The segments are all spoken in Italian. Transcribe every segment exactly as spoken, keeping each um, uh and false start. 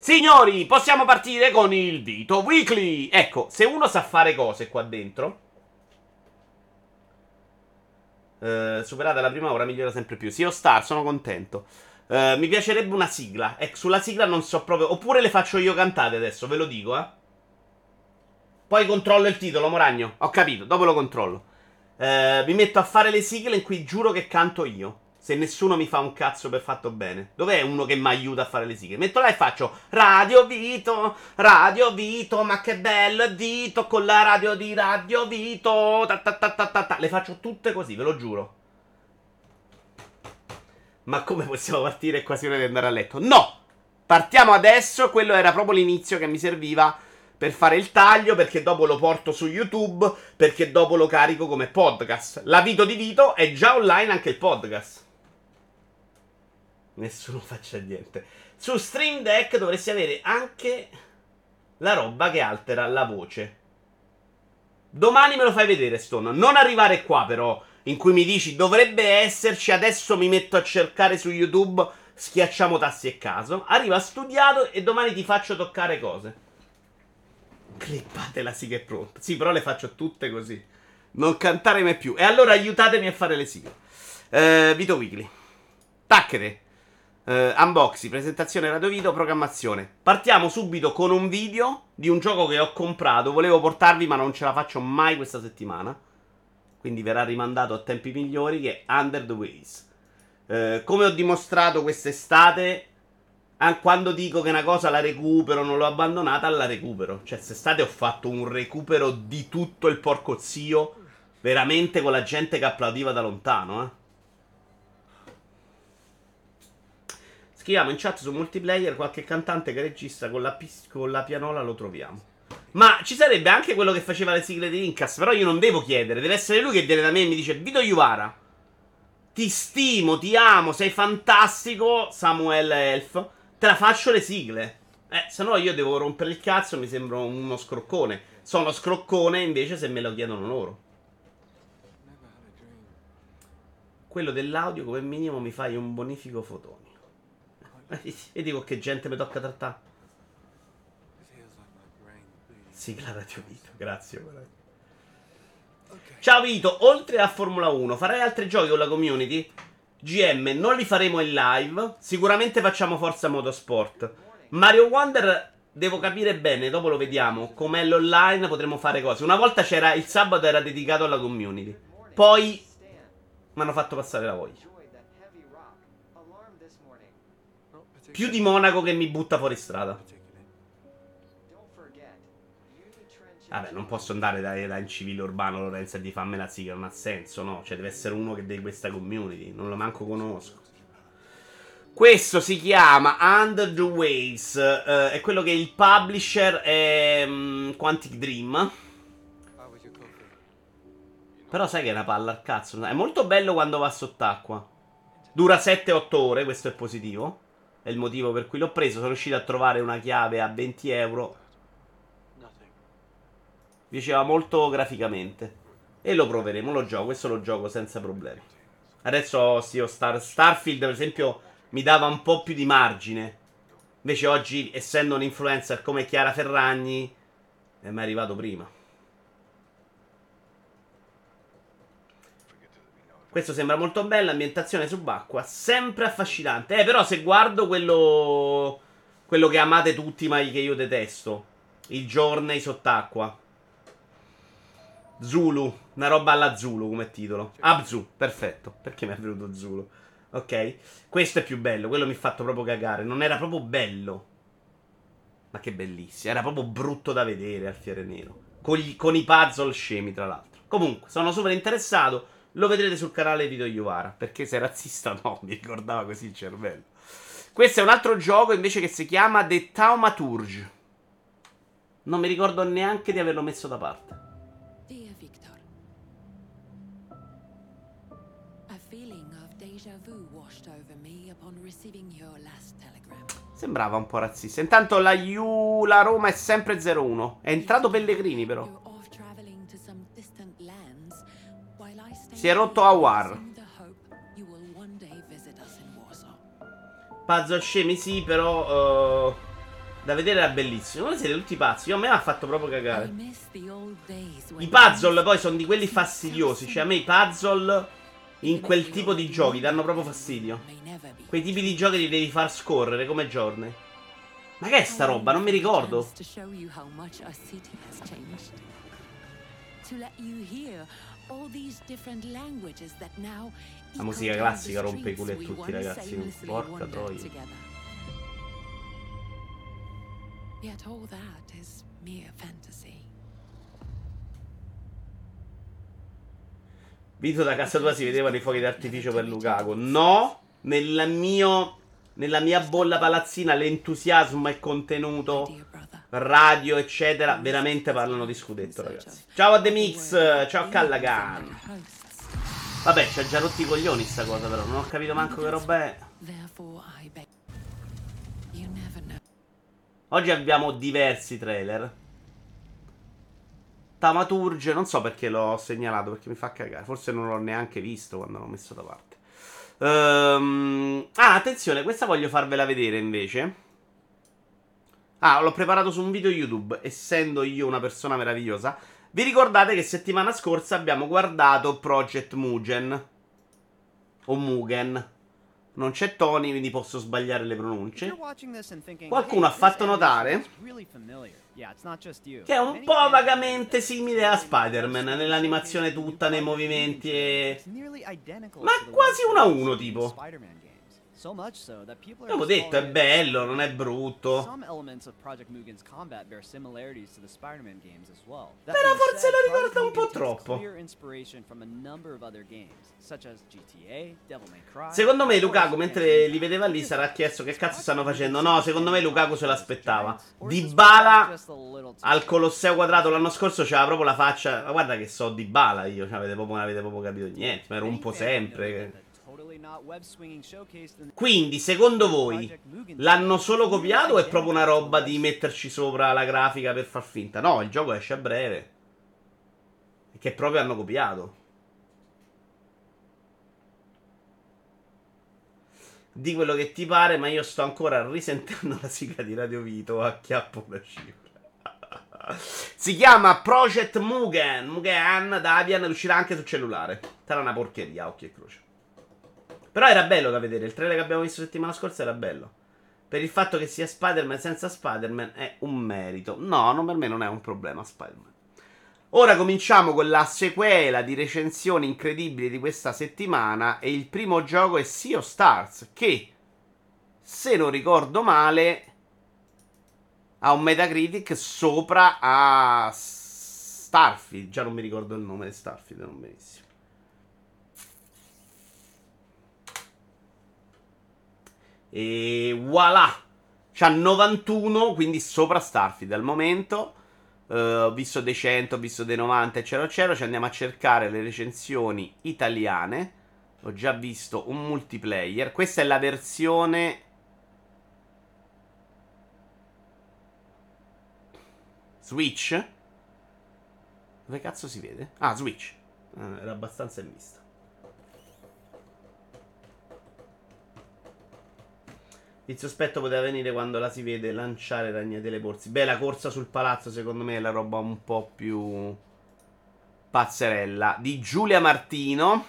Signori, possiamo partire con il Vito Weekly. Ecco, se uno sa fare cose qua dentro, eh, superata la prima ora migliora sempre più. Sì, o Star, sono contento. Eh, mi piacerebbe una sigla. Ecco, sulla sigla non so proprio. Oppure le faccio io cantate adesso, ve lo dico, eh. Poi controllo il titolo, Moragno. Ho capito, dopo lo controllo. Eh, mi metto a fare le sigle in cui giuro che canto io. Se nessuno mi fa un cazzo per fatto bene. Dov'è uno che mi aiuta a fare le sigle? Metto là e faccio Radio Vito, Radio Vito, ma che bello dito con la radio di Radio Vito. Ta ta ta ta ta ta. Le faccio tutte così, ve lo giuro. Ma come possiamo partire? È quasi ora di andare a letto. No! Partiamo adesso. Quello era proprio l'inizio che mi serviva per fare il taglio, perché dopo lo porto su YouTube, perché dopo lo carico come podcast. La Vito di Vito è già online anche il podcast. Nessuno faccia niente. Su Stream Deck dovresti avere anche la roba che altera la voce. Domani me lo fai vedere, Stone. Non arrivare qua però, in cui mi dici dovrebbe esserci, adesso mi metto a cercare su YouTube, schiacciamo tassi e caso. Arriva studiato e domani ti faccio toccare cose. Clippatela, sì che è pronta. Sì, però le faccio tutte così. Non cantare mai più. E allora aiutatemi a fare le sigle. eh, Vito Weekly. Tacchete. Uh, unboxing, presentazione Radio Vito, programmazione. Partiamo subito con un video di un gioco che ho comprato. Volevo portarvi ma non ce la faccio mai questa settimana, quindi verrà rimandato a tempi migliori, che è Under the Waves. uh, Come ho dimostrato quest'estate, ah, quando dico che una cosa la recupero, non l'ho abbandonata, la recupero. Cioè quest'estate ho fatto un recupero di tutto il porco zio, veramente, con la gente che applaudiva da lontano, eh. Scriviamo in chat su multiplayer qualche cantante che registra con la, pis- con la pianola, lo troviamo. Ma ci sarebbe anche quello che faceva le sigle di Incas, però io non devo chiedere, deve essere lui che viene da me e mi dice: Vito Juvara, ti stimo, ti amo, sei fantastico, Samuel Elf, te la faccio le sigle. Eh, se no io devo rompere il cazzo, mi sembro uno scroccone. Sono scroccone invece se me lo chiedono loro. Quello dell'audio come minimo mi fai un bonifico fotonico. E dico che gente mi tocca trattare. Sigla Radio Vito, grazie. Ciao Vito, oltre a Formula uno farai altri giochi con la community? G M, non li faremo in live. Sicuramente facciamo Forza Motorsport. Mario Wonder devo capire bene, dopo lo vediamo. Com'è l'online, potremo fare cose. Una volta c'era, il sabato era dedicato alla community, poi mi hanno fatto passare la voglia. Più di Monaco che mi butta fuori strada. Vabbè, non posso andare da, da in civile urbano Lorenzo e di farmi la sigla, non ha senso, no? Cioè deve essere uno che di questa community, non lo manco conosco. Questo si chiama Under the Waves, uh, è quello che il publisher è um, Quantic Dream. Però sai che è una palla al cazzo. È molto bello quando va sott'acqua. Dura sette otto ore, questo è positivo. È il motivo per cui l'ho preso. Sono riuscito a trovare una chiave a venti euro. Mi piaceva molto graficamente. E lo proveremo, lo gioco. Questo lo gioco senza problemi. Adesso sì, Star, Starfield per esempio mi dava un po' più di margine. Invece oggi, essendo un influencer come Chiara Ferragni, è mai arrivato prima. Questo sembra molto bello, ambientazione subacquea, sempre affascinante. Eh, però se guardo quello quello che amate tutti ma che io detesto, il Journey sott'acqua, Zulu, una roba alla Zulu come titolo. Abzu, perfetto. Perché mi è venuto Zulu? Ok, questo è più bello, quello mi ha fatto proprio cagare. Non era proprio bello, ma che bellissimo, era proprio brutto da vedere al Fiere Nero, con, gli, con i puzzle scemi tra l'altro. Comunque, sono super interessato. Lo vedrete sul canale Vito Juvara, perché sei razzista no, mi ricordava così il cervello. Questo è un altro gioco invece che si chiama The Thaumaturge. Non mi ricordo neanche di averlo messo da parte. Dear Victor, a feeling of déjà vu washed over me upon receiving your last telegram. Sembrava un po' razzista. Intanto la U, la Roma è sempre zero uno. È entrato Pellegrini però. Si è rotto Awar. Puzzle scemi sì, però uh, Da vedere era bellissimo. Voi siete tutti pazzi. Io a me mi ha fatto proprio I cagare. miss the old days when I puzzle poi sono di quelli fastidiosi. Cioè a me i puzzle in quel tipo di giochi danno proprio fastidio. may never be. Quei tipi di giochi li devi far scorrere come Journey. Ma che è sta roba? Non mi ricordo. To show you how much our city has changed. To let you hear all these different languages that now La musica echo classica the rompe i culi a streets we tutti, once ragazzi. aimlessly Porca wandered troia. together. Yet all that is mere fantasy. Vito, da casa tua si vedevano i fuochi d'artificio per Lukaku. No, nel mio, nella mia bolla palazzina l'entusiasmo è contenuto, Dear brother. radio eccetera, veramente parlano di scudetto, ragazzi. Ciao a The Mix, ciao a Callaghan. Vabbè, ci ha già rotti i coglioni sta cosa, però non ho capito manco che roba è. Therefore I beg. You never know. Oggi abbiamo diversi trailer. Tamaturge, non so perché l'ho segnalato, perché mi fa cagare. Forse non l'ho neanche visto quando l'ho messo da parte. Ehm, Ah, attenzione, questa voglio farvela vedere invece. Ah, l'ho preparato su un video YouTube, essendo io una persona meravigliosa. Vi ricordate che settimana scorsa abbiamo guardato Project Mugen o Mugen. Non c'è Tony, quindi posso sbagliare le pronunce. Qualcuno ha fatto notare che è un po' vagamente simile a Spider-Man nell'animazione tutta, nei movimenti e... Ma quasi uno a uno, tipo. Abbiamo detto, è bello, non è brutto. Però forse lo ricorda un po' troppo. Secondo me Lukaku, mentre li vedeva lì, sarà chiesto che cazzo stanno facendo. No, secondo me Lukaku se l'aspettava. Dybala al Colosseo Quadrato l'anno scorso c'aveva proprio la faccia. Ma guarda che so Dybala io, cioè, avete proprio, non avete proprio capito niente. Ma rompo sempre. Quindi, secondo voi, l'hanno solo copiato o è proprio una roba di metterci sopra la grafica per far finta? No, il gioco esce a breve. Che proprio hanno copiato. Di quello che ti pare, ma io sto ancora risentendo la sigla di Radio Vito a chiappo da cifra. Si chiama Project Mugen. Mugen da Avian, uscirà anche su cellulare. Sarà una porcheria, occhio e croce. Però era bello da vedere. Il trailer che abbiamo visto settimana scorsa era bello. Per il fatto che sia Spider-Man senza Spider-Man è un merito. No, non, per me non è un problema Spider-Man. Ora cominciamo con la sequela di recensioni incredibili di questa settimana. E il primo gioco è Sea of Stars, che, se non ricordo male, ha un Metacritic sopra a Starfield. Già non mi ricordo il nome di Starfield, non benissimo. E voilà, c'ha novantuno, quindi sopra Starfield al momento. uh, Ho visto dei cento, ho visto dei novanta, eccetera eccetera. Ci andiamo a cercare le recensioni italiane. Ho già visto un multiplayer. Questa è la versione Switch. Dove cazzo si vede? Ah, Switch. eh, Era abbastanza in vista. Il sospetto poteva venire quando la si vede lanciare ragnatele borsi. Beh, la corsa sul palazzo secondo me è la roba un po' più pazzerella. Di Giulia Martino.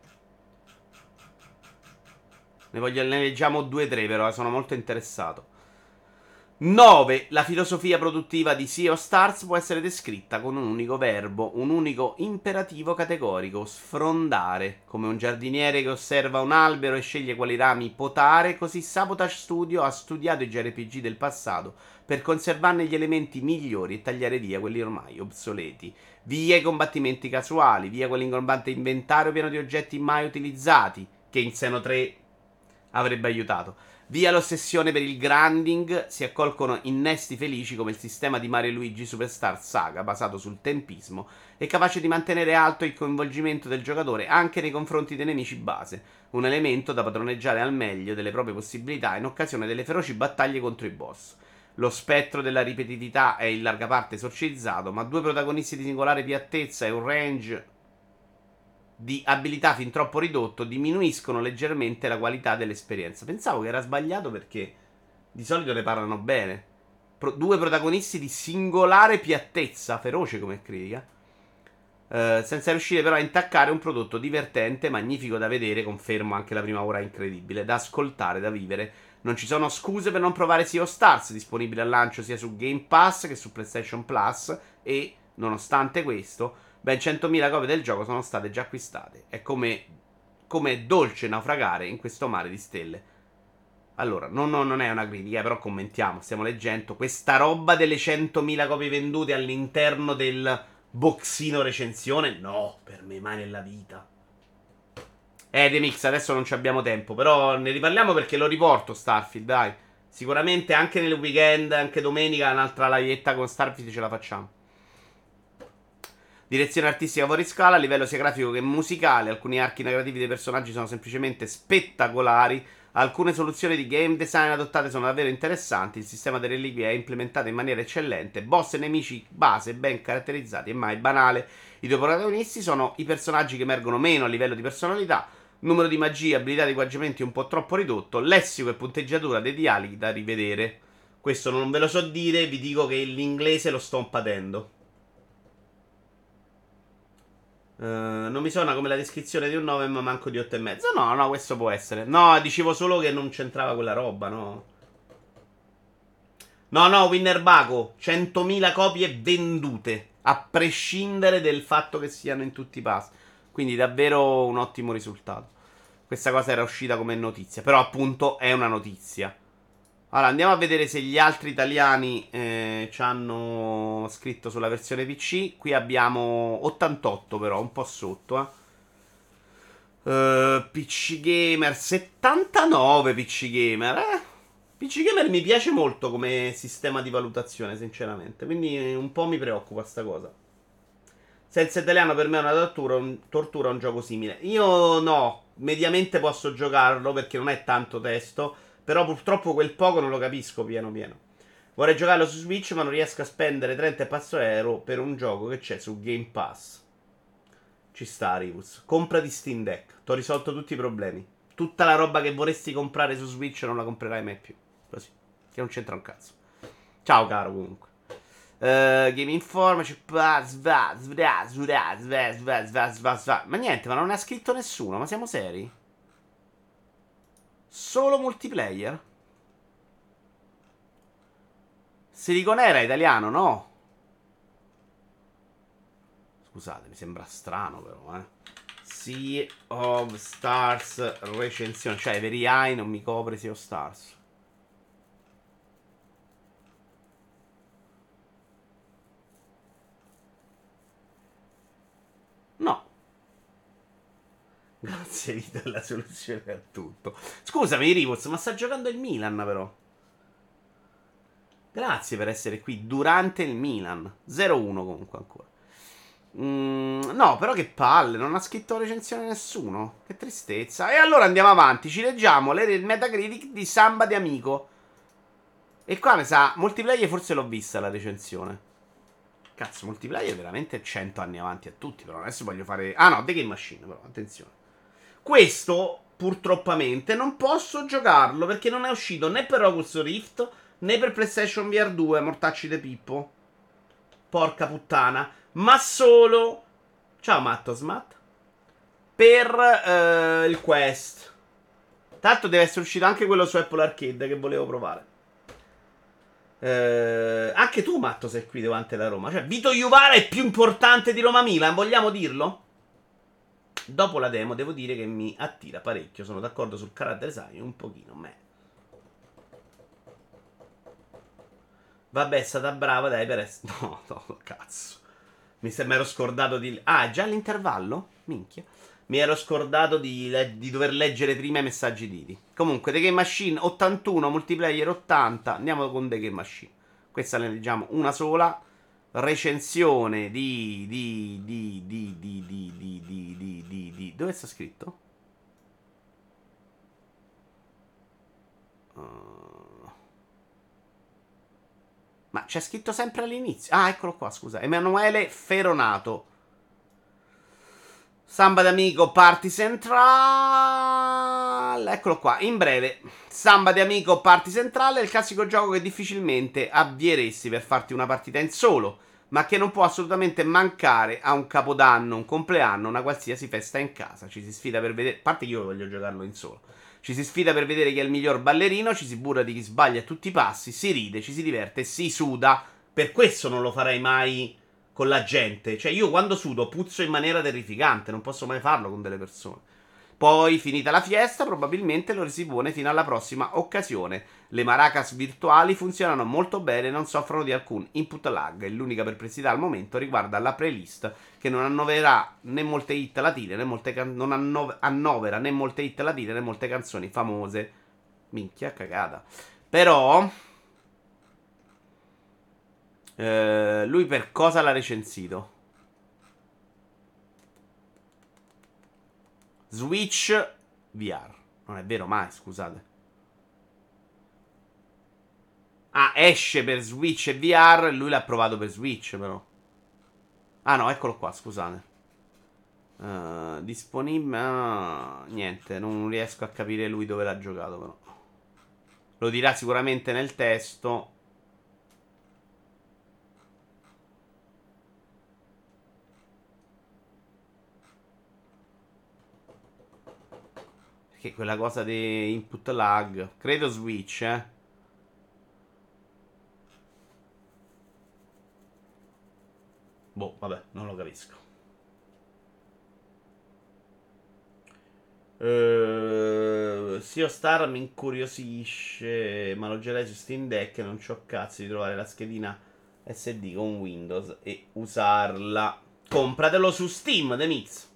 Ne voglio, ne leggiamo due o tre però, sono molto interessato. nove. La filosofia produttiva di Sea of Stars può essere descritta con un unico verbo, un unico imperativo categorico: sfrondare. Come un giardiniere che osserva un albero e sceglie quali rami potare, così Sabotage Studio ha studiato i J R P G del passato per conservarne gli elementi migliori e tagliare via quelli ormai obsoleti. Via i combattimenti casuali, via quell'ingombrante inventario pieno di oggetti mai utilizzati, che in Xeno tre avrebbe aiutato. Via l'ossessione per il grinding, si accolgono innesti felici come il sistema di Mario e Luigi Superstar Saga, basato sul tempismo e capace di mantenere alto il coinvolgimento del giocatore anche nei confronti dei nemici base, un elemento da padroneggiare al meglio delle proprie possibilità in occasione delle feroci battaglie contro i boss. Lo spettro della ripetitività è in larga parte esorcizzato, ma due protagonisti di singolare piattezza e un range di abilità fin troppo ridotto diminuiscono leggermente la qualità dell'esperienza. Pensavo che era sbagliato perché di solito ne parlano bene. Pro- due protagonisti di singolare piattezza, feroce come critica, eh, senza riuscire però a intaccare un prodotto divertente, magnifico da vedere, confermo anche la prima ora incredibile, da ascoltare, da vivere. Non ci sono scuse per non provare Sea of Stars, disponibile al lancio sia su Game Pass che su PlayStation Plus, e, nonostante questo, ben centomila copie del gioco sono state già acquistate. È come, come è dolce naufragare in questo mare di stelle. Allora, no, no, non è una critica, però commentiamo, stiamo leggendo questa roba delle centomila copie vendute all'interno del boxino recensione. No, per me mai nella vita. Eh, The Mix, adesso non ci abbiamo tempo, però ne riparliamo perché lo riporto Starfield, dai. Sicuramente anche nel weekend, anche domenica, un'altra livetta con Starfield ce la facciamo. Direzione artistica fuori scala, a livello sia grafico che musicale. Alcuni archi narrativi dei personaggi sono semplicemente spettacolari. Alcune soluzioni di game design adottate sono davvero interessanti. Il sistema delle reliquie è implementato in maniera eccellente. Boss e nemici base ben caratterizzati e mai banale. I due protagonisti sono i personaggi che emergono meno a livello di personalità. Numero di magie, abilità di equipaggiamenti un po' troppo ridotto. Lessico e punteggiatura dei dialoghi da rivedere. Questo non ve lo so dire, vi dico che l'inglese lo sto patendo. Uh, non mi suona come la descrizione di un nove, ma manco di otto e mezzo. No, no, questo può essere. No, dicevo solo che non c'entrava quella roba, no. No, no, Winner Baco, centomila copie vendute, a prescindere dal fatto che siano in tutti i pass. Quindi davvero un ottimo risultato. Questa cosa era uscita come notizia, però appunto è una notizia. Allora, andiamo a vedere se gli altri italiani eh, ci hanno scritto sulla versione P C. Qui abbiamo ottantotto però, un po' sotto. Eh. Uh, P C Gamer settantanove, P C Gamer. Eh? P C Gamer mi piace molto come sistema di valutazione, sinceramente. Quindi un po' mi preoccupa sta cosa. Senza italiano per me è una tortura, un, tortura un gioco simile. Io no, mediamente posso giocarlo perché non è tanto testo. Però purtroppo quel poco non lo capisco pieno pieno. Vorrei giocarlo su Switch ma non riesco a spendere trenta e passa euro per un gioco che c'è su Game Pass. Ci sta, Rivus. Compra di Steam Deck. Ti ho risolto tutti i problemi. Tutta la roba che vorresti comprare su Switch non la comprerai mai più. Così. Che non c'entra un cazzo. Ciao caro comunque. Uh, Game Informer. Ma niente, ma non ha scritto nessuno. Ma siamo seri? Solo multiplayer? Silicon era italiano, no? Scusate, mi sembra strano però, eh. Sea of Stars recensione. Cioè, Very Eye non mi copre Sea of Stars. No. Grazie Vito, è la soluzione a tutto. Scusami Rivos, ma sta giocando il Milan però. Grazie per essere qui durante il Milan. zero uno comunque ancora. Mm, no, però che palle, non ha scritto recensione nessuno. Che tristezza. E allora andiamo avanti, ci leggiamo le, il Metacritic di Samba di Amico. E qua mi sa, multiplayer forse l'ho vista la recensione. Cazzo, multiplayer veramente cento anni avanti a tutti. Però adesso voglio fare... Ah no, The Game Machine però, attenzione. Questo, purtroppamente, non posso giocarlo perché non è uscito né per Oculus Rift né per PlayStation V R due, mortacci de Pippo. Porca puttana. Ma solo... Ciao Mattosmat. Per uh, il Quest. Tanto deve essere uscito anche quello su Apple Arcade che volevo provare. Uh, anche tu Matto sei qui davanti alla Roma. Cioè Vito Juvara è più importante di Roma Milan, vogliamo dirlo? Dopo la demo devo dire che mi attira parecchio. Sono d'accordo sul character design un pochino. Me. Vabbè, è stata brava, dai, per essere... No, no, cazzo. Mi sembra ero scordato di... Ah, già l'intervallo? Minchia. Mi ero scordato di, le... di dover leggere prima i messaggi di. Comunque, The Game Machine ottantuno, multiplayer ottanta. Andiamo con The Game Machine. Questa ne leggiamo una sola. Recensione di... di... di... di... di... di... di... di... di... di... di... Dove sta scritto? Uh... Ma c'è scritto sempre all'inizio. Ah, eccolo qua, scusa. Emanuele Feronato. Samba d'amico, party central. central, eccolo qua. In breve, Samba di Amico Party Central è il classico gioco che difficilmente avvieresti per farti una partita in solo, ma che non può assolutamente mancare a un capodanno, un compleanno, una qualsiasi festa in casa. Ci si sfida per vedere, a parte che io voglio giocarlo in solo. Ci si sfida per vedere chi è il miglior ballerino, ci si burla di chi sbaglia a tutti i passi, si ride, ci si diverte, si suda. Per questo non lo farei mai con la gente. Cioè io quando sudo puzzo in maniera terrificante, non posso mai farlo con delle persone. Poi, finita la fiesta, probabilmente lo risipone fino alla prossima occasione. Le maracas virtuali funzionano molto bene e non soffrono di alcun input lag. E l'unica perplessità al momento riguarda la playlist, che non annoverà né molte hit latine, né molte can- non anno- annovera né molte hit latine, né molte canzoni famose. Minchia cagata. Però... Eh, lui per cosa l'ha recensito? Switch V R. Non è vero mai, scusate. Ah, esce per Switch e V R. Lui l'ha provato per Switch, però. Ah, no, eccolo qua, scusate. Uh, disponibile. Ah, niente, non riesco a capire lui dove l'ha giocato, però. Lo dirà sicuramente nel testo. Perché quella cosa di input lag. Credo Switch, eh. Boh, vabbè, non lo capisco. Uh, Sea of Star mi incuriosisce, ma lo girerei su Steam Deck e non c'ho cazzo di trovare la schedina S D con Windows e usarla. Compratelo su Steam, The Mix.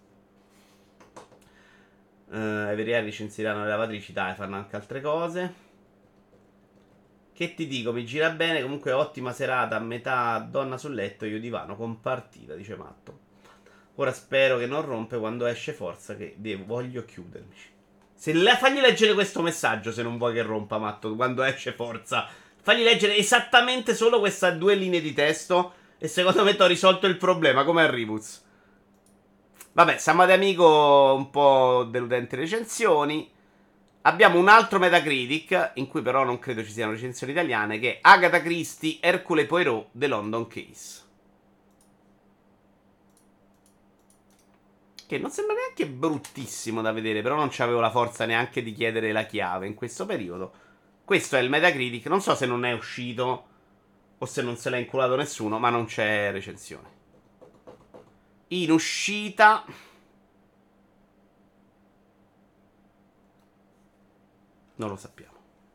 Uh, Everia licenzeranno le lavatrici, dai, fanno anche altre cose. Che ti dico, mi gira bene, comunque ottima serata, a metà donna sul letto, io divano con partita, dice Matto. Ora spero che non rompe quando esce Forza, che devo, voglio chiudermi. Se le, fagli leggere questo messaggio se non vuoi che rompa, Matto, quando esce Forza. Fagli leggere esattamente solo queste due linee di testo e secondo me ti ho risolto il problema, come a Ribuz. Vabbè, Samba di Amico, un po' deludenti recensioni. Abbiamo un altro Metacritic, in cui però non credo ci siano recensioni italiane, che è Agatha Christie, Hercule Poirot, The London Case. Che non sembra neanche bruttissimo da vedere, però non c'avevo la forza neanche di chiedere la chiave in questo periodo. Questo è il Metacritic, non so se non è uscito o se non se l'ha inculato nessuno, ma non c'è recensione. In uscita... non lo sappiamo.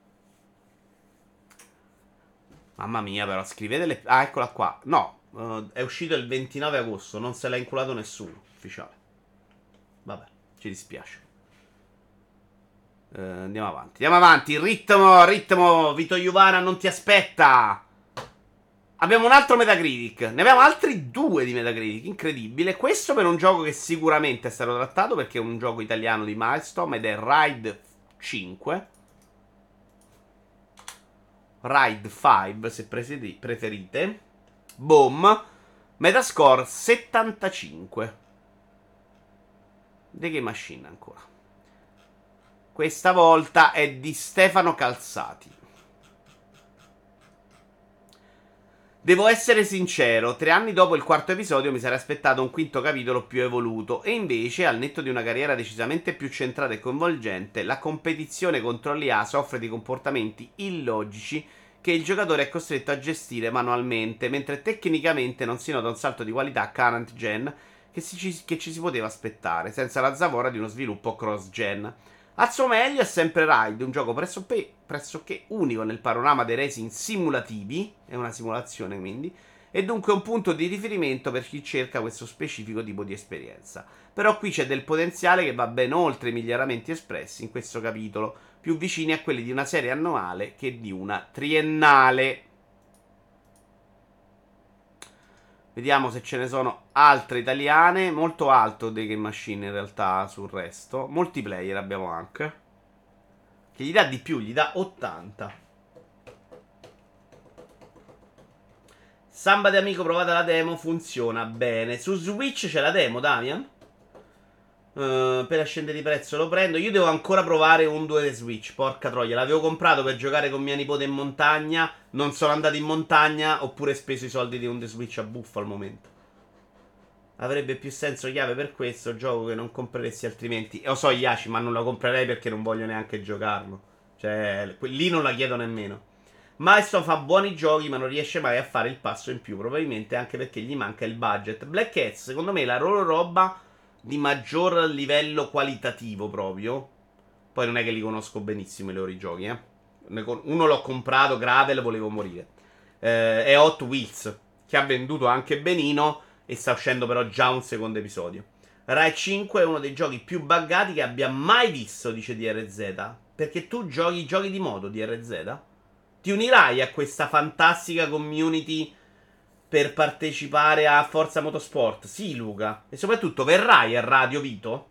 Mamma mia, però, scrivete le... ah, eccola qua. No, uh, è uscito il ventinove agosto, non se l'ha inculato nessuno, ufficiale. Vabbè, ci dispiace. Uh, andiamo avanti. Andiamo avanti. Ritmo, ritmo. Vito Iuvara non ti aspetta. Abbiamo un altro Metacritic. Ne abbiamo altri due di Metacritic. Incredibile. Questo per un gioco che sicuramente è stato trattato, perché è un gioco italiano di Milestone ed è Ride cinque. Ride cinque, se preferite. Boom. Metascore settantacinque. The Game Machine ancora. Questa volta è di Stefano Calzati. Devo essere sincero, tre anni dopo il quarto episodio mi sarei aspettato un quinto capitolo più evoluto e invece, al netto di una carriera decisamente più centrata e coinvolgente, la competizione contro l'I A soffre di comportamenti illogici che il giocatore è costretto a gestire manualmente, mentre tecnicamente non si nota un salto di qualità current gen che, si, che ci si poteva aspettare, senza la zavorra di uno sviluppo cross-gen. Al suo meglio è sempre Ride, un gioco pressoché, pressoché unico nel panorama dei racing simulativi, è una simulazione quindi, e dunque un punto di riferimento per chi cerca questo specifico tipo di esperienza. Però qui c'è del potenziale che va ben oltre i miglioramenti espressi in questo capitolo, più vicini a quelli di una serie annuale che di una triennale. Vediamo se ce ne sono altre italiane. Molto alto The Game Machine in realtà sul resto. Multiplayer abbiamo anche, che gli dà di più, gli dà ottanta. Samba di Amico, provata la demo, funziona bene. Su Switch c'è la demo, Damian? Uh, per scendere di prezzo lo prendo. Io devo ancora provare un due Switch. Porca troia, l'avevo comprato per giocare con mia nipote in montagna. Non sono andato in montagna. Oppure speso i soldi di un The Switch a buffo al momento. Avrebbe più senso chiave per questo. Gioco che non compreresti altrimenti. E lo so, Yashi, ma non la comprerei perché non voglio neanche giocarlo. Cioè, lì non la chiedo nemmeno. Milestone fa buoni giochi, ma non riesce mai a fare il passo in più. Probabilmente anche perché gli manca il budget. Black Cats, secondo me, è la loro roba di maggior livello qualitativo proprio. Poi non è che li conosco benissimo i loro giochi, eh. Uno l'ho comprato, Gravel, volevo morire. Eh, è Hot Wheels, che ha venduto anche benino e sta uscendo però già un secondo episodio. Rai cinque è uno dei giochi più buggati che abbia mai visto, dice D R Z. Perché tu giochi giochi di moto, D R Z? Ti unirai a questa fantastica community per partecipare a Forza Motorsport? Sì, Luca. E soprattutto verrai a Radio Vito?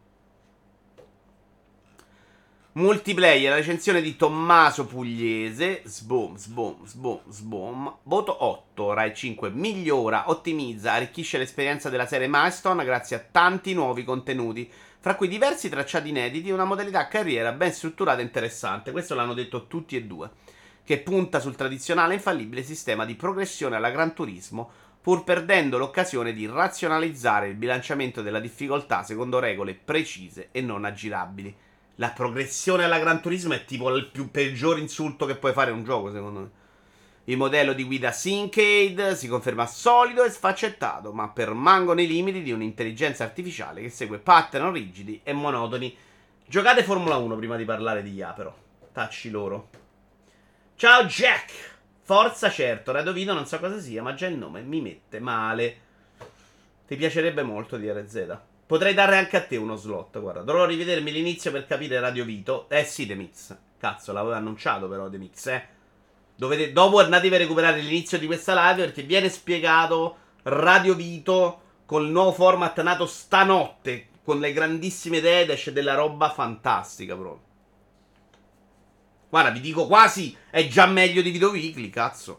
Multiplayer, la recensione di Tommaso Pugliese. Sboom, sboom, sboom, sboom. Voto otto. Rai cinque migliora, ottimizza, arricchisce l'esperienza della serie Milestone grazie a tanti nuovi contenuti, fra cui diversi tracciati inediti e una modalità carriera ben strutturata e interessante. Questo l'hanno detto tutti e due. Che punta sul tradizionale e infallibile sistema di progressione alla Gran Turismo, pur perdendo l'occasione di razionalizzare il bilanciamento della difficoltà secondo regole precise e non aggirabili. La progressione alla Gran Turismo è tipo il più peggior insulto che puoi fare a un gioco, secondo me. Il modello di guida Syncade si conferma solido e sfaccettato, ma permangono i limiti di un'intelligenza artificiale che segue pattern rigidi e monotoni. Giocate Formula uno prima di parlare di I A, però. Tacci loro. Ciao Jack! Forza, certo, Radovino non so cosa sia, ma già il nome mi mette male. Ti piacerebbe molto D R Z. Potrei dare anche a te uno slot, guarda. Dovrò rivedermi l'inizio per capire Radio Vito. Eh sì, The Mix. Cazzo, l'avevo annunciato però The Mix, eh. Dovete, dopo andatevi a recuperare l'inizio di questa live perché viene spiegato Radio Vito col nuovo format nato stanotte, con le grandissime idee ed esce della roba fantastica proprio. Guarda, vi dico quasi, è già meglio di Video Weekly, cazzo.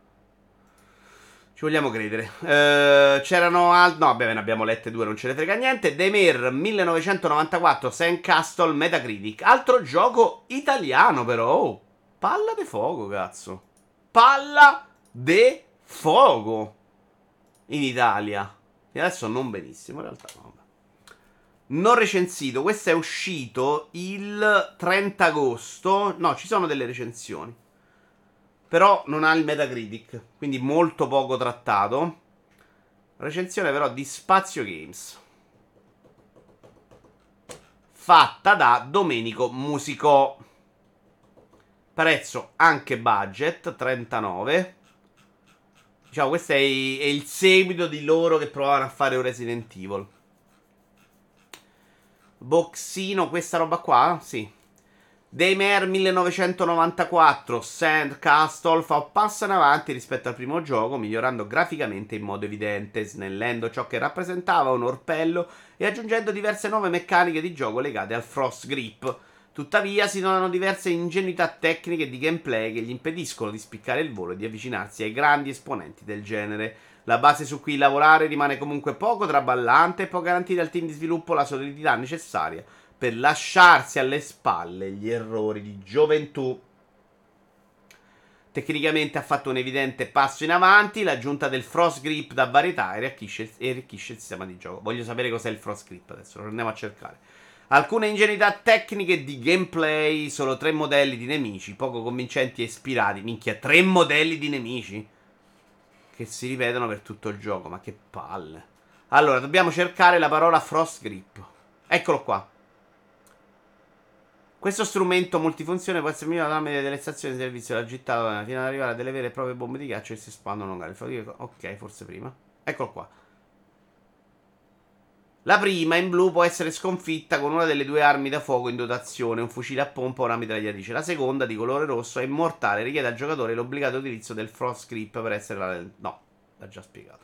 Ci vogliamo credere. Uh, c'erano altri... No, beh, ne abbiamo lette due, non ce ne frega niente. Demir millenovecentonovantaquattro, Sandcastle, Metacritic. Altro gioco italiano, però. Oh, palla de fuoco, cazzo. Palla de fuoco. In Italia. E adesso non benissimo, in realtà. Vabbè. Non recensito. Questo è uscito il trenta agosto. No, ci sono delle recensioni. Però non ha il Metacritic, quindi molto poco trattato. Recensione però di Spazio Games, fatta da Domenico Musico. Prezzo anche budget, trentanove. Diciamo, questo è, è il seguito di loro che provavano a fare un Resident Evil. Boxino, questa roba qua? Sì. Daymare millenovecentonovantaquattro, Sandcastle fa un passo in avanti rispetto al primo gioco, migliorando graficamente in modo evidente, snellendo ciò che rappresentava un orpello e aggiungendo diverse nuove meccaniche di gioco legate al Frost Grip. Tuttavia si notano diverse ingenuità tecniche di gameplay che gli impediscono di spiccare il volo e di avvicinarsi ai grandi esponenti del genere. La base su cui lavorare rimane comunque poco traballante e può garantire al team di sviluppo la solidità necessaria per lasciarsi alle spalle gli errori di gioventù. Tecnicamente ha fatto un evidente passo in avanti. L'aggiunta del Frost Grip da varietà e arricchisce, e arricchisce il sistema di gioco. Voglio sapere cos'è il Frost Grip adesso, lo andiamo a cercare. Alcune ingenuità tecniche di gameplay. Solo tre modelli di nemici, poco convincenti e ispirati. Minchia, tre modelli di nemici che si ripetono per tutto il gioco. Ma che palle. Allora, dobbiamo cercare la parola Frost Grip. Eccolo qua. Questo strumento multifunzione può essere migliorato tramite delle stazioni di servizio della gittata fino ad arrivare a delle vere e proprie bombe di ghiaccio che si espandono lungo. Ok, forse prima. Eccolo qua. La prima, in blu, può essere sconfitta con una delle due armi da fuoco in dotazione, un fucile a pompa o una mitragliatrice. La seconda, di colore rosso, è immortale, richiede al giocatore l'obbligato utilizzo del Frost Grip per essere la... No, l'ha già spiegato.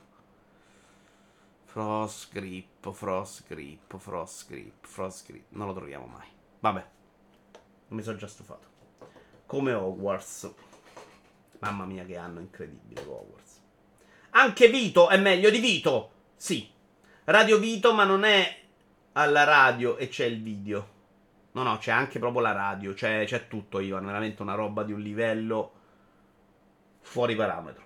Frost Grip, Frost Grip, Frost Grip, Frost Grip. Non lo troviamo mai. Vabbè. Mi sono già stufato. Come Hogwarts. Mamma mia che anno incredibile Hogwarts. Anche Vito è meglio di Vito. Sì. Radio Vito, ma non è alla radio e c'è il video. No, no, c'è anche proprio la radio. C'è, c'è tutto, Ivan. Veramente una roba di un livello fuori parametro.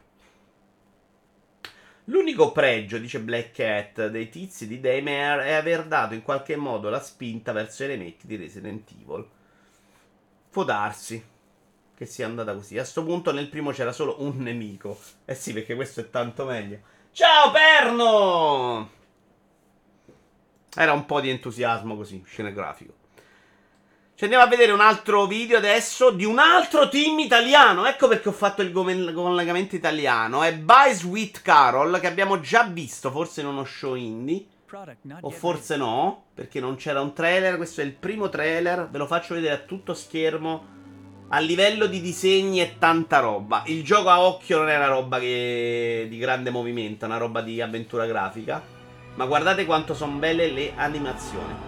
L'unico pregio, dice Black Cat, dei tizi di Daymare è aver dato in qualche modo la spinta verso i remake di Resident Evil. Può darsi che sia andata così. A sto punto nel primo c'era solo un nemico. Eh sì, perché questo è tanto meglio. Ciao Perno! Era un po' di entusiasmo così, scenografico. Ci andiamo a vedere un altro video adesso di un altro team italiano. Ecco perché ho fatto il collegamento italiano. È By Sweet Carol, che abbiamo già visto, forse in uno show indie. O forse no, perché non c'era un trailer. Questo è il primo trailer. Ve lo faccio vedere a tutto schermo. A livello di disegni è tanta roba. Il gioco a occhio non è una roba che... di grande movimento, è una roba di avventura grafica. Ma guardate quanto sono belle le animazioni.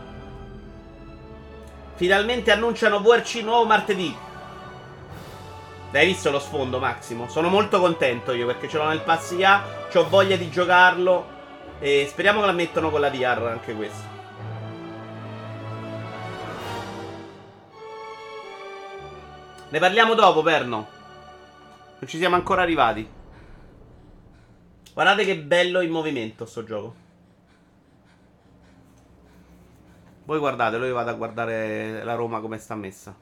Finalmente annunciano V R C nuovo martedì. Hai visto lo sfondo, Massimo? Sono molto contento io perché ce l'ho nel pass I A. C'ho voglia di giocarlo. E speriamo che la mettano con la V R anche questo. Ne parliamo dopo, Perno. Non ci siamo ancora arrivati. Guardate che bello in movimento sto gioco. Voi guardatelo, io vado a guardare la Roma come sta messa.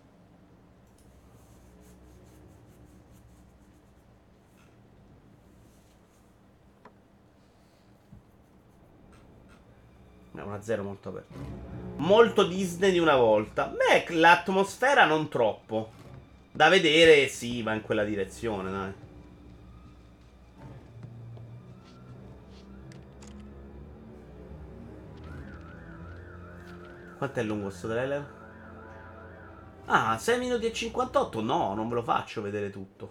È uno a zero molto aperto. Molto Disney di una volta. Beh, l'atmosfera non troppo. Da vedere, sì, va in quella direzione, dai. Quanto è lungo sto trailer? Ah, sei minuti e cinquantotto? No, non ve lo faccio vedere tutto.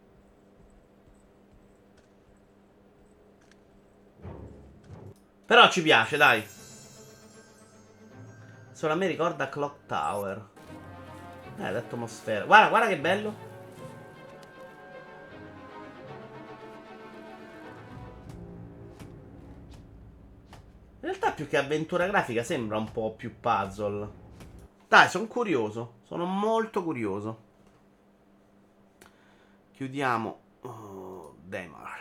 Però ci piace, dai. Solo a me ricorda Clock Tower. Eh, l'atmosfera. Guarda, guarda che bello. In realtà più che avventura grafica sembra un po' più puzzle. Dai, sono curioso. Sono molto curioso. Chiudiamo. Oh, Daymar.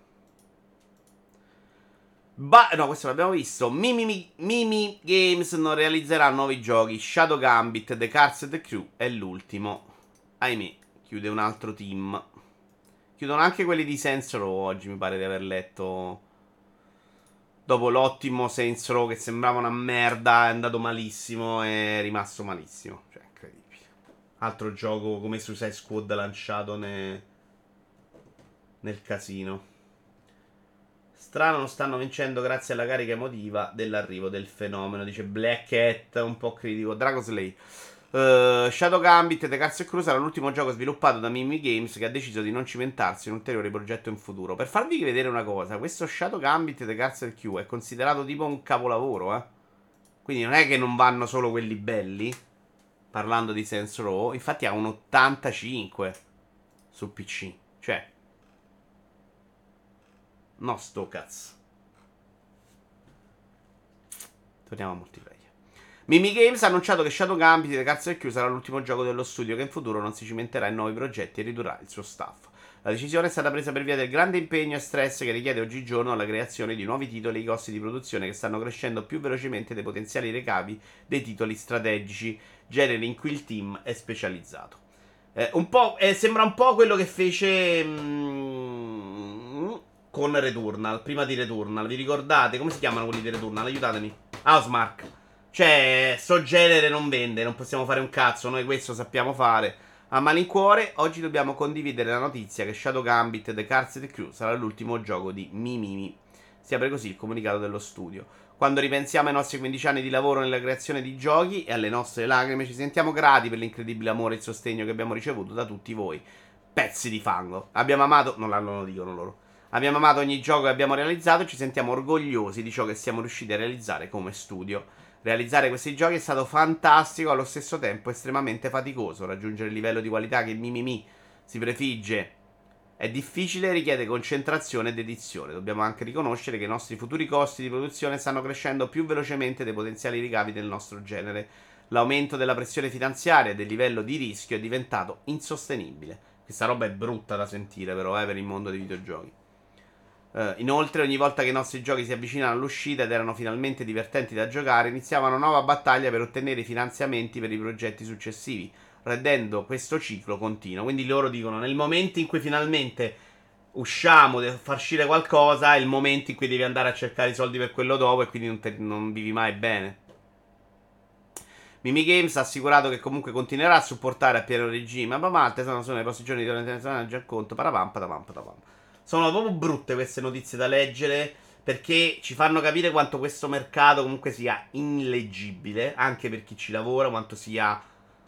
Ba- no, questo l'abbiamo visto. Mimi, Mimi Games non realizzerà nuovi giochi. Shadow Gambit, The Cars and the Crew è l'ultimo. Ahimè, chiude un altro team. Chiudono anche quelli di Saints Row oggi, mi pare di aver letto. Dopo l'ottimo Saints Row che sembrava una merda, è andato malissimo, è rimasto malissimo. Cioè, incredibile. Altro gioco come Suicide Squad lanciato ne... nel casino. Strano, non stanno vincendo grazie alla carica emotiva dell'arrivo del fenomeno, dice Black Cat, un po' critico. Dragoslay. Uh, Shadow Gambit The Cars and Crew sarà l'ultimo gioco sviluppato da Mimi Games, che ha deciso di non cimentarsi in un ulteriore progetto in futuro. Per farvi vedere una cosa, questo Shadow Gambit The Cars and Crew è considerato tipo un capolavoro, eh. Quindi non è che non vanno solo quelli belli, parlando di Saints Row. Infatti ha un ottantacinque su P C. Cioè, no sto cazzo. Torniamo a multiplayer. Mimi Games ha annunciato che Shadow Gambit The Cars and Crew sarà l'ultimo gioco dello studio, che in futuro non si cimenterà in nuovi progetti e ridurrà il suo staff. La decisione è stata presa per via del grande impegno e stress che richiede oggigiorno la creazione di nuovi titoli e i costi di produzione che stanno crescendo più velocemente dei potenziali ricavi dei titoli strategici, generi in cui il team è specializzato. Eh, un po', eh, sembra un po' quello che fece mm, con Returnal, prima di Returnal. Vi ricordate? Come si chiamano quelli di Returnal? Aiutatemi. Housemarque. Cioè, sto genere non vende, non possiamo fare un cazzo, noi questo sappiamo fare. A malincuore, oggi dobbiamo condividere la notizia che Shadow Gambit The Cars and Crew sarà l'ultimo gioco di Mimimi. Si apre così il comunicato dello studio. Quando ripensiamo ai nostri quindici anni di lavoro nella creazione di giochi e alle nostre lacrime, ci sentiamo grati per l'incredibile amore e il sostegno che abbiamo ricevuto da tutti voi. Pezzi di fango. Abbiamo amato, non lo dicono loro. Abbiamo amato ogni gioco che abbiamo realizzato e ci sentiamo orgogliosi di ciò che siamo riusciti a realizzare come studio. Realizzare questi giochi è stato fantastico, allo stesso tempo estremamente faticoso. Raggiungere il livello di qualità che Mimimi si prefigge È difficile, richiede concentrazione e dedizione. Dobbiamo anche riconoscere che i nostri futuri costi di produzione stanno crescendo più velocemente dei potenziali ricavi del nostro genere. L'aumento della pressione finanziaria e del livello di rischio è diventato insostenibile. Questa roba è brutta da sentire, però, eh, per il mondo dei videogiochi. Uh, inoltre, ogni volta che i nostri giochi si avvicinano all'uscita ed erano finalmente divertenti da giocare, iniziava una nuova battaglia per ottenere i finanziamenti per i progetti successivi, rendendo questo ciclo continuo. Quindi loro dicono: nel momento in cui finalmente usciamo, devi far uscire qualcosa, è il momento in cui devi andare a cercare i soldi per quello dopo, e quindi non, te, non vivi mai bene. Mimi Games ha assicurato che comunque continuerà a supportare a pieno regime ma Malte sono solo nei prossimi giorni di internazionale già conto parapam patapam patapam. Sono proprio brutte queste notizie da leggere, perché ci fanno capire quanto questo mercato comunque sia illeggibile, anche per chi ci lavora, quanto sia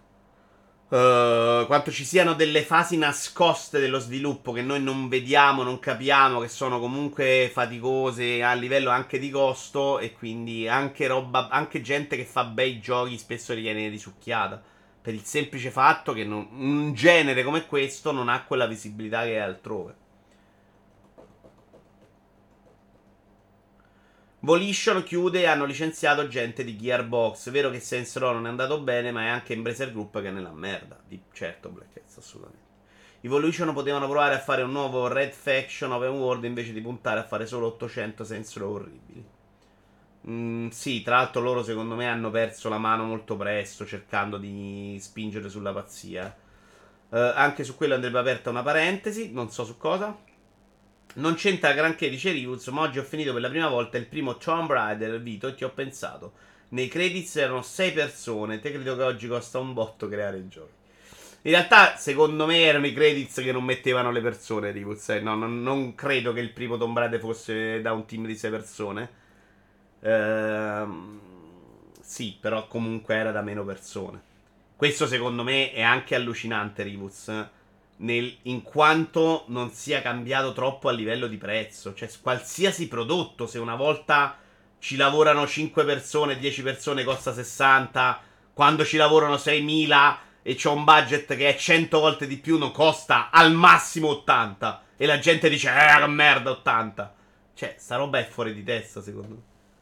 Uh, quanto ci siano delle fasi nascoste dello sviluppo che noi non vediamo, non capiamo, che sono comunque faticose a livello anche di costo, e quindi anche roba, anche gente che fa bei giochi spesso riviene risucchiata per il semplice fatto che non, un genere come questo non ha quella visibilità che è altrove. Volition chiude e hanno licenziato gente di Gearbox. Vero che Saints Row non è andato bene, ma è anche Embracer Group che è nella merda. Di certo, Black Hats, assolutamente. I Volition potevano provare a fare un nuovo Red Faction Open World invece di puntare a fare solo ottocento Saints Row orribili. Mm, sì, tra l'altro loro secondo me hanno perso la mano molto presto, cercando di spingere sulla pazzia. Uh, anche su quello andrebbe aperta una parentesi, non so su cosa. Non c'entra granché, dice Rivuz, ma oggi ho finito per la prima volta il primo Tomb Raider, Vito, e ti ho pensato. Nei credits erano sei persone, te credo che oggi costa un botto creare i giochi. In realtà, secondo me, erano i credits che non mettevano le persone, Rivuz. Eh. No, non, non credo che il primo Tomb Raider fosse da un team di sei persone. Ehm, sì, però comunque era da meno persone. Questo secondo me è anche allucinante, Rivuz. Nel, in quanto non sia cambiato troppo a livello di prezzo. Cioè, qualsiasi prodotto, se una volta ci lavorano cinque persone, dieci persone costa sessanta, quando ci lavorano seimila e c'ho un budget che è cento volte di più, non costa al massimo ottanta. E la gente dice, eh, che merda, ottanta. Cioè, sta roba è fuori di testa, secondo me.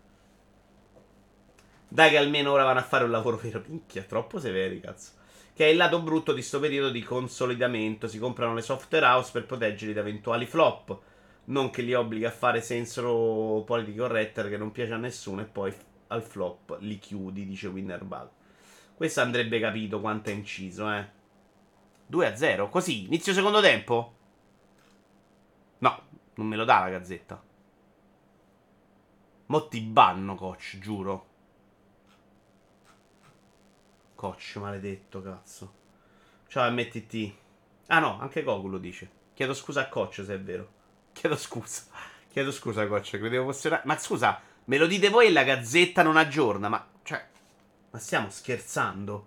Dai che almeno ora vanno a fare un lavoro vero. Minchia, troppo severi, cazzo. Che è il lato brutto di sto periodo di consolidamento. Si comprano le software house per proteggerli da eventuali flop, non che li obbliga a fare sensor policy corrector che non piace a nessuno, e poi al flop li chiudi, dice Winnerbug. Questo andrebbe capito quanto è inciso, eh. due a zero, così, inizio secondo tempo? No, non me lo dà la Gazzetta. Mo ti banno, coach, giuro. Coach, maledetto, cazzo. Ciao M T T. Ah no, anche Goku lo dice. Chiedo scusa a Coach se è vero. Chiedo scusa. Chiedo scusa, Coach, credevo fosse una... Ma scusa, me lo dite voi e la Gazzetta non aggiorna, ma... Cioè... Ma stiamo scherzando?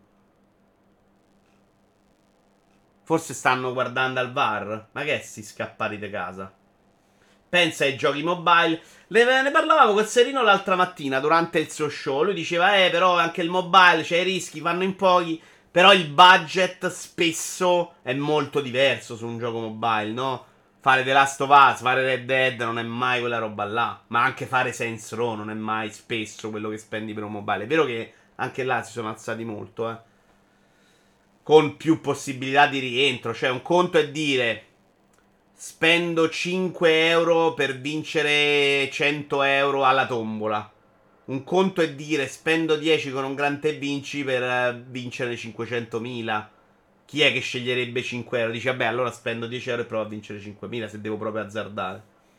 Forse stanno guardando al V A R? Ma che è sti scappati di casa? Pensa ai giochi mobile. Le, ne parlavamo con Serino l'altra mattina durante il suo show. Lui diceva, eh, però anche il mobile, c'è i rischi, vanno in pochi. Però il budget spesso è molto diverso su un gioco mobile, no? Fare The Last of Us, fare Red Dead non è mai quella roba là. Ma anche fare Saints Row non è mai spesso quello che spendi per un mobile. È vero che anche là si sono alzati molto, eh. Con più possibilità di rientro. Cioè, un conto è dire... spendo cinque euro per vincere cento euro alla tombola. Un conto è dire spendo dieci con un gran te vinci per vincere cinquecentomila. Chi è che sceglierebbe cinque euro? Dice vabbè, allora spendo dieci euro e provo a vincere cinquemila se devo proprio azzardare.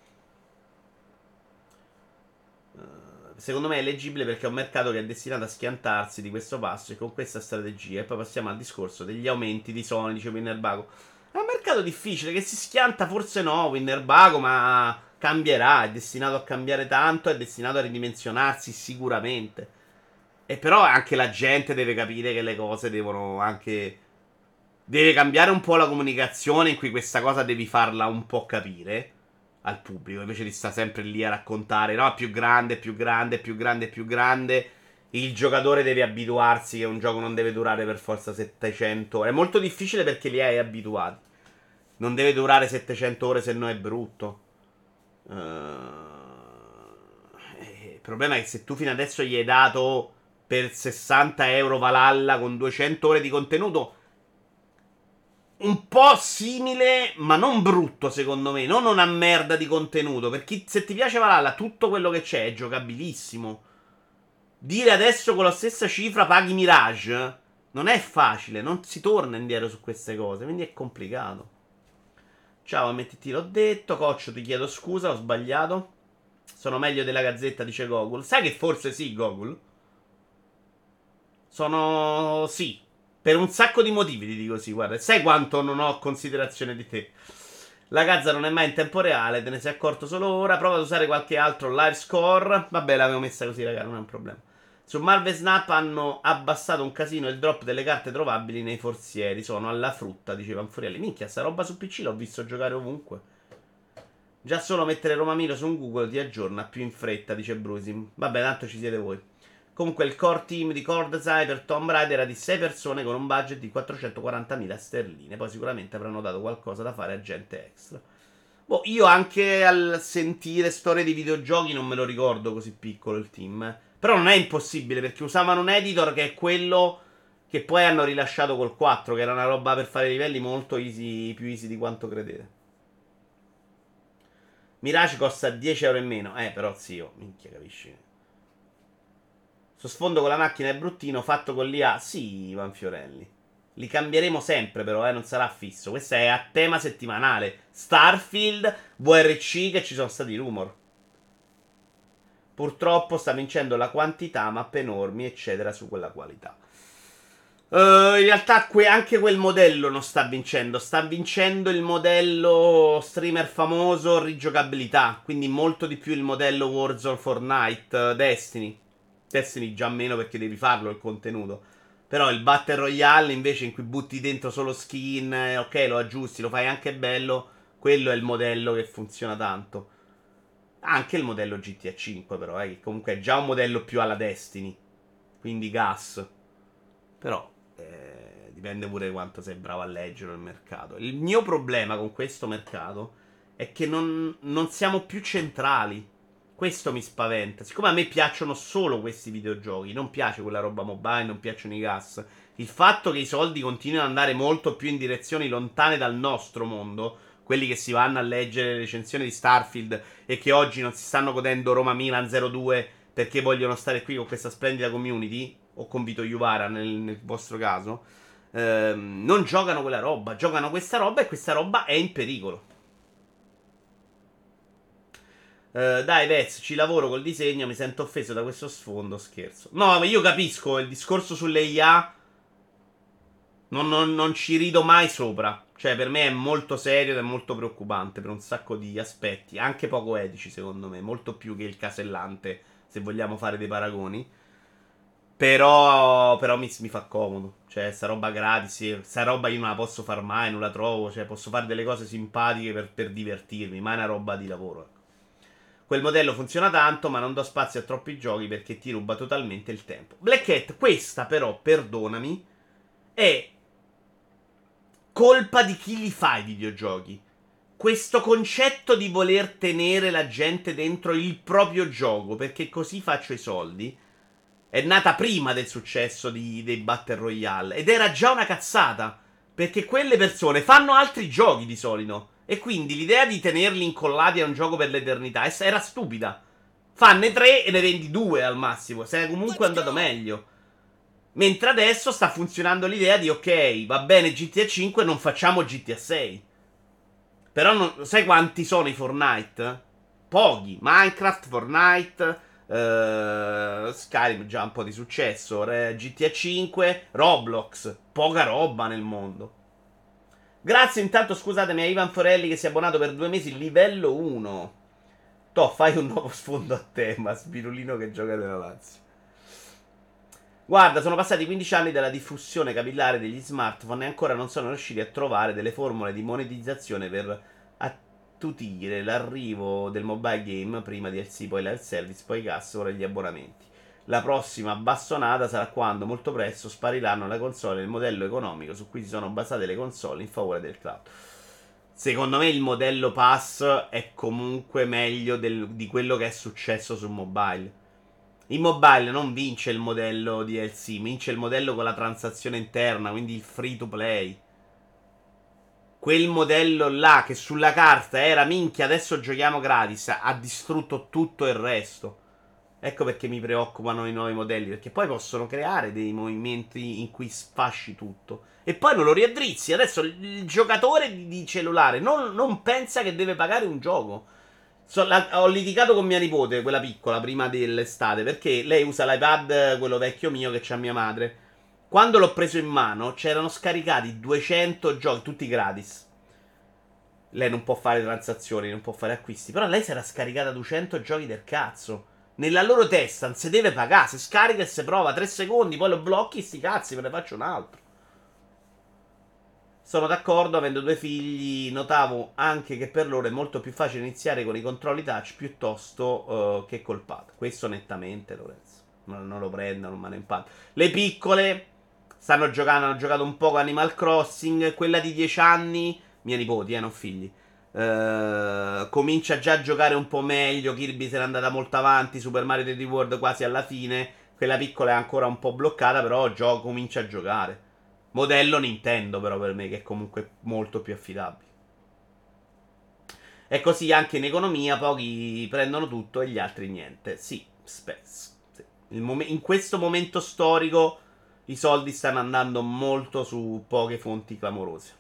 Secondo me è leggibile perché è un mercato che è destinato a schiantarsi di questo passo e con questa strategia. E poi passiamo al discorso degli aumenti di Sony, dice Winnerbago. È un mercato difficile che si schianta, forse no, Winnerbago, ma cambierà, è destinato a cambiare tanto, è destinato a ridimensionarsi sicuramente. E però anche la gente deve capire che le cose devono anche... Deve cambiare un po' la comunicazione in cui questa cosa devi farla un po' capire al pubblico, invece di stare sempre lì a raccontare, no, più grande, più grande, più grande, più grande. Il giocatore deve abituarsi che un gioco non deve durare per forza settecento. È molto difficile perché li hai abituati. Non deve durare settecento ore se no è brutto. Uh, il problema è che se tu fino adesso gli hai dato per sessanta euro Valhalla con duecento ore di contenuto, un po' simile, ma non brutto secondo me, non una merda di contenuto, perché se ti piace Valhalla tutto quello che c'è è giocabilissimo. Dire adesso con la stessa cifra paghi Mirage non è facile, non si torna indietro su queste cose, quindi è complicato. Ciao M T T, l'ho detto. Coccio, ti chiedo scusa, ho sbagliato. Sono meglio della Gazzetta, dice Gogol. Sai che forse sì, Gogol? Sono... sì. Per un sacco di motivi ti dico sì, guarda. Sai quanto non ho considerazione di te? La Gazza non è mai in tempo reale, te ne sei accorto solo ora. Prova ad usare qualche altro live score. Vabbè, l'avevo messa così, raga, non è un problema. Su Marvel Snap hanno abbassato un casino il drop delle carte trovabili nei forzieri. Sono alla frutta, diceva Anfurielli. Minchia, sta roba su P C l'ho visto giocare ovunque. Già solo mettere Roma Milo su un Google ti aggiorna più in fretta, dice Brusim. Vabbè, tanto ci siete voi. Comunque il core team di Cordsai per Tomb Raider era di sei persone con un budget di quattrocentoquarantamila sterline. Poi sicuramente avranno dato qualcosa da fare a gente extra. Boh, io anche al sentire storie di videogiochi non me lo ricordo così piccolo il team. Eh. Però non è impossibile perché usavano un editor che è quello che poi hanno rilasciato col quattro, che era una roba per fare livelli molto easy, più easy di quanto credete. Mirage costa dieci euro in meno. Eh, però zio, minchia, capisci? Sto sfondo con la macchina è bruttino, fatto con l'I A. Sì, Ivan Fiorelli. Li cambieremo sempre però, eh, non sarà fisso. Questa è a tema settimanale. Starfield, V R C, che ci sono stati rumor. Purtroppo sta vincendo la quantità, mappe enormi, eccetera, su quella qualità. Uh, in realtà que- anche quel modello non sta vincendo. Sta vincendo il modello streamer famoso rigiocabilità. Quindi molto di più il modello Warzone, Fortnite, uh, Destiny. Destiny già meno perché devi farlo il contenuto. Però il Battle Royale invece in cui butti dentro solo skin, eh, ok, lo aggiusti, lo fai anche bello. Quello è il modello che funziona tanto. Anche il modello G T A cinque però, eh, che comunque è già un modello più alla Destiny. Quindi gas. Però eh, dipende pure quanto sei bravo a leggere il mercato. Il mio problema con questo mercato è che non, non siamo più centrali. Questo mi spaventa. Siccome a me piacciono solo questi videogiochi, non piace quella roba mobile, non piacciono i gas. Il fatto che i soldi continuino ad andare molto più in direzioni lontane dal nostro mondo, quelli che si vanno a leggere le recensioni di Starfield e che oggi non si stanno godendo Roma Milan zero due perché vogliono stare qui con questa splendida community, o con Vito Juvara nel, nel vostro caso, ehm, non giocano quella roba, giocano questa roba e questa roba è in pericolo. Uh, dai Vez, ci lavoro col disegno, mi sento offeso da questo sfondo, scherzo. No, ma io capisco, il discorso sulle I A non, non, non ci rido mai sopra. Cioè per me è molto serio ed è molto preoccupante per un sacco di aspetti, anche poco etici secondo me, molto più che il casellante, se vogliamo fare dei paragoni. Però, però mi, mi fa comodo. Cioè, sta roba gratis, sta roba io non la posso far mai, non la trovo. Cioè, posso fare delle cose simpatiche per, per divertirmi, ma è una roba di lavoro. Quel modello funziona tanto, ma non do spazio a troppi giochi perché ti ruba totalmente il tempo. Black Cat, questa però, perdonami, è colpa di chi li fa i videogiochi. Questo concetto di voler tenere la gente dentro il proprio gioco, perché così faccio i soldi, è nata prima del successo di, dei Battle Royale. Ed era già una cazzata, perché quelle persone fanno altri giochi di solito. E quindi l'idea di tenerli incollati a un gioco per l'eternità era stupida. Fanne tre e ne vendi due al massimo. Sei comunque andato meglio. Mentre adesso sta funzionando l'idea di ok, va bene G T A cinque, non facciamo G T A sei. Però non, sai quanti sono i Fortnite? Pochi. Minecraft, Fortnite, uh, Skyrim già un po' di successo, G T A cinque, Roblox. Poca roba nel mondo. Grazie intanto, scusatemi, a Ivan Forelli che si è abbonato per due mesi, livello uno. Toh, fai un nuovo sfondo a tema, Spirulino che gioca nella Lazio. Guarda, sono passati quindici anni dalla diffusione capillare degli smartphone e ancora non sono riusciti a trovare delle formule di monetizzazione per attutire l'arrivo del mobile game, prima D L C, poi live service, poi gas, ora gli abbonamenti. La prossima bastonata sarà quando molto presto spariranno le console e il modello economico su cui si sono basate le console in favore del cloud. Secondo me il modello pass è comunque meglio del- di quello che è successo su mobile. In mobile non vince il modello D L C, vince il modello con la transazione interna, quindi il free to play. Quel modello là che sulla carta era minchia, adesso giochiamo gratis, ha distrutto tutto il resto. Ecco perché mi preoccupano i nuovi modelli, perché poi possono creare dei movimenti in cui sfasci tutto. E poi non lo riaddrizzi. Adesso il, il giocatore di, di cellulare non, non pensa che deve pagare un gioco. So, la- ho litigato con mia nipote, quella piccola, prima dell'estate, perché lei usa l'iPad, quello vecchio mio che c'ha mia madre. Quando l'ho preso in mano, c'erano scaricati duecento giochi, tutti gratis. Lei non può fare transazioni, non può fare acquisti. Però lei si era scaricata duecento giochi del cazzo. Nella loro testa non si deve pagare. Se scarica e si prova tre secondi, poi lo blocchi, sti cazzi, me ne faccio un altro. Sono d'accordo, avendo due figli, notavo anche che per loro è molto più facile iniziare con i controlli touch piuttosto uh, che col pad. Questo nettamente, Lorenzo. Non, non lo prendano, non me ne impatto. Le piccole stanno giocando, hanno giocato un po' Animal Crossing. Quella di dieci anni, mia nipoti, eh, non figli. Uh, comincia già a giocare un po' meglio. Kirby se n'è andata molto avanti. Super Mario tre D World quasi alla fine. Quella piccola è ancora un po' bloccata, però gio- comincia a giocare. Modello Nintendo, però, per me, che è comunque molto più affidabile. E così anche in economia, pochi prendono tutto e gli altri niente. Sì, spesso. Sì. Il mom- in questo momento storico i soldi stanno andando molto su poche fonti clamorose.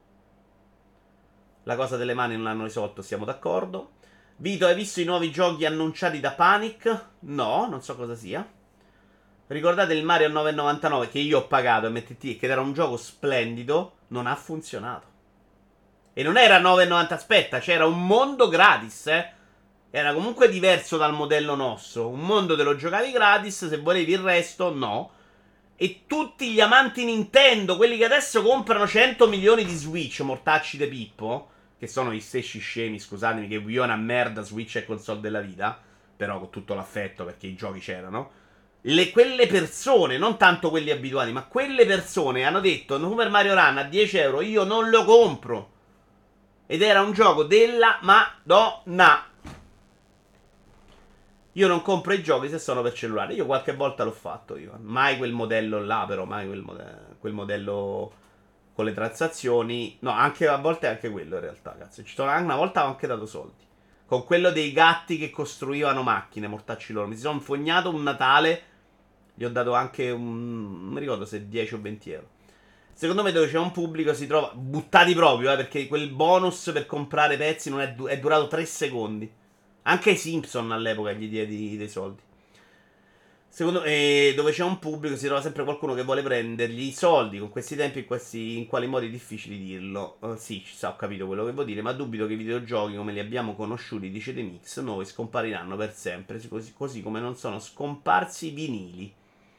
La cosa delle mani non l'hanno risolto, siamo d'accordo. Vito, hai visto i nuovi giochi annunciati da Panic? No, non so cosa sia. Ricordate il Mario nove e novantanove che io ho pagato M T T e che era un gioco splendido? Non ha funzionato. E non era nove e novanta, aspetta, c'era un mondo gratis, eh. Era comunque diverso dal modello nostro. Un mondo te lo giocavi gratis, se volevi il resto, no. E tutti gli amanti Nintendo, quelli che adesso comprano cento milioni di Switch, mortacci de Pippo, che sono gli stessi scemi, scusatemi, che Wii è una merda, Switch è console della vita, però con tutto l'affetto perché i giochi c'erano. Le, quelle persone, non tanto quelli abituati, ma quelle persone hanno detto Super Mario Run a dieci euro io non lo compro. Ed era un gioco della Madonna. Io non compro i giochi se sono per cellulare. Io qualche volta l'ho fatto io. Mai quel modello là, però, mai quel, mode- quel modello con le transazioni. No, anche a volte anche quello in realtà, cazzo. Ci sono, una volta ho anche dato soldi. Con quello dei gatti che costruivano macchine, mortacci loro. Mi si sono infognato un Natale. Gli ho dato anche un... non mi ricordo se dieci o venti euro. Secondo me dove c'è un pubblico si trova... buttati proprio, eh, perché quel bonus per comprare pezzi non è, du- è durato tre secondi. Anche ai Simpson all'epoca gli diedi dei soldi. Secondo me dove c'è un pubblico si trova sempre qualcuno che vuole prendergli i soldi con questi tempi in, questi, in quali modi è difficile dirlo. Uh, sì, ci sa, ho capito quello che vuol dire, ma dubito che i videogiochi come li abbiamo conosciuti, dice The Mix, noi scompariranno per sempre, così, così come non sono scomparsi i vinili.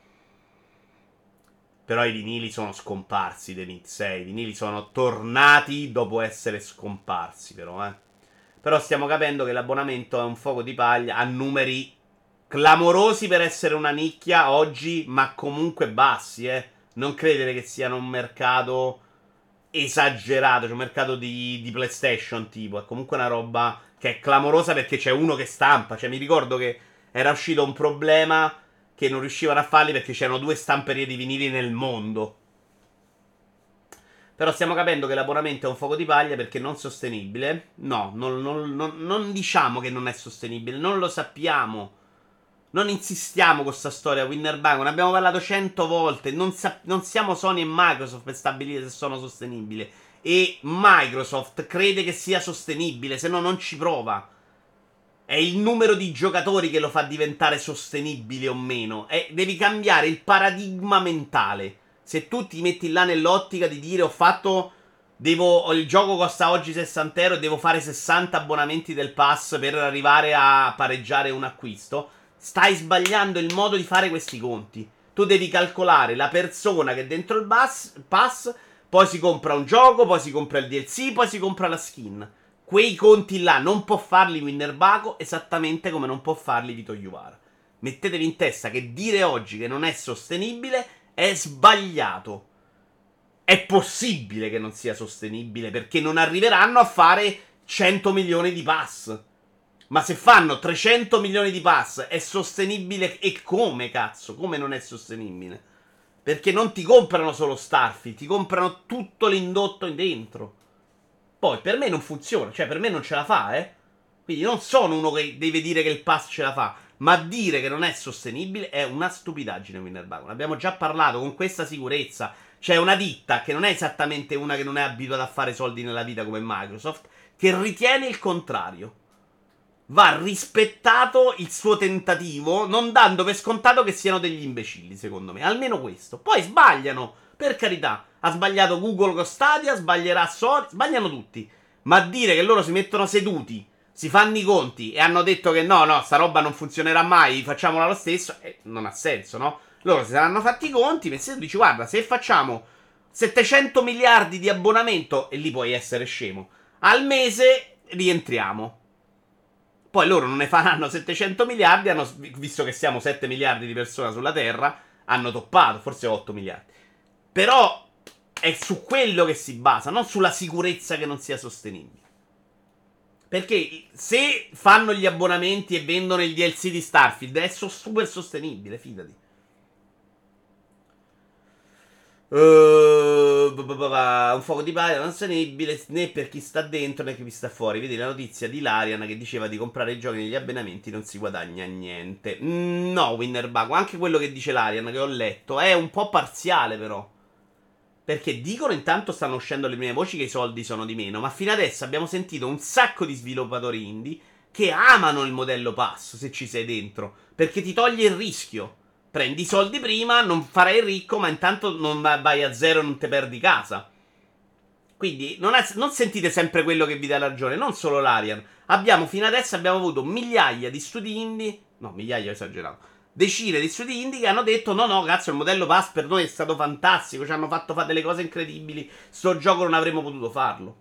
Però i vinili sono scomparsi, The Mix, eh. I vinili sono tornati dopo essere scomparsi, però, eh. Però stiamo capendo che l'abbonamento è un fuoco di paglia, ha numeri clamorosi per essere una nicchia oggi, ma comunque bassi, eh. Non credere che siano un mercato esagerato, cioè un mercato di, di PlayStation tipo, è comunque una roba che è clamorosa perché c'è uno che stampa, cioè mi ricordo che era uscito un problema che non riuscivano a farli perché c'erano due stamperie di vinili nel mondo. Però stiamo capendo che l'abbonamento è un fuoco di paglia perché non sostenibile. No, non, non- non- non diciamo che non è sostenibile, non lo sappiamo. Non insistiamo con questa storia Winner Bank, ne abbiamo parlato cento volte. Non, sa- non siamo Sony e Microsoft per stabilire se sono sostenibili. E Microsoft crede che sia sostenibile, se no non ci prova. È il numero di giocatori che lo fa diventare sostenibile o meno. È- devi cambiare il paradigma mentale. Se tu ti metti là nell'ottica di dire ho fatto... Devo, il gioco costa oggi sessanta euro e devo fare sessanta abbonamenti del pass per arrivare a pareggiare un acquisto. Stai sbagliando il modo di fare questi conti. Tu devi calcolare la persona che è dentro il bus, pass, poi si compra un gioco, poi si compra il D L C, poi si compra la skin. Quei conti là non può farli Winner Baco esattamente come non può farli Vito Iuvara. Mettetevi in testa che dire oggi che non è sostenibile è sbagliato. è possibile che non sia sostenibile, perché non arriveranno a fare cento milioni di pass. Ma se fanno trecento milioni di pass è sostenibile? E come, cazzo? Come non è sostenibile? Perché non ti comprano solo Starfield, ti comprano tutto l'indotto in dentro. Poi per me non funziona, cioè per me non ce la fa, eh. Quindi non sono uno che deve dire che il pass ce la fa, ma dire che non è sostenibile è una stupidaggine, Winnerbago. Ne abbiamo già parlato con questa sicurezza. C'è una ditta che non è esattamente una che non è abituata a fare soldi nella vita come Microsoft, che ritiene il contrario. Va rispettato il suo tentativo, non dando per scontato che siano degli imbecilli, secondo me. Almeno questo. Poi sbagliano, per carità. Ha sbagliato Google con Stadia, sbaglierà Sony, sbagliano tutti. Ma dire che loro si mettono seduti, si fanno i conti e hanno detto che no, no, sta roba non funzionerà mai, facciamola lo stesso, eh, non ha senso, no? Loro si saranno fatti i conti, e se tu dici, guarda, se facciamo settecento miliardi di abbonamento, e lì puoi essere scemo, al mese rientriamo. Poi loro non ne faranno settecento miliardi, hanno, visto che siamo sette miliardi di persone sulla Terra, hanno toppato, forse otto miliardi. Però è su quello che si basa, non sulla sicurezza che non sia sostenibile. Perché se fanno gli abbonamenti e vendono il D L C di Starfield è so- super sostenibile, fidati. Uh, un fuoco di paglia non sostenibile né per chi sta dentro né per chi sta fuori. Vedi la notizia di Larian che diceva di comprare i giochi negli abbonamenti non si guadagna niente. Mm, no, Winnerbago, anche quello che dice Larian che ho letto è un po' parziale però. Perché dicono intanto stanno uscendo le prime voci che i soldi sono di meno, ma fino adesso abbiamo sentito un sacco di sviluppatori indie che amano il modello pass se ci sei dentro, perché ti toglie il rischio. Prendi i soldi prima, non farai il ricco, ma intanto non vai a zero e non te perdi casa. Quindi non, è, non sentite sempre quello che vi dà ragione, non solo l'Arian. Abbiamo fino adesso abbiamo avuto migliaia di studi indie, no, migliaia ho esagerato, decine di studi indie che hanno detto no no cazzo il modello pass per noi è stato fantastico, ci hanno fatto fare delle cose incredibili, sto gioco non avremmo potuto farlo.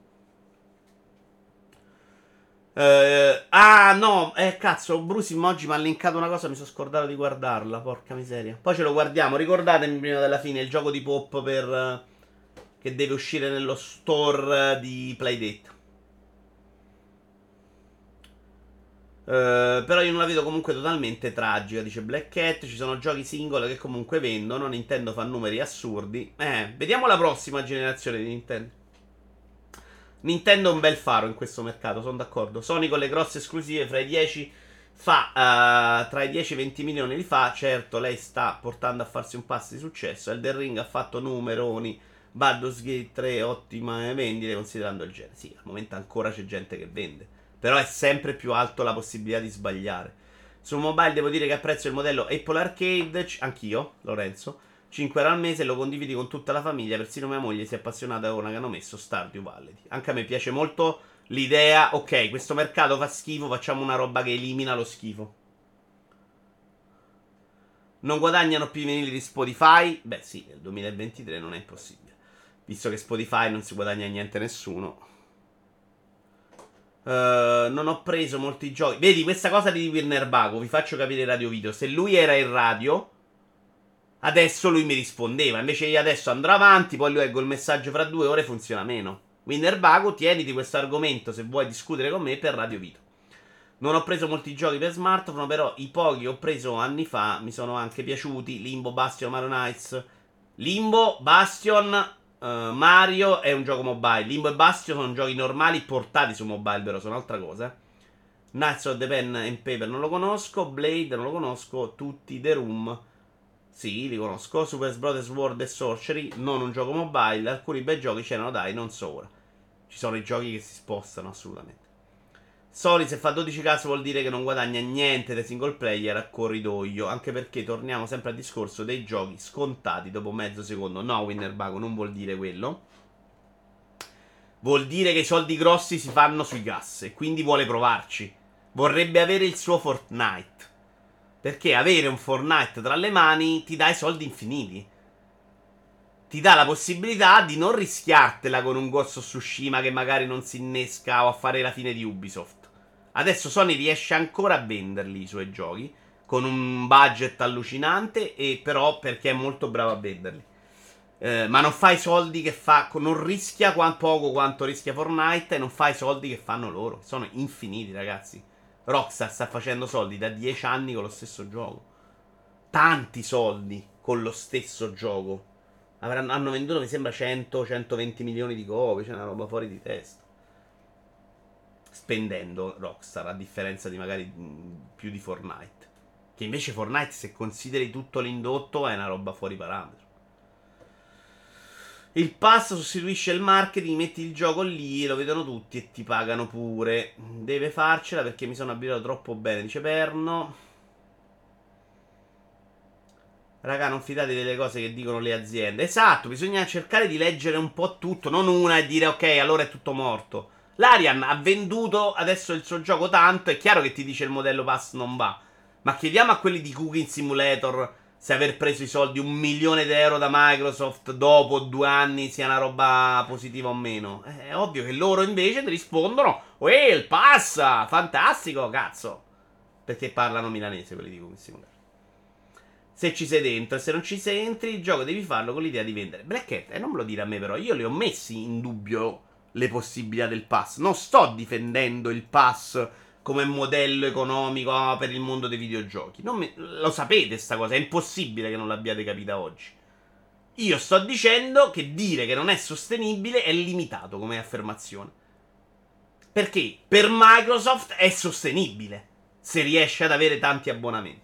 Uh, ah no, eh cazzo, Brusim oggi mi ha linkato una cosa, mi sono scordato di guardarla, porca miseria. Poi ce lo guardiamo, ricordatemi prima della fine il gioco di Pop per uh, che deve uscire nello store uh, di Playdate. Uh, però io non la vedo comunque totalmente tragica, dice Black Cat. Ci sono giochi singoli che comunque vendono, Nintendo fa numeri assurdi. Eh, vediamo la prossima generazione di Nintendo. Nintendo è un bel faro in questo mercato, sono d'accordo. Sony con le grosse esclusive fra i dieci fa uh, tra i dieci e i venti milioni li fa. Certo, lei sta portando a farsi un passo di successo. Elden Ring ha fatto numeroni. Baldur's Gate tre ottima vendite considerando il genere. Sì, al momento ancora c'è gente che vende, però è sempre più alto la possibilità di sbagliare. Su mobile devo dire che apprezzo il modello Apple Arcade. Anch'io, Lorenzo. cinque euro al mese, lo condividi con tutta la famiglia. Persino mia moglie si è appassionata ora che hanno messo Stardew Valley. Anche a me piace molto l'idea. Ok, questo mercato fa schifo, facciamo una roba che elimina lo schifo. Non guadagnano più i vinili di Spotify? Beh sì, nel duemilaventitré non è impossibile, visto che Spotify non si guadagna niente nessuno. Uh, non ho preso molti giochi. Vedi questa cosa di Winnerbago, vi faccio capire Radio Video. Se lui era in radio, adesso lui mi rispondeva. Invece io adesso andrò avanti, poi leggo il messaggio fra due ore, funziona meno. Winnerbago, tieniti questo argomento se vuoi discutere con me per Radio Vito. Non ho preso molti giochi per smartphone, però i pochi che ho preso anni fa mi sono anche piaciuti. Limbo, Bastion, Mario Knights. Limbo, Bastion, uh, Mario è un gioco mobile. Limbo e Bastion sono giochi normali portati su mobile, però sono un'altra cosa. Knights of the Pen and Paper non lo conosco. Blade non lo conosco. Tutti The Room sì, li conosco. Super Brothers Sword e Sorcery, non un gioco mobile. Alcuni bei giochi c'erano, dai, non so ora. Ci sono i giochi che si spostano, assolutamente. Sony se fa dodici cazzo vuol dire che non guadagna niente dai single player a corridoio. Anche perché torniamo sempre al discorso dei giochi scontati dopo mezzo secondo. No, Winnerbago, non vuol dire quello. Vuol dire che i soldi grossi si fanno sui gas e quindi vuole provarci. Vorrebbe avere il suo Fortnite, perché avere un Fortnite tra le mani ti dà i soldi infiniti. Ti dà la possibilità di non rischiartela con un Ghost of Tsushima che magari non si innesca o a fare la fine di Ubisoft. Adesso Sony riesce ancora a venderli i suoi giochi con un budget allucinante, e però perché è molto bravo a venderli. Eh, ma non fa i soldi che fa. Non rischia qua- poco quanto rischia Fortnite. E non fa i soldi che fanno loro. Sono infiniti, ragazzi. Rockstar sta facendo soldi da dieci anni con lo stesso gioco. Tanti soldi con lo stesso gioco. Avranno, hanno venduto, mi sembra, cento centoventi milioni di copie. C'è una roba fuori di testa. Spendendo Rockstar, a differenza di magari mh, più di Fortnite. Che invece Fortnite, se consideri tutto l'indotto, è una roba fuori parametro. Il pass sostituisce il marketing, metti il gioco lì, lo vedono tutti e ti pagano pure. Deve farcela perché mi sono abituato troppo bene, dice Perno. Raga, non fidate delle cose che dicono le aziende. Esatto, bisogna cercare di leggere un po' tutto, non una e dire ok, allora è tutto morto. L'Arian ha venduto adesso il suo gioco tanto, è chiaro che ti dice il modello pass non va. Ma chiediamo a quelli di Cooking Simulator se aver preso i soldi un milione di euro da Microsoft dopo due anni sia una roba positiva o meno. È ovvio che loro invece ti rispondono: uè, il pass, fantastico, cazzo. Perché parlano milanese quelli di Cooking Simulator. Se ci sei dentro e se non ci sei entri, il gioco devi farlo con l'idea di vendere. Black Hat, eh, non me lo dire a me però, io le ho messi in dubbio le possibilità del pass. Non sto difendendo il pass come modello economico per il mondo dei videogiochi. Non mi... Lo sapete sta cosa, è impossibile che non l'abbiate capita oggi. Io sto dicendo che dire che non è sostenibile è limitato come affermazione. Perché per Microsoft è sostenibile se riesce ad avere tanti abbonamenti.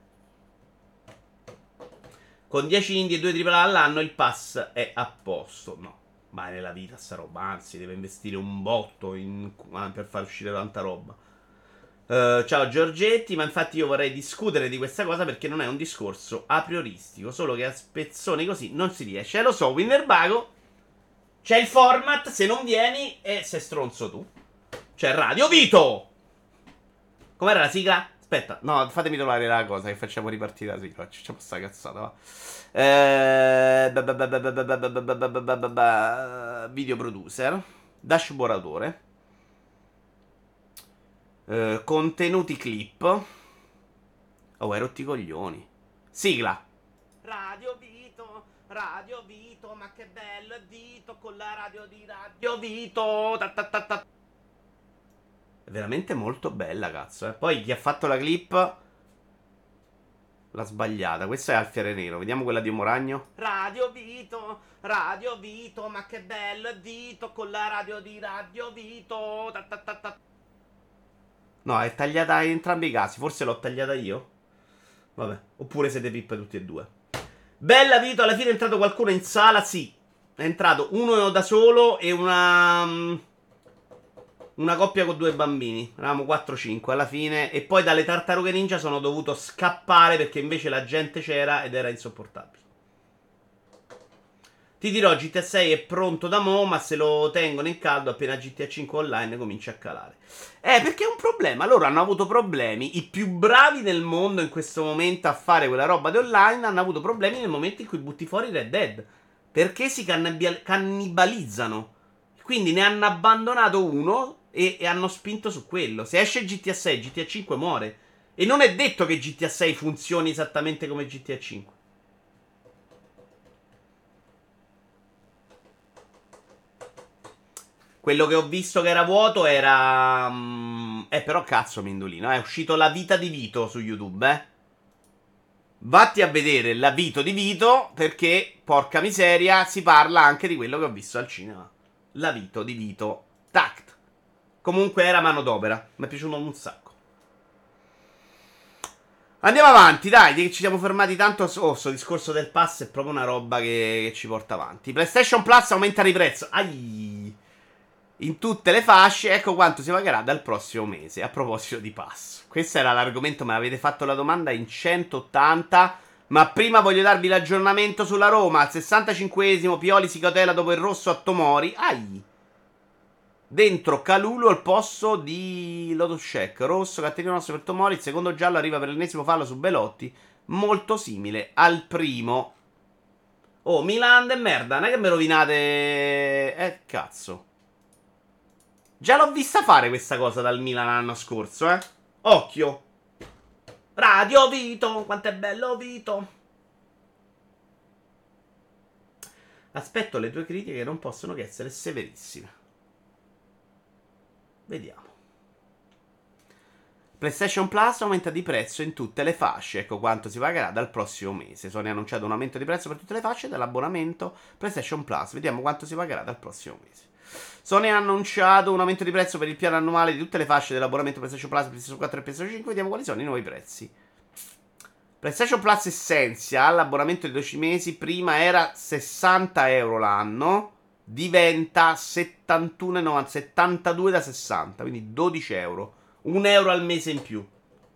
Con dieci indie e due tripla A all'anno il pass è a posto. No, mai nella vita sta roba. Anzi, deve investire un botto in... per far uscire tanta roba. Uh, ciao Giorgetti, ma infatti io vorrei discutere di questa cosa perché non è un discorso a prioristico, solo che a spezzoni così non si riesce. Eh, lo so, Winnerbago, c'è il format, se non vieni e sei stronzo tu. C'è Radio Vito. Com'era la sigla? Aspetta, no, fatemi trovare la cosa che facciamo ripartire la sigla. Facciamo sta cazzata, va. Eh, video producer, dashboard autore. Uh, contenuti clip. Oh, hai rotti i coglioni. Sigla. Radio Vito, Radio Vito, ma che bello è Vito con la radio di Radio Vito. Ta ta ta ta. È veramente molto bella, cazzo. Eh. Poi chi ha fatto la clip l'ha sbagliata. Questa è Alfiere Nero. Vediamo quella di Moragno. Radio Vito, Radio Vito, ma che bello è Vito con la radio di Radio Vito. Ta ta ta ta. No, è tagliata in entrambi i casi. Forse l'ho tagliata io. Vabbè. Oppure siete pippe tutti e due. Bella Vito, alla fine è entrato qualcuno in sala? Sì. È entrato uno da solo e una... Una coppia con due bambini. Eravamo quattro cinque alla fine. E poi dalle tartarughe ninja sono dovuto scappare perché invece la gente c'era ed era insopportabile. Ti dirò, G T A sei è pronto da mo', ma se lo tengono in caldo appena G T A cinque online comincia a calare. Eh, perché è un problema. Loro hanno avuto problemi. I più bravi del mondo in questo momento a fare quella roba di online hanno avuto problemi nel momento in cui butti fuori Red Dead. Perché si cannibal- cannibalizzano. Quindi ne hanno abbandonato uno e, e hanno spinto su quello. Se esce G T A sei, G T A cinque muore. E non è detto che G T A sei funzioni esattamente come G T A cinque. Quello che ho visto che era vuoto era... Um, eh, però cazzo Mindolino, è uscito La vita di Vito su YouTube, eh. Vatti a vedere La vita di Vito, perché, porca miseria, si parla anche di quello che ho visto al cinema. La vita di Vito Tact. Comunque era manodopera, mi è piaciuto un sacco. Andiamo avanti, dai, che ci siamo fermati tanto. Oh, sto discorso del pass è proprio una roba che, che ci porta avanti. PlayStation Plus aumenta di prezzo. Ai... In tutte le fasce, ecco quanto si pagherà dal prossimo mese. A proposito di pass, questo era l'argomento, me l'avete fatto la domanda in centottanta. Ma prima voglio darvi l'aggiornamento sulla Roma. Al sessantacinquesimo Pioli si cautela dopo il rosso a Tomori. Ai. Dentro Calulu al posto di Lotus Check. Rosso, cartellino rosso per Tomori. Il secondo giallo arriva per l'ennesimo fallo su Belotti. Molto simile al primo. Oh, Milan e merda, non è che mi rovinate. Eh, cazzo. Già l'ho vista fare questa cosa dal Milan l'anno scorso, eh. Occhio. Radio Vito, quanto è bello Vito. Aspetto le tue critiche che non possono che essere severissime. Vediamo. PlayStation Plus aumenta di prezzo in tutte le fasce. Ecco quanto si pagherà dal prossimo mese. Sony ha annunciato un aumento di prezzo per tutte le fasce dell'abbonamento PlayStation Plus. Vediamo quanto si pagherà dal prossimo mese. Sony ha annunciato un aumento di prezzo per il piano annuale di tutte le fasce dell'abbonamento PlayStation Plus, PlayStation quattro e PlayStation cinque. Vediamo quali sono i nuovi prezzi. PlayStation Plus Essential, l'abbonamento di dodici mesi, prima era sessanta euro l'anno, diventa settantuno e novanta, settantadue da sessanta, quindi dodici euro. un euro al mese in più.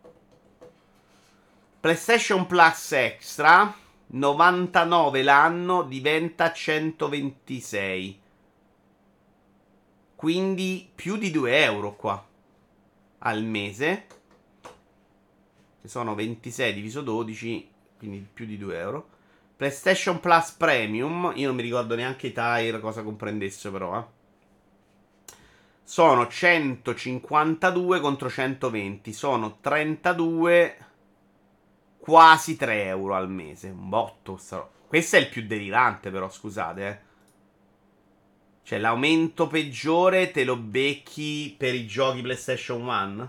PlayStation Plus Extra, novantanove l'anno, diventa centoventisei. Quindi più di due euro qua al mese. Che sono ventisei diviso dodici, quindi più di due euro. PlayStation Plus Premium, io non mi ricordo neanche i tire cosa comprendesse però, eh. Sono centocinquantadue contro centoventi, sono trentadue, quasi tre euro al mese. Un botto. Sta... Questo è il più delirante però, scusate, eh. Cioè l'aumento peggiore te lo becchi per i giochi PlayStation One?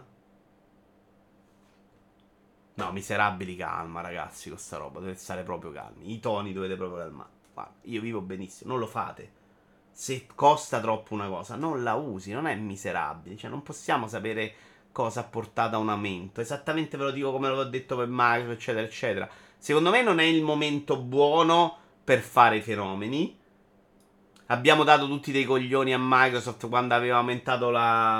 No, miserabili, calma ragazzi con sta roba, dovete stare proprio calmi. I toni dovete proprio calmare. Guarda, io vivo benissimo, non lo fate. Se costa troppo una cosa, non la usi, non è miserabile. Cioè non possiamo sapere cosa ha portato a un aumento. Esattamente ve lo dico come l'ho detto per Mario, eccetera, eccetera. Secondo me non è il momento buono per fare i fenomeni. Abbiamo dato tutti dei coglioni a Microsoft quando aveva aumentato la...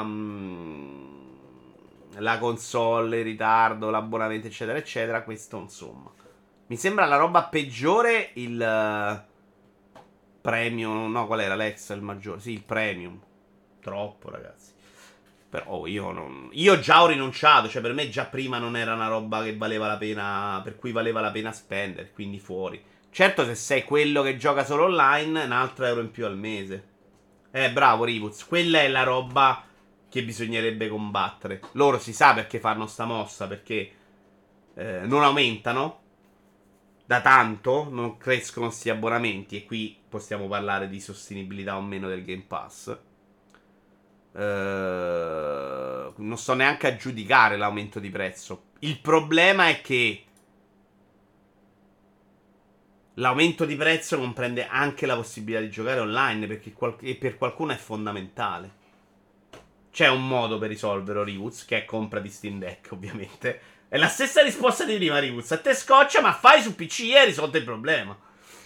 la console in ritardo, l'abbonamento, eccetera, eccetera. Questo, insomma, mi sembra la roba peggiore. Il uh, premium, no, qual era l'extra, il maggiore? Sì, il premium. Troppo, ragazzi. Però io non. Io già ho rinunciato. Cioè, per me già prima non era una roba che valeva la pena. Per cui valeva la pena spendere. Quindi fuori. Certo, se sei quello che gioca solo online, un altro euro in più al mese. Eh, bravo, Rivuz. Quella è la roba che bisognerebbe combattere. Loro si sa perché fanno sta mossa, perché eh, non aumentano da tanto, non crescono sti abbonamenti, e qui possiamo parlare di sostenibilità o meno del Game Pass. Eh, non sto neanche a giudicare l'aumento di prezzo. Il problema è che l'aumento di prezzo comprende anche la possibilità di giocare online, perché qual- e per qualcuno è fondamentale. C'è un modo per risolverlo, Rivuz, che è compra di Steam Deck, ovviamente. È la stessa risposta di prima, Rivuz. A te scoccia, ma fai su P C e hai risolto il problema.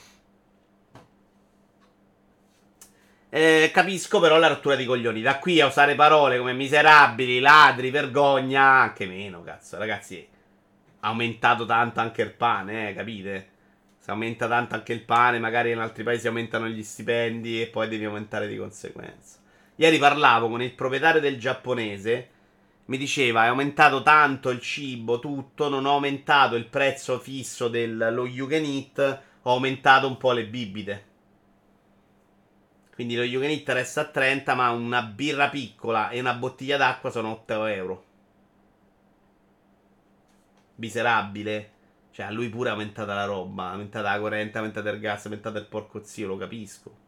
Eh, capisco però la rottura di coglioni. Da qui a usare parole come miserabili, ladri, vergogna, anche meno, cazzo. Ragazzi, ha aumentato tanto anche il pane, eh, capite? Se aumenta tanto anche il pane, magari in altri paesi aumentano gli stipendi e poi devi aumentare di conseguenza. Ieri parlavo con il proprietario del giapponese, mi diceva è aumentato tanto il cibo, tutto, non ho aumentato il prezzo fisso dello you can eat, ho aumentato un po' le bibite. Quindi lo you can eat resta a trenta, ma una birra piccola e una bottiglia d'acqua sono otto euro. Miserabile. Cioè a lui pure è aumentata la roba, è aumentata la corrente, è aumentato il gas, è aumentato il porco zio, lo capisco.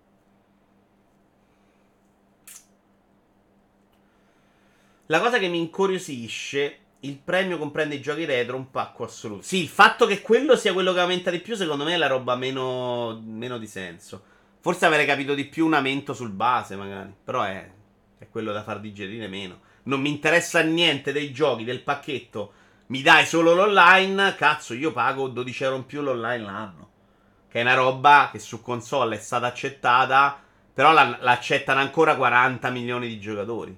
La cosa che mi incuriosisce, il premio comprende i giochi retro, un pacco assoluto. Sì, il fatto che quello sia quello che aumenta di più, secondo me è la roba meno, meno di senso. Forse avrei capito di più un aumento sul base, magari. Però è, è quello da far digerire meno. Non mi interessa niente dei giochi, del pacchetto. Mi dai solo l'online, cazzo, io pago dodici euro in più l'online l'anno. Che è una roba che su console è stata accettata, però la, l'accettano ancora quaranta milioni di giocatori.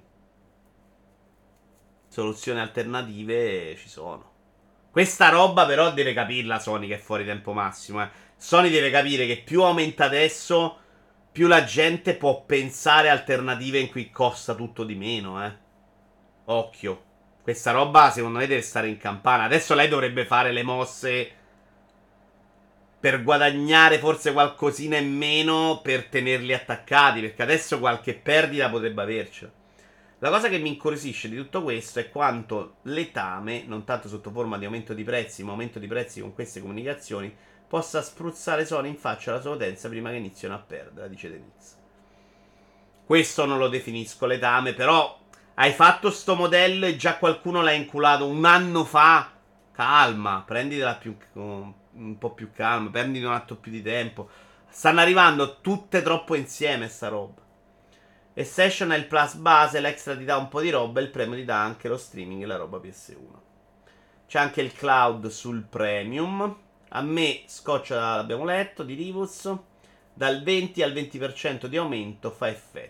Soluzioni alternative ci sono. Questa roba però deve capirla Sony che è fuori tempo massimo, eh. Sony deve capire che più aumenta adesso, più la gente può pensare alternative in cui costa tutto di meno, eh. Occhio. Questa roba secondo me deve stare in campana. Adesso lei dovrebbe fare le mosse per guadagnare forse qualcosina in meno per tenerli attaccati, perché adesso qualche perdita potrebbe avercela. La cosa che mi incuriosisce di tutto questo è quanto letame, non tanto sotto forma di aumento di prezzi, ma aumento di prezzi con queste comunicazioni, possa spruzzare Sony in faccia alla sua utenza prima che iniziano a perdere, dice Denix. Questo non lo definisco letame, però hai fatto sto modello e già qualcuno l'ha inculato un anno fa. Calma, prenditela più, un po' più calma, prenditi un atto più di tempo. Stanno arrivando tutte troppo insieme sta roba. E Session è il plus base, l'extra ti dà un po' di roba e il premium ti dà anche lo streaming e la roba P S uno. C'è anche il cloud sul premium. A me scoccia, l'abbiamo letto, di Rivus. Dal venti al venti per cento di aumento fa effetto.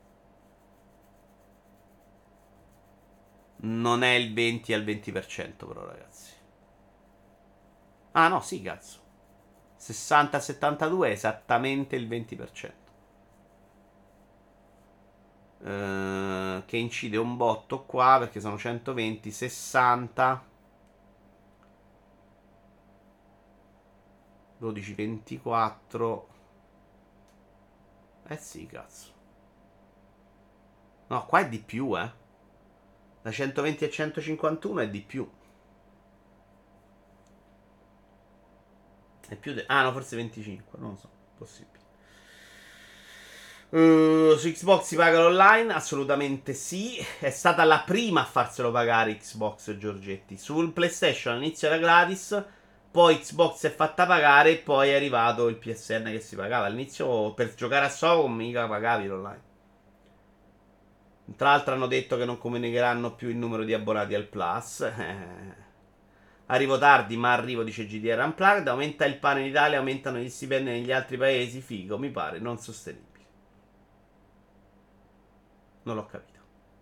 Non è il venti al venti per cento però, ragazzi. Ah no, sì, cazzo. sessanta a settantadue è esattamente il venti per cento. Uh, che incide un botto qua perché sono centoventi, sessanta, dodici, ventiquattro. Eh sì, cazzo. No, qua è di più, eh. Da centoventi a centocinquantuno è di più. È più de- Ah no, forse venticinque, non lo so, possibile. Uh, su Xbox si paga l'online? Assolutamente sì. È stata la prima a farselo pagare Xbox, Giorgetti. Sul PlayStation all'inizio era gratis, poi Xbox si è fatta pagare e poi è arrivato il P S N che si pagava. All'inizio per giocare a Socom mica pagavi l'online. Tra l'altro hanno detto che non comunicheranno più il numero di abbonati al Plus. Eh. Arrivo tardi ma arrivo, dice G D R Unplugged. Aumenta il pane in Italia, aumentano gli stipendi negli altri paesi. Figo, mi pare non sostenibile. Non l'ho capito.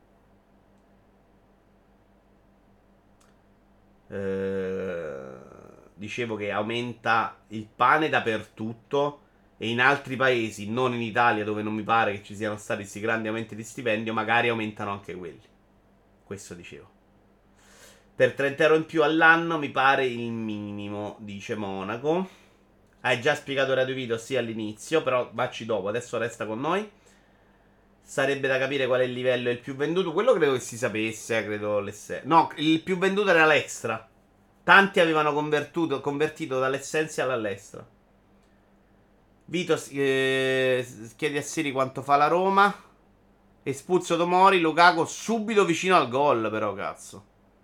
Eh, dicevo che aumenta il pane dappertutto e in altri paesi, non in Italia dove non mi pare che ci siano stati questi grandi aumenti di stipendio, magari aumentano anche quelli. Questo dicevo. Per trenta euro in più all'anno mi pare il minimo, dice Monaco. Hai già spiegato Radio Video, sì, all'inizio, però vacci dopo, adesso resta con noi. Sarebbe da capire qual è il livello il più venduto. Quello credo che si sapesse, eh, credo l'esse... No, il più venduto era l'extra. Tanti avevano convertito, convertito dall'Essential all'extra. Vito eh, chiede a Siri quanto fa la Roma. Espulso Tomori, Lukaku subito vicino al gol, però cazzo.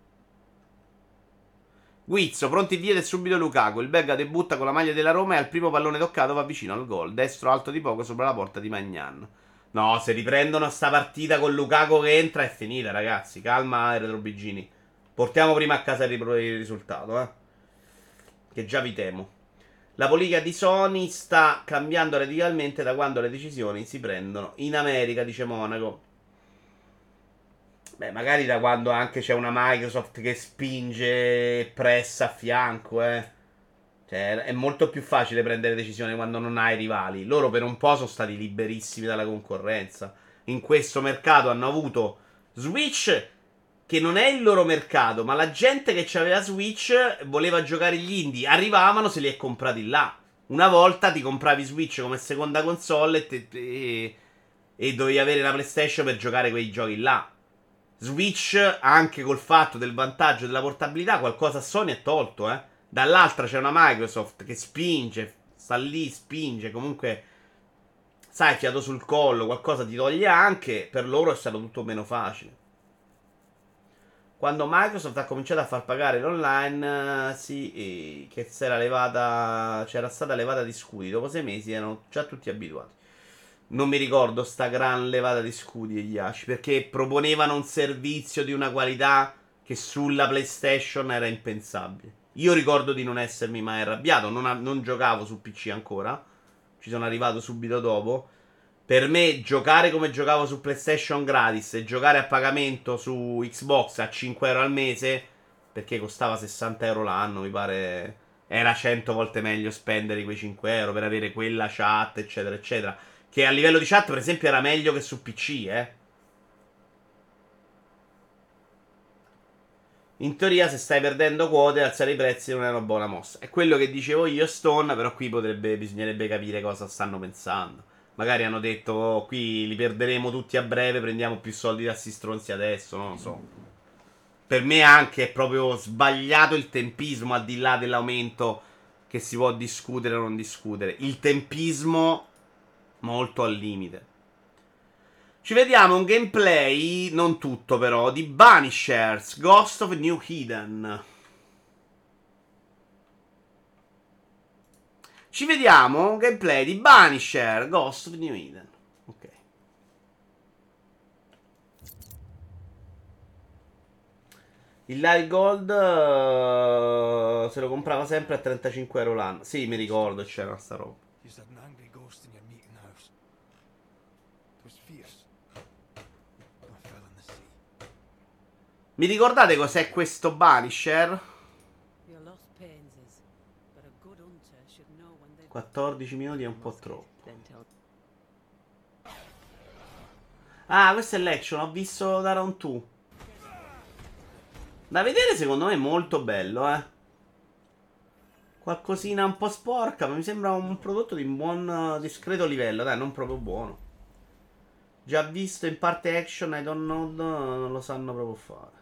Guizzo, pronti via e subito Lukaku. Il belga debutta con la maglia della Roma e al primo pallone toccato va vicino al gol. Destro alto di poco sopra la porta di Magnan. No, se riprendono sta partita con Lukaku che entra è finita, ragazzi. Calma, Retrobigini. Portiamo prima a casa il risultato, eh. Che già vi temo. La politica di Sony sta cambiando radicalmente da quando le decisioni si prendono in America, dice Monaco. Beh, magari da quando anche c'è una Microsoft che spinge e pressa a fianco, eh. Cioè, è molto più facile prendere decisioni quando non hai rivali. Loro per un po' sono stati liberissimi dalla concorrenza. In questo mercato hanno avuto Switch, che non è il loro mercato, ma la gente che aveva Switch voleva giocare gli indie. Arrivavano, se li è comprati là. Una volta ti compravi Switch come seconda console e, te, e, e dovevi avere la PlayStation per giocare quei giochi là. Switch, anche col fatto del vantaggio della portabilità, qualcosa a Sony è tolto, eh. Dall'altra c'è una Microsoft che spinge, sta lì, spinge, comunque, sai, fiato sul collo, qualcosa ti toglie anche, per loro è stato tutto meno facile. Quando Microsoft ha cominciato a far pagare l'online, eh, sì, eh, che c'era levata, c'era stata levata di scudi, dopo sei mesi erano già tutti abituati. Non mi ricordo sta gran levata di scudi degli Yashi, perché proponevano un servizio di una qualità che sulla PlayStation era impensabile. Io ricordo di non essermi mai arrabbiato, non, a- non giocavo su P C ancora, ci sono arrivato subito dopo. Per me giocare come giocavo su PlayStation gratis e giocare a pagamento su Xbox a cinque euro al mese, perché costava sessanta euro l'anno, mi pare era cento volte meglio spendere quei cinque euro per avere quella chat, eccetera, eccetera. Che a livello di chat, per esempio, era meglio che su P C, eh. In teoria, se stai perdendo quote, alzare i prezzi non è una buona mossa. È quello che dicevo io, Stone, però qui potrebbe, bisognerebbe capire cosa stanno pensando. Magari hanno detto, oh, qui li perderemo tutti a breve, prendiamo più soldi da sti stronzi adesso, non lo so. Per me anche è proprio sbagliato il tempismo, al di là dell'aumento che si può discutere o non discutere. Il tempismo molto al limite. Ci vediamo un gameplay, non tutto però, di Banishers, Ghost of New Eden. Ci vediamo un gameplay di Banisher, Ghost of New Eden. Ok. Il Live Gold uh, se lo comprava sempre a trentacinque euro l'anno. Sì, mi ricordo, c'era sta roba. Mi ricordate cos'è questo Banisher? quattordici minuti è un po' troppo. Ah, questo è l'action, ho visto da Round due. Da vedere secondo me è molto bello, eh. Qualcosina un po' sporca, ma mi sembra un prodotto di un buon, discreto livello, dai, non proprio buono. Già visto in parte action, I don't know, non lo sanno proprio fare.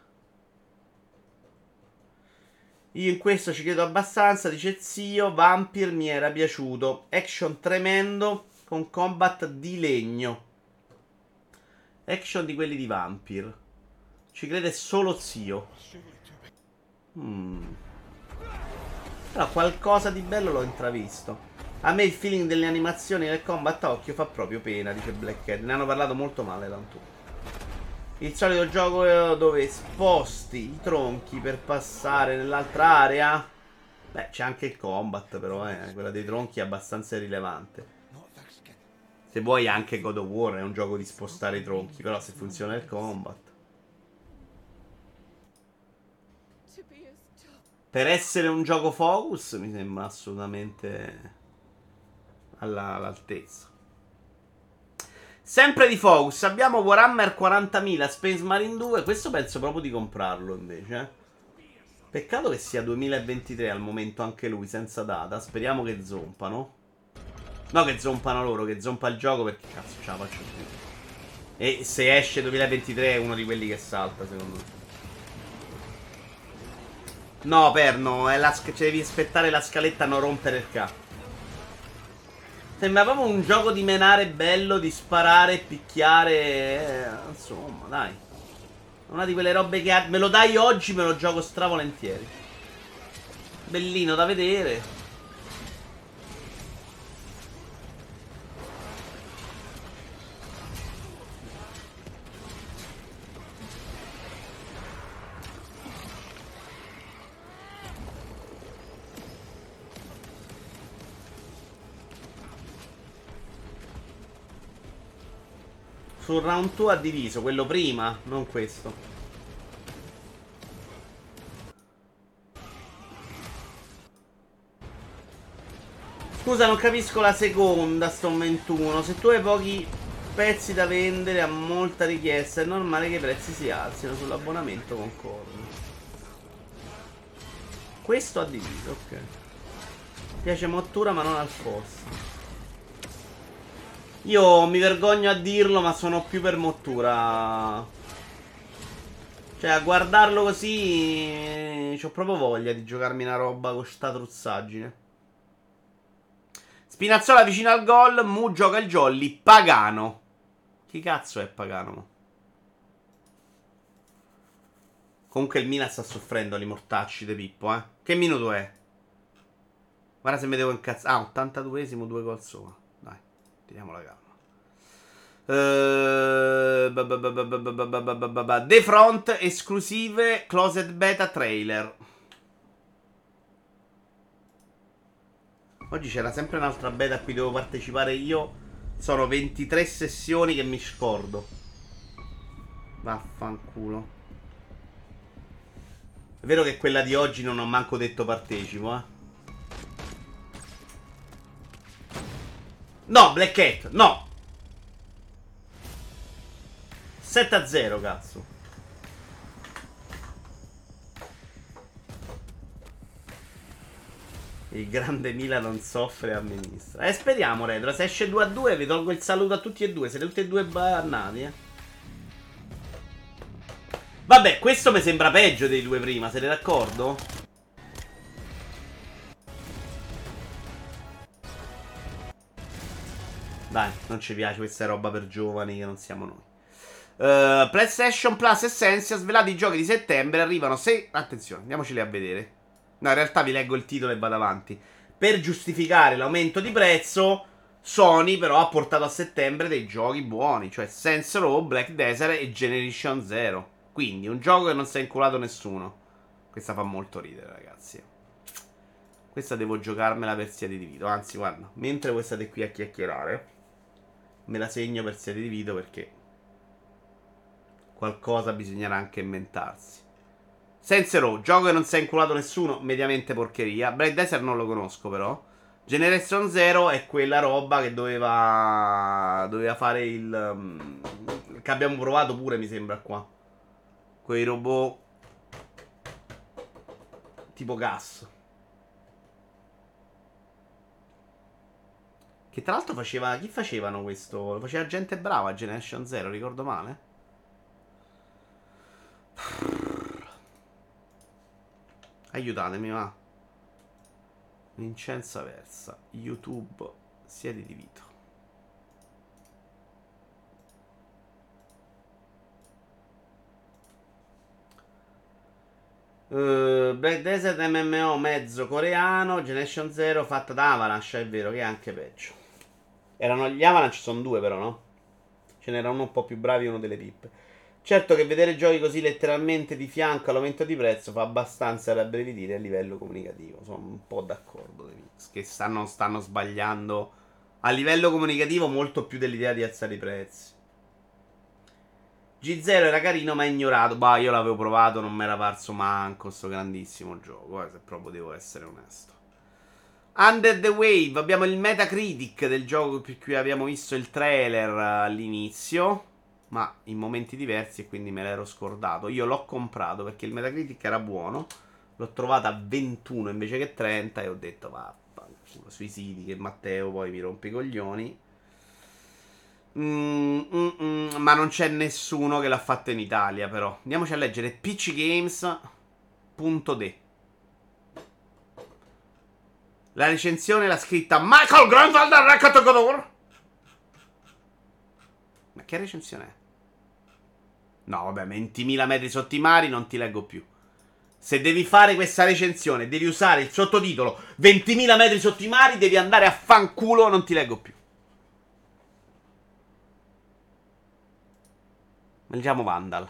Io in questo ci credo abbastanza, dice zio. Vampire mi era piaciuto. Action tremendo con combat di legno. Action di quelli di Vampire. Ci crede solo zio. Hmm. Però qualcosa di bello l'ho intravisto. A me il feeling delle animazioni del combat a occhio fa proprio pena, dice Black Cat. Ne hanno parlato molto male tanto. Il solito gioco dove sposti i tronchi per passare nell'altra area. Beh, c'è anche il combat, però, eh. Quella dei tronchi è abbastanza irrilevante. Se vuoi anche God of War è un gioco di spostare i tronchi, però se funziona il combat. Per essere un gioco focus mi sembra assolutamente alla, all'altezza. Sempre di focus abbiamo Warhammer quarantamila Space Marine due. Questo penso proprio di comprarlo invece, eh. Peccato che sia duemilaventitré al momento anche lui, senza data. Speriamo che zompano. No, che zompano loro, che zompa il gioco, perché cazzo ce la faccio più. E se esce duemilaventitré è uno di quelli che salta, secondo me. No, Perno, è la, cioè, devi aspettare la scaletta a non rompere il cazzo. Sembra proprio un gioco di menare bello, di sparare, picchiare. Eh, insomma, dai. Una di quelle robe che me lo dai oggi, me lo gioco stravolentieri. Bellino da vedere. Sul round due ha diviso, quello prima, non questo. Scusa, non capisco la seconda, sto ventuno. Se tu hai pochi pezzi da vendere a molta richiesta, è normale che i prezzi si alzino. Sull'abbonamento concordo. Questo ha diviso, ok. Piace Mottura ma non al forza. Io mi vergogno a dirlo, ma sono più per Mottura. Cioè, a guardarlo così c'ho proprio voglia di giocarmi una roba con sta truzzaggine. Spinazzola vicino al gol. Mu gioca il jolly. Pagano. Chi cazzo è Pagano? Comunque il Milan sta soffrendo li mortacci di Pippo, eh. Che minuto è? Guarda se mi devo incazzare. Ah, ottantaduesimo, due gol solo. Dai, tiriamo la calma. Uh, The Front esclusive closed beta trailer. Oggi c'era sempre un'altra beta a cui devo partecipare io. Sono ventitré sessioni che mi scordo. Vaffanculo. È vero che quella di oggi non ho manco detto partecipo, eh. No, Black Cat, no. sette a zero, cazzo. Il grande Milan non soffre e amministra. Eh, speriamo, Retro. Se esce due a due vi tolgo il saluto a tutti e due. Siete tutti e due bannati, eh. Vabbè, questo mi sembra peggio dei due prima. Siete d'accordo? Dai, non ci piace, questa è roba per giovani che non siamo noi. Uh, PlayStation Plus Essential, svelati i giochi di settembre, arrivano sei... Attenzione, andiamoceli a vedere. No, in realtà vi leggo il titolo e vado avanti. Per giustificare l'aumento di prezzo, Sony però ha portato a settembre dei giochi buoni, cioè Saints Row, Black Desert e Generation Zero. Quindi un gioco che non si è inculato nessuno. Questa fa molto ridere, ragazzi. Questa devo giocarmela per Sia di Vito. Anzi, guarda, mentre voi state qui a chiacchierare, me la segno per Sia di Vito perché qualcosa bisognerà anche inventarsi. Saints Row, gioco che non si è inculato nessuno, mediamente porcheria. Black Desert non lo conosco però. Generation Zero è quella roba che doveva doveva fare il um, che abbiamo provato pure, mi sembra, qua. Quei robot tipo gas. Che tra l'altro faceva... Chi facevano questo? Lo faceva gente brava a Generation Zero, ricordo male? Aiutatemi, va. Vincenza Versa, YouTube, Sia di Vito. Uh, Black Desert M M O mezzo coreano, Generation Zero fatta da Avalanche, è vero che è anche peggio. Erano gli Avalanche, sono due però, no? Ce n'era uno un po' più bravi e uno delle pippe. Certo che vedere giochi così letteralmente di fianco all'aumento di prezzo fa abbastanza rabbrividire a livello comunicativo. Sono un po' d'accordo che stanno, stanno sbagliando a livello comunicativo molto più dell'idea di alzare i prezzi. G zero era carino ma ignorato. Bah, io l'avevo provato, non mi era parso manco sto grandissimo gioco, eh, se proprio devo essere onesto. Under the Wave, abbiamo il Metacritic del gioco per cui abbiamo visto il trailer all'inizio, ma in momenti diversi e quindi me l'ero scordato. Io l'ho comprato perché il Metacritic era buono, l'ho trovato a ventuno invece che trenta e ho detto vaffanculo, sui siti che Matteo poi mi rompe i coglioni. Mm, mm, mm, ma non c'è nessuno che l'ha fatto in Italia però. Andiamoci a leggere p c games punto d. La recensione l'ha scritta Michael Grandvalder Raccattacador. Ma che recensione è? No, vabbè, ventimila metri sotto i mari non ti leggo più. Se devi fare questa recensione, devi usare il sottotitolo ventimila metri sotto i mari, devi andare a fanculo, non ti leggo più. Leggiamo Vandal.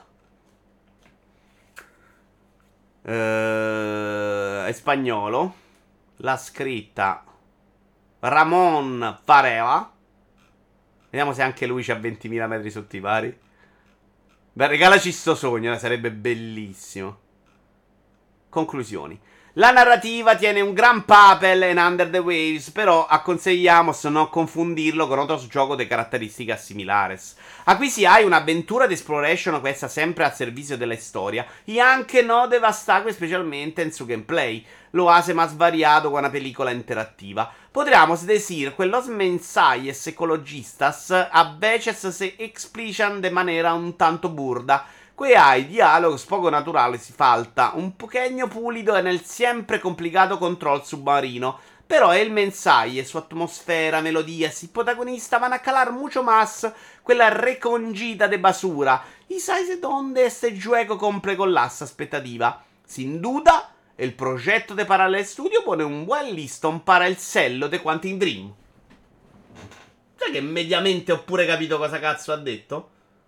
Uh, è spagnolo. L'ha scritta Ramon Varela. Vediamo se anche lui c'ha ventimila metri sotto i mari. Beh, regalaci sto sogno, sarebbe bellissimo. Conclusioni. La narrativa tiene un gran papel in Under the Waves, però acconsigliamos non confondirlo con otro gioco di caratteristiche similares. A qui si hai un'avventura di exploration, questa sempre al servizio della storia, e anche no devastaque specialmente in su gameplay. Lo hace más variado con una pellicola interattiva. Podríamos decir que los mensajes ecologistas a veces se explican de manera un tanto burda. Qui hai dialogos poco naturali, si falta un pochino pulido e nel sempre complicato control submarino. Però el mensaje, su atmosfera, melodias y protagonista van a calar mucho más quella recongita de basura. Y sai donde este juego cumple con la aspettativa. Sin duda, il progetto de Parallel Studio pone un buon listón para il sello de Quantum Dream. Sai che mediamente ho pure capito cosa cazzo ha detto?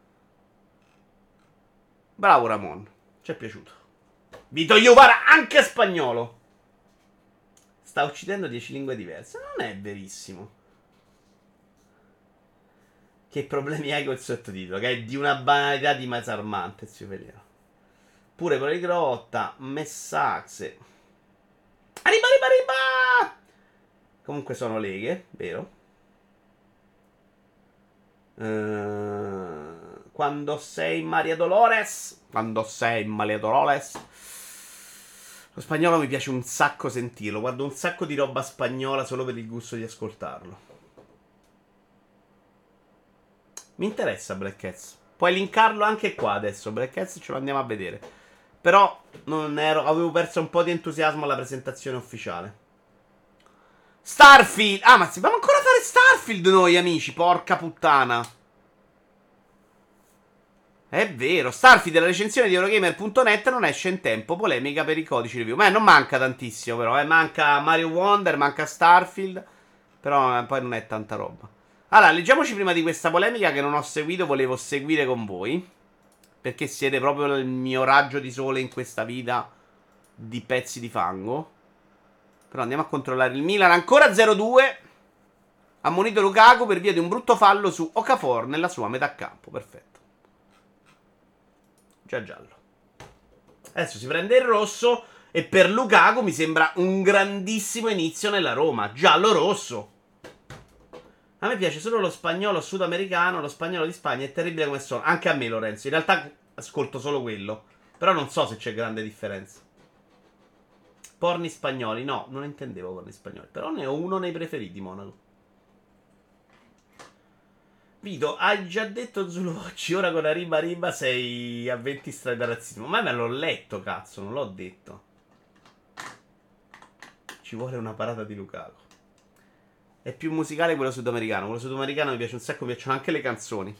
Bravo Ramon, ci è piaciuto. Vito Iuvara, anche spagnolo. Sta uccidendo dieci lingue diverse. Non è verissimo. Che problemi hai col sottotitolo? Che è di una banalità di disarmante, zio Pelino. Pure Poligrotta, Messaxe. Arriba, arriba, arriba! Comunque sono leghe, vero? Uh, quando sei Maria Dolores. Quando sei Maria Dolores. Lo spagnolo mi piace un sacco sentirlo. Guardo un sacco di roba spagnola solo per il gusto di ascoltarlo. Mi interessa Black Cats. Puoi linkarlo anche qua adesso. Black Cats ce lo andiamo a vedere. Però non ero, avevo perso un po' di entusiasmo alla presentazione ufficiale. Starfield. Ah, ma si può ancora fare Starfield noi, amici, porca puttana. È vero, Starfield, la recensione di Eurogamer punto net non esce in tempo, polemica per i codici review. Ma non manca tantissimo però, eh. Manca Mario Wonder, manca Starfield, però eh, poi non è tanta roba. Allora, leggiamoci prima di questa polemica che non ho seguito, volevo seguire con voi, perché siete proprio il mio raggio di sole in questa vita di pezzi di fango. Però andiamo a controllare il Milan, ancora zero due. Ammonito Lukaku per via di un brutto fallo su Okafor nella sua metà campo, perfetto. Già giallo. Adesso si prende il rosso e per Lukaku mi sembra un grandissimo inizio nella Roma. Giallo-rosso. A me piace solo lo spagnolo sudamericano, lo spagnolo di Spagna è terribile come sono. Anche a me, Lorenzo. In realtà ascolto solo quello. Però non so se c'è grande differenza. Porni spagnoli, no, non intendevo porni spagnoli. Però ne ho uno nei preferiti, Monaco. Vito, hai già detto Zulocci, ora con la riba riba sei a venti strade da razzismo. Ma me l'ho letto, cazzo, non l'ho detto. Ci vuole una parata di Lukaku. È più musicale quello sudamericano. Quello sudamericano mi piace un sacco, mi piacciono anche le canzoni.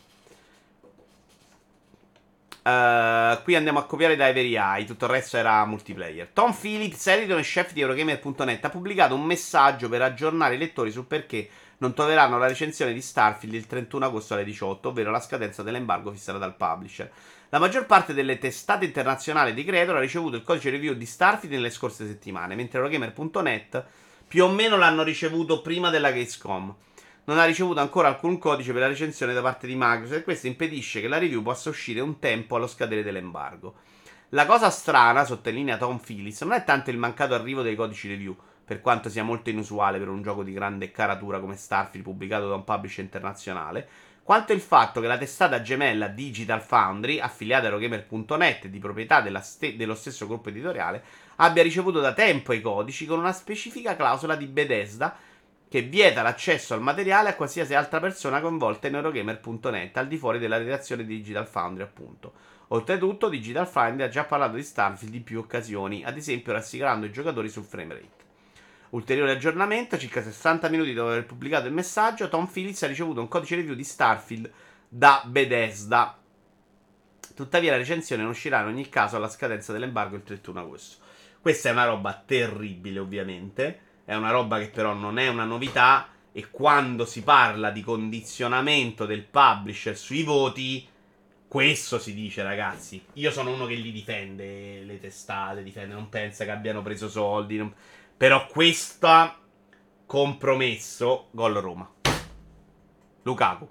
Uh, qui andiamo a copiare da Every Eye, tutto il resto era multiplayer. Tom Phillips, editor e chef di Eurogamer punto net, ha pubblicato un messaggio per aggiornare i lettori sul perché non troveranno la recensione di Starfield il trentuno agosto alle diciotto, ovvero la scadenza dell'embargo fissata dal publisher. La maggior parte delle testate internazionali di creator ha ricevuto il codice review di Starfield nelle scorse settimane, mentre Eurogamer punto net più o meno l'hanno ricevuto prima della Gamescom. Non ha ricevuto ancora alcun codice per la recensione da parte di Microsoft e questo impedisce che la review possa uscire un tempo allo scadere dell'embargo. La cosa strana, sottolinea Tom Phillips, non è tanto il mancato arrivo dei codici review, per quanto sia molto inusuale per un gioco di grande caratura come Starfield pubblicato da un publisher internazionale, quanto il fatto che la testata gemella Digital Foundry, affiliata a Eurogamer punto net e di proprietà della ste- dello stesso gruppo editoriale, abbia ricevuto da tempo i codici con una specifica clausola di Bethesda che vieta l'accesso al materiale a qualsiasi altra persona coinvolta in Eurogamer punto net, al di fuori della redazione di Digital Foundry, appunto. Oltretutto, Digital Foundry ha già parlato di Starfield in più occasioni, ad esempio rassicurando i giocatori sul framerate. Ulteriore aggiornamento, circa sessanta minuti dopo aver pubblicato il messaggio, Tom Phillips ha ricevuto un codice review di Starfield da Bethesda. Tuttavia la recensione non uscirà in ogni caso alla scadenza dell'embargo il trentuno agosto. Questa è una roba terribile, ovviamente. È una roba che però non è una novità e quando si parla di condizionamento del publisher sui voti, questo si dice, ragazzi. Io sono uno che li difende, le testate, difende, non pensa che abbiano preso soldi, non... però questo compromesso, gol Roma. Lukaku.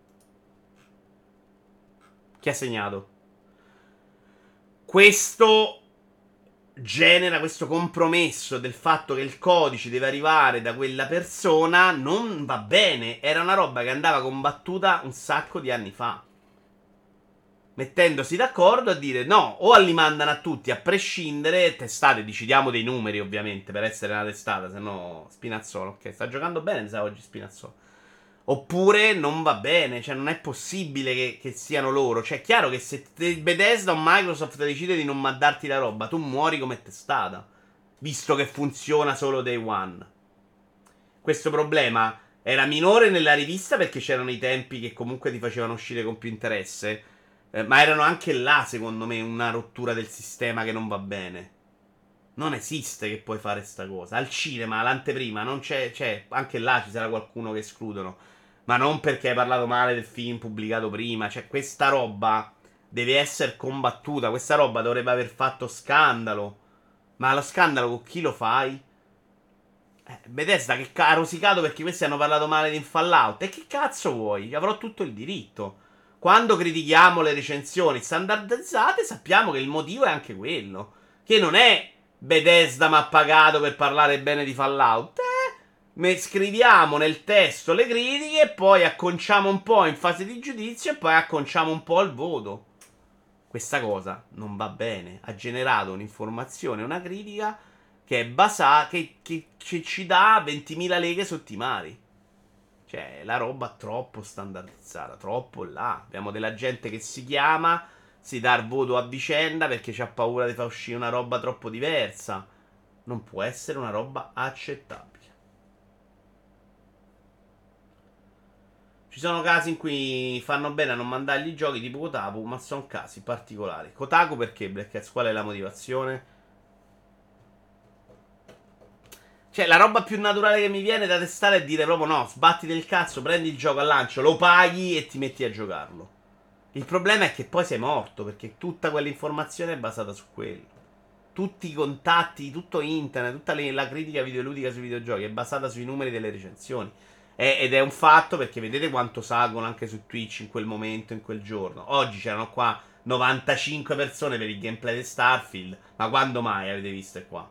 Chi ha segnato? Questo genera questo compromesso del fatto che il codice deve arrivare da quella persona, non va bene. Era una roba che andava combattuta un sacco di anni fa, mettendosi d'accordo a dire no, o li mandano a tutti a prescindere, testate, decidiamo dei numeri ovviamente per essere una testata, se no Spinazzolo, ok, sta giocando bene mi sa oggi Spinazzolo. Oppure non va bene, cioè non è possibile che, che siano loro. Cioè è chiaro che se te, Bethesda o Microsoft decide di non mandarti la roba, tu muori come testata, visto che funziona solo day one. Questo problema era minore nella rivista perché c'erano i tempi che comunque ti facevano uscire con più interesse, eh, ma erano anche là secondo me una rottura del sistema che non va bene. Non esiste che puoi fare sta cosa. Al cinema, all'anteprima, non c'è, c'è, anche là ci sarà qualcuno che escludono. Ma non perché hai parlato male del film pubblicato prima. Cioè, questa roba deve essere combattuta. Questa roba dovrebbe aver fatto scandalo. Ma lo scandalo con chi lo fai? Eh, Bethesda che ha rosicato perché questi hanno parlato male di Fallout. E che cazzo vuoi? Avrò tutto il diritto. Quando critichiamo le recensioni standardizzate, sappiamo che il motivo è anche quello. Che non è Bethesda mi ha pagato per parlare bene di Fallout. Eh, scriviamo nel testo le critiche e poi acconciamo un po' in fase di giudizio e poi acconciamo un po' al voto. Questa cosa non va bene. Ha generato un'informazione, una critica che è basata, che, che, che ci dà ventimila leghe sotto i mari. Cioè, la roba troppo standardizzata, troppo là. Abbiamo della gente che si chiama, si dà il voto a vicenda perché c'ha paura di far uscire una roba troppo diversa. Non può essere una roba accettabile. Ci sono casi in cui fanno bene a non mandargli i giochi tipo Kotaku, ma sono casi particolari. Kotaku perché, Black Cats? Qual è la motivazione? Cioè, la roba più naturale che mi viene da testare è dire proprio no, sbatti del cazzo, prendi il gioco al lancio, lo paghi e ti metti a giocarlo. Il problema è che poi sei morto, perché tutta quell'informazione è basata su quello. Tutti i contatti, tutto internet, tutta le- la critica videoludica sui videogiochi è basata sui numeri delle recensioni. È- ed è un fatto perché vedete quanto salgono anche su Twitch in quel momento, in quel giorno. Oggi c'erano qua novantacinque persone per il gameplay di Starfield, ma quando mai avete visto qua?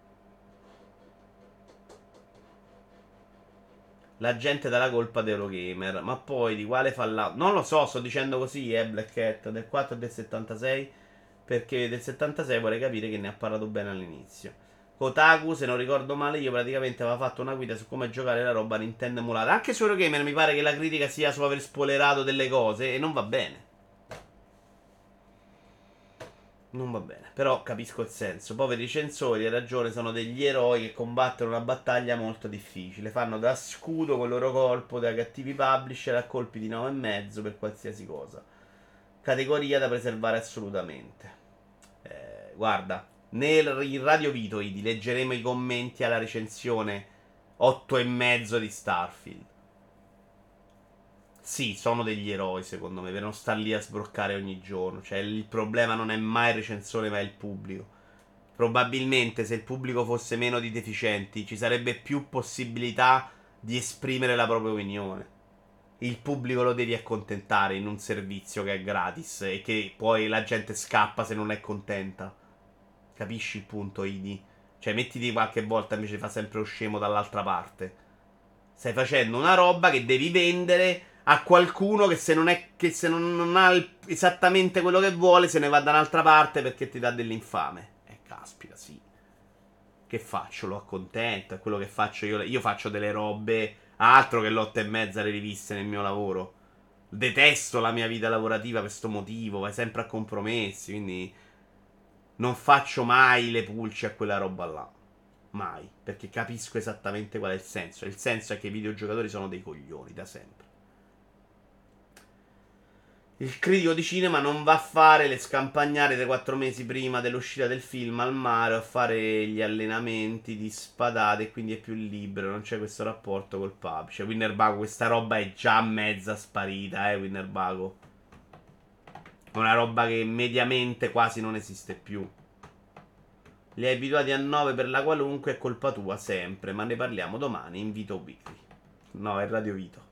La gente dà la colpa ad Eurogamer, ma poi di quale Fallout? Non lo so, sto dicendo così, eh, Black Cat, del quattro e del settantasei, perché del settantasei vorrei capire che ne ha parlato bene all'inizio. Kotaku, se non ricordo male, io praticamente aveva fatto una guida su come giocare la roba Nintendo emulata. Anche su Eurogamer mi pare che la critica sia su aver spoilerato delle cose e non va bene. Non va bene, però capisco il senso. Poveri censori, hai ragione, sono degli eroi che combattono una battaglia molto difficile. Fanno da scudo con il loro colpo da cattivi publisher a colpi di nove e mezzo per qualsiasi cosa. Categoria da preservare assolutamente. Eh, guarda, nel, in Radio Vitoidi leggeremo i commenti alla recensione otto e mezzo di Starfield. Sì, sono degli eroi secondo me, per non star lì a sbroccare ogni giorno. Cioè, il problema non è mai il recensore, ma è il pubblico. Probabilmente se il pubblico fosse meno di deficienti, ci sarebbe più possibilità di esprimere la propria opinione. Il pubblico lo devi accontentare in un servizio che è gratis e che poi la gente scappa se non è contenta. Capisci il punto, Idi? Cioè, mettiti qualche volta invece fa sempre lo scemo dall'altra parte. Stai facendo una roba che devi vendere a qualcuno che se non, è, che se non, non ha il- esattamente quello che vuole se ne va da un'altra parte perché ti dà dell'infame. Eh, caspita, sì. Che faccio? Lo accontento. È quello che faccio io. Io faccio delle robe altro che l'otto e mezza alle riviste nel mio lavoro. Detesto la mia vita lavorativa per sto motivo. Vai sempre a compromessi. Quindi non faccio mai le pulci a quella roba là. Mai. Perché capisco esattamente qual è il senso. Il senso è che i videogiocatori sono dei coglioni da sempre. Il critico di cinema non va a fare le scampagnate dei quattro mesi prima dell'uscita del film al mare o a fare gli allenamenti di spadate e quindi è più libero, non c'è questo rapporto col pub. Cioè, Winnerbago, questa roba è già mezza sparita, eh, Winnerbago. È una roba che mediamente quasi non esiste più. Li hai abituati a nove per la qualunque, è colpa tua sempre, ma ne parliamo domani in Vito Weekly. No, è Radio Vito.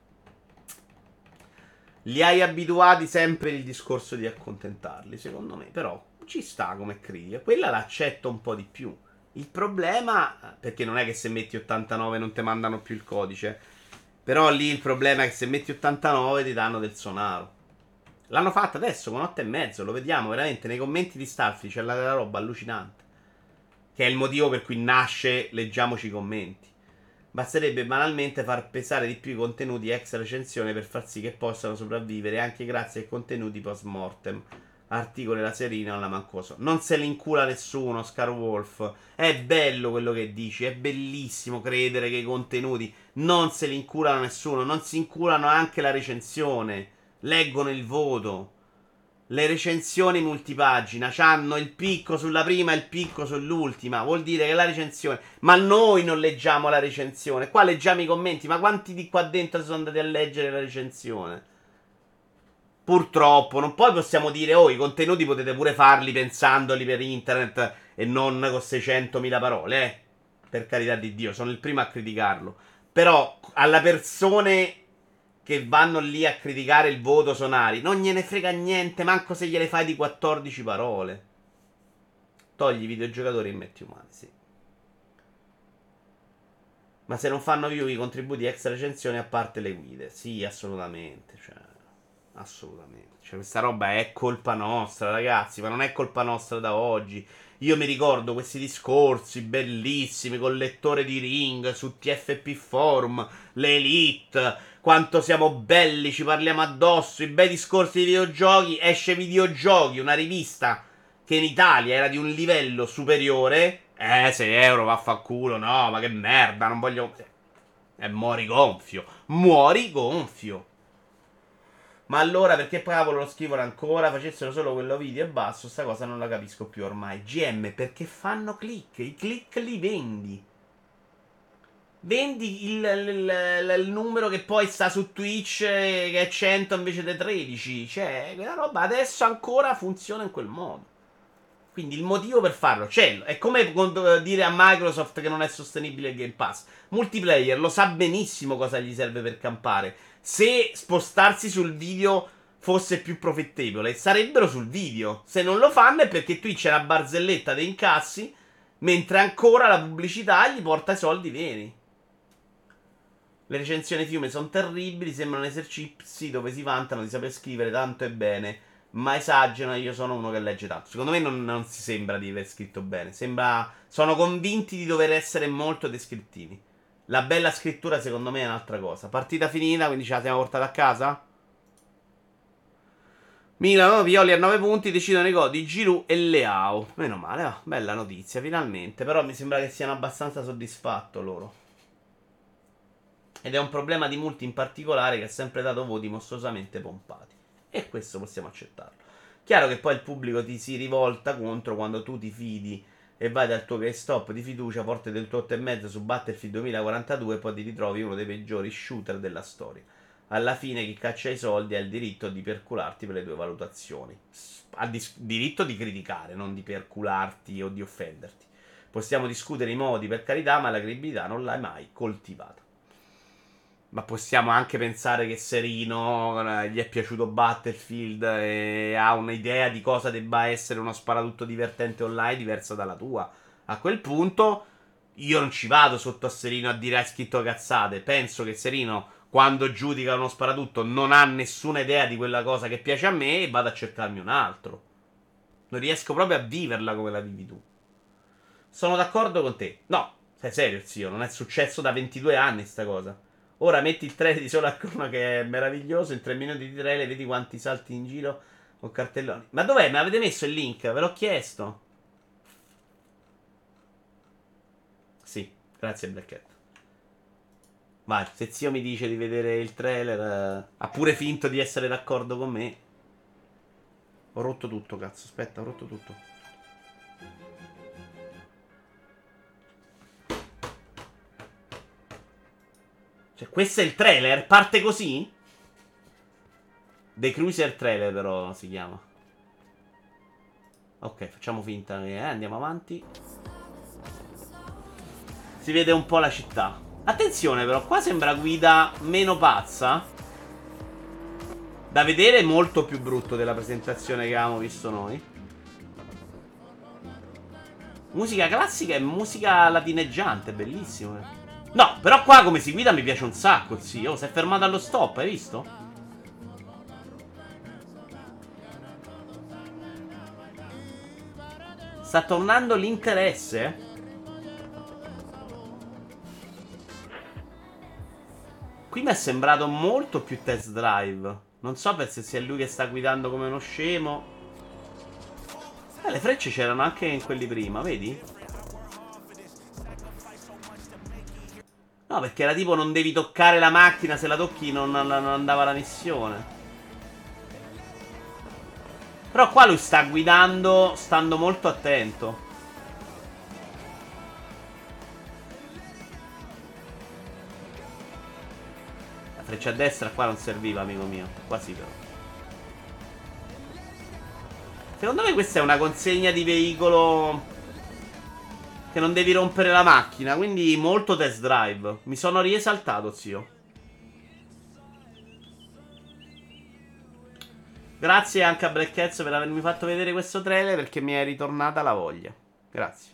Li hai abituati sempre il discorso di accontentarli, secondo me. Però ci sta come critica. Quella l'accetto un po' di più. Il problema, perché non è che se metti ottantanove non ti mandano più il codice. Però lì il problema è che se metti ottantanove ti danno del sonaro. L'hanno fatta adesso con otto e mezzo, lo vediamo veramente nei commenti di Starfield c'è la roba allucinante. Che è il motivo per cui nasce Leggiamoci i commenti. Basterebbe banalmente far pesare di più i contenuti ex recensione per far sì che possano sopravvivere anche grazie ai contenuti post mortem. Articoli la serina o la mancoso. Non se li incula nessuno, Scarwolf. È bello quello che dici, è bellissimo credere che i contenuti non se li inculano nessuno, non si inculano anche la recensione. Leggono il voto. Le recensioni multipagina hanno il picco sulla prima e il picco sull'ultima. Vuol dire che la recensione. Ma noi non leggiamo la recensione. Qua leggiamo i commenti. Ma quanti di qua dentro sono andati a leggere la recensione? Purtroppo, non poi possiamo dire, oh, i contenuti potete pure farli pensandoli per internet e non con seicentomila parole, eh. Per carità di Dio, sono il primo a criticarlo. Però, alla persone che vanno lì a criticare il voto Sonari, non gliene frega niente, manco se gliele fai di quattordici parole. Togli i videogiocatori e metti umani, sì. Ma se non fanno più i contributi extra recensioni a parte le guide, sì, assolutamente, cioè, assolutamente. Cioè, questa roba è colpa nostra, ragazzi, ma non è colpa nostra da oggi. Io mi ricordo questi discorsi bellissimi col lettore di Ring su T F P Forum, l'Elite, quanto siamo belli, ci parliamo addosso, i bei discorsi di videogiochi, esce Videogiochi, una rivista che in Italia era di un livello superiore. Eh, sei euro, vaffanculo, no, ma che merda, non voglio... E muori gonfio, muori gonfio. Ma allora perché poi cavolo lo scrivono ancora? Facessero solo quello video e basta. Sta cosa non la capisco più ormai. G M perché fanno click. I click li vendi. Vendi il, il, il, il numero che poi sta su Twitch eh, che è cento invece di tredici. Cioè, quella roba adesso ancora funziona in quel modo. Quindi il motivo per farlo c'è. È come dire a Microsoft che non è sostenibile il Game Pass. Multiplayer lo sa benissimo cosa gli serve per campare. Se spostarsi sul video fosse più profittevole, sarebbero sul video. Se non lo fanno è perché Twitch è una barzelletta dei incassi, mentre ancora la pubblicità gli porta i soldi veri. Le recensioni fiume sono terribili, sembrano esercizi dove si vantano di saper scrivere tanto e bene, ma esagerano. Io sono uno che legge tanto. Secondo me non, non si sembra di aver scritto bene. Sembra. Sono convinti di dover essere molto descrittivi. La bella scrittura, secondo me, è un'altra cosa. Partita finita, quindi ce la siamo portata a casa. Milano, Violi a nove punti, decidono i gol di Giroud e Leao. Meno male, oh, bella notizia, finalmente. Però mi sembra che siano abbastanza soddisfatto loro. Ed è un problema di multi in particolare che ha sempre dato voti mostruosamente pompati. E questo possiamo accettarlo. Chiaro che poi il pubblico ti si rivolta contro quando tu ti fidi e vai dal tuo GameStop di fiducia forte del tuo otto e mezzo su Battlefield duemilaquarantadue e poi ti ritrovi uno dei peggiori shooter della storia. Alla fine chi caccia i soldi ha il diritto di percularti per le tue valutazioni. Ha dis- diritto di criticare, non di percularti o di offenderti. Possiamo discutere i modi, per carità, ma la credibilità non l'hai mai coltivata. Ma possiamo anche pensare che Serino eh, gli è piaciuto Battlefield e ha un'idea di cosa debba essere uno sparatutto divertente online diversa dalla tua. A quel punto io non ci vado sotto a Serino a dire hai scritto cazzate. Penso che Serino, quando giudica uno sparatutto, non ha nessuna idea di quella cosa che piace a me e vado a cercarmi un altro. Non riesco proprio a viverla come la vivi tu. Sono d'accordo con te. No, sei serio, zio, non è successo da ventidue anni sta cosa. Ora metti il trailer di Solo Alcuna che è meraviglioso. In tre minuti di trailer vedi quanti salti in giro con cartelloni. Ma dov'è? Me l'avete messo il link? Ve l'ho chiesto. Sì, grazie Black Cat. Vai, se zio mi dice di vedere il trailer eh, ha pure finto di essere d'accordo con me. Ho rotto tutto, cazzo. Aspetta, ho rotto tutto. Cioè, questo è il trailer? Parte così? The Cruiser Trailer però si chiama. Ok, facciamo finta che eh, andiamo avanti. Si vede un po' la città. Attenzione però, qua sembra guida meno pazza. Da vedere molto più brutto della presentazione che avevamo visto noi. Musica classica e musica latineggiante, bellissimo. Eh. No, però qua come si guida mi piace un sacco, sì. Oh, si è fermato allo stop, hai visto? Sta tornando l'interesse. Qui mi è sembrato molto più test drive. Non so per se sia lui che sta guidando come uno scemo. Eh, le frecce c'erano anche in quelli prima, vedi? No, perché era tipo non devi toccare la macchina, se la tocchi non, non, non andava la missione. Però qua lui sta guidando stando molto attento. La freccia a destra qua non serviva, amico mio. Qua sì però. Secondo me questa è una consegna di veicolo che non devi rompere la macchina, quindi molto test drive. Mi sono riesaltato, zio. Grazie anche a Black Cats per avermi fatto vedere questo trailer, perché mi è ritornata la voglia. Grazie.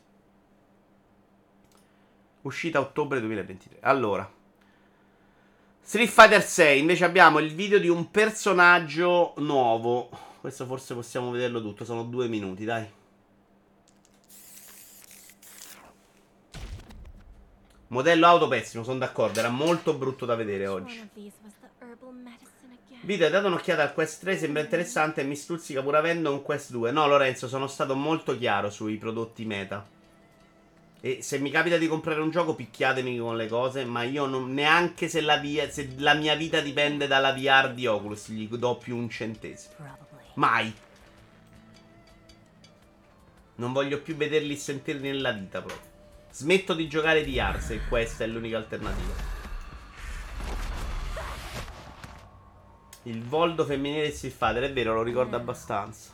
Uscita ottobre duemilaventitré. Allora, Street Fighter sei. Invece abbiamo il video di un personaggio nuovo. Questo forse possiamo vederlo tutto. Sono due minuti, dai. Modello auto pessimo, sono d'accordo. Era molto brutto da vedere oggi. Video, hai dato un'occhiata al Quest tre, sembra interessante e mi stuzzica pur avendo un Quest due. No, Lorenzo, sono stato molto chiaro sui prodotti meta. E se mi capita di comprare un gioco, picchiatemi con le cose. Ma io non, neanche se la, via, se la mia vita dipende dalla V R di Oculus, gli do più un centesimo. Mai. Non voglio più vederli e sentirli nella vita proprio. Smetto di giocare V R se questa è l'unica alternativa. Il voldo femminile si fa, è vero, lo ricordo abbastanza.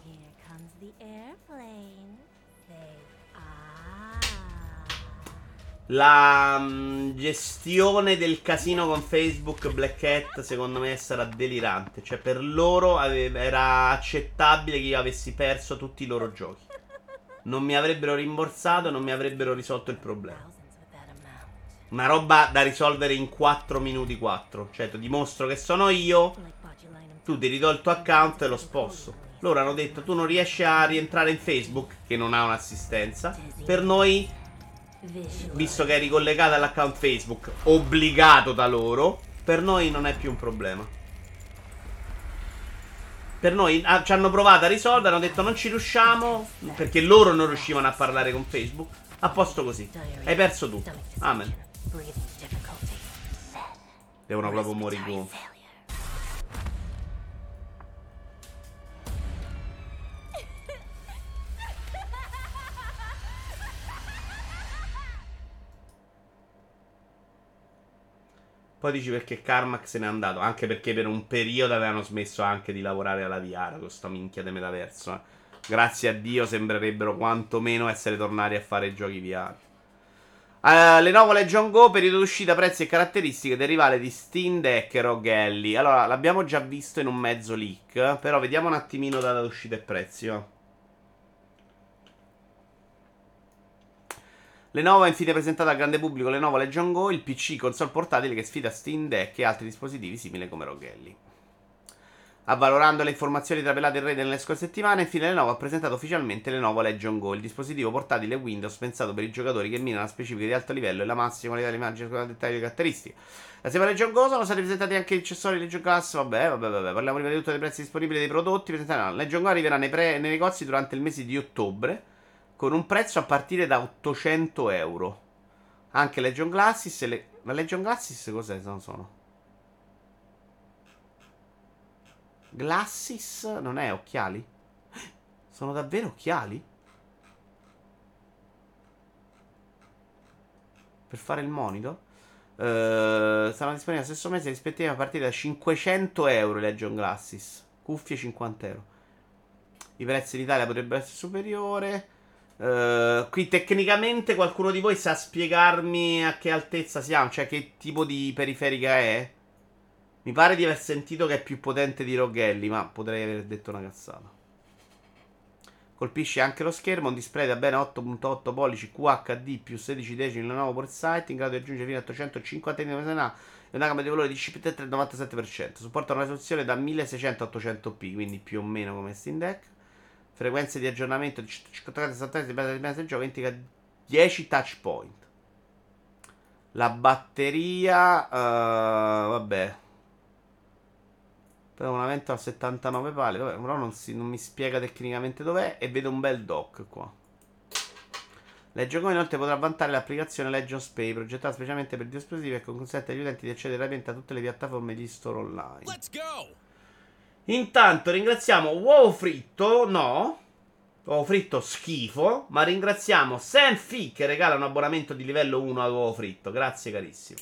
La mh, gestione del casino con Facebook Black Cat secondo me sarà delirante. Cioè per loro ave- era accettabile che io avessi perso tutti i loro giochi. Non mi avrebbero rimborsato, non mi avrebbero risolto il problema. Una roba da risolvere in quattro minuti quattro. Cioè ti dimostro che sono io, tu ti ridò il tuo account e lo sposto. Loro hanno detto tu non riesci a rientrare in Facebook, che non ha un'assistenza. Per noi, visto che eri collegato all'account Facebook obbligato da loro, per noi non è più un problema. Per noi ah, ci hanno provato a risolvere, hanno detto non ci riusciamo, perché loro non riuscivano a parlare con Facebook. A posto così. Hai perso tu. Amen. Devono proprio morire gonfi. Poi dici perché Carmack se n'è andato. Anche perché per un periodo avevano smesso anche di lavorare alla V R con sta minchia di metaverso. Eh. Grazie a Dio sembrerebbero quantomeno essere tornati a fare giochi V R. Uh, Lenovo Legion Go, periodo d'uscita, prezzi e caratteristiche del rivale di Steam Deck e R O G Ally. Allora, l'abbiamo già visto in un mezzo leak, però vediamo un attimino data d'uscita e prezzi. Oh. Lenovo ha infine presentato al grande pubblico Lenovo Legion Go, il P C console portatile che sfida Steam Deck e altri dispositivi simili come R O G Ally. Avvalorando le informazioni trapelate in rete nelle scorse settimane, infine Lenovo ha presentato ufficialmente Lenovo Legion Go, il dispositivo portatile Windows pensato per i giocatori che mirano a specifiche di alto livello e la massima qualità di immagine con dettagli e caratteristiche. Assieme a Legion Go sono stati presentati anche gli accessori Legion Glass. Vabbè, vabbè, vabbè. Parliamo prima di tutto dei prezzi disponibili dei prodotti. Presentati. Legion Go arriverà nei, pre- nei negozi durante il mese di ottobre, con un prezzo a partire da ottocento euro. Anche Legion Glasses e le... Ma Legion Glasses cos'è? Non sono. Glasses non è occhiali? Sono davvero occhiali? Per fare il monitor? Uh, saranno disponibili allo stesso mese rispettivamente a partire da cinquecento euro Legion Glasses. Cuffie cinquanta euro. I prezzi in Italia potrebbero essere superiori. Uh, qui tecnicamente qualcuno di voi sa spiegarmi a che altezza siamo? Cioè che tipo di periferica è? Mi pare di aver sentito che è più potente di R O G Ally, ma potrei aver detto una cazzata. Colpisce anche lo schermo, un display da ben otto virgola otto pollici Q H D più sedici decimi Lenovo PortSight, in grado di aggiungere fino a ottocentocinquanta nitidi e una gamma di valore di C P T del novantasette per cento. Supporta una risoluzione da milleseicento a ottocento p, quindi più o meno come Steam Deck. Frequenze di aggiornamento di centocinquanta sessanta di base del gioco, indica dieci touch point. La batteria, uh, vabbè. Però una ventola a settantanove pali. Vabbè, però non, si, non mi spiega tecnicamente dov'è. E vedo un bel dock qua. Legion Go inoltre potrà vantare l'applicazione Legion Spay, progettata specialmente per dispositivi e che consente agli utenti di accedere rapidamente a tutte le piattaforme di store online. Let's go! Intanto ringraziamo Wow Fritto. No, Wow Fritto schifo. Ma ringraziamo Sanfi che regala un abbonamento di livello uno a Wow Fritto. Grazie carissimo.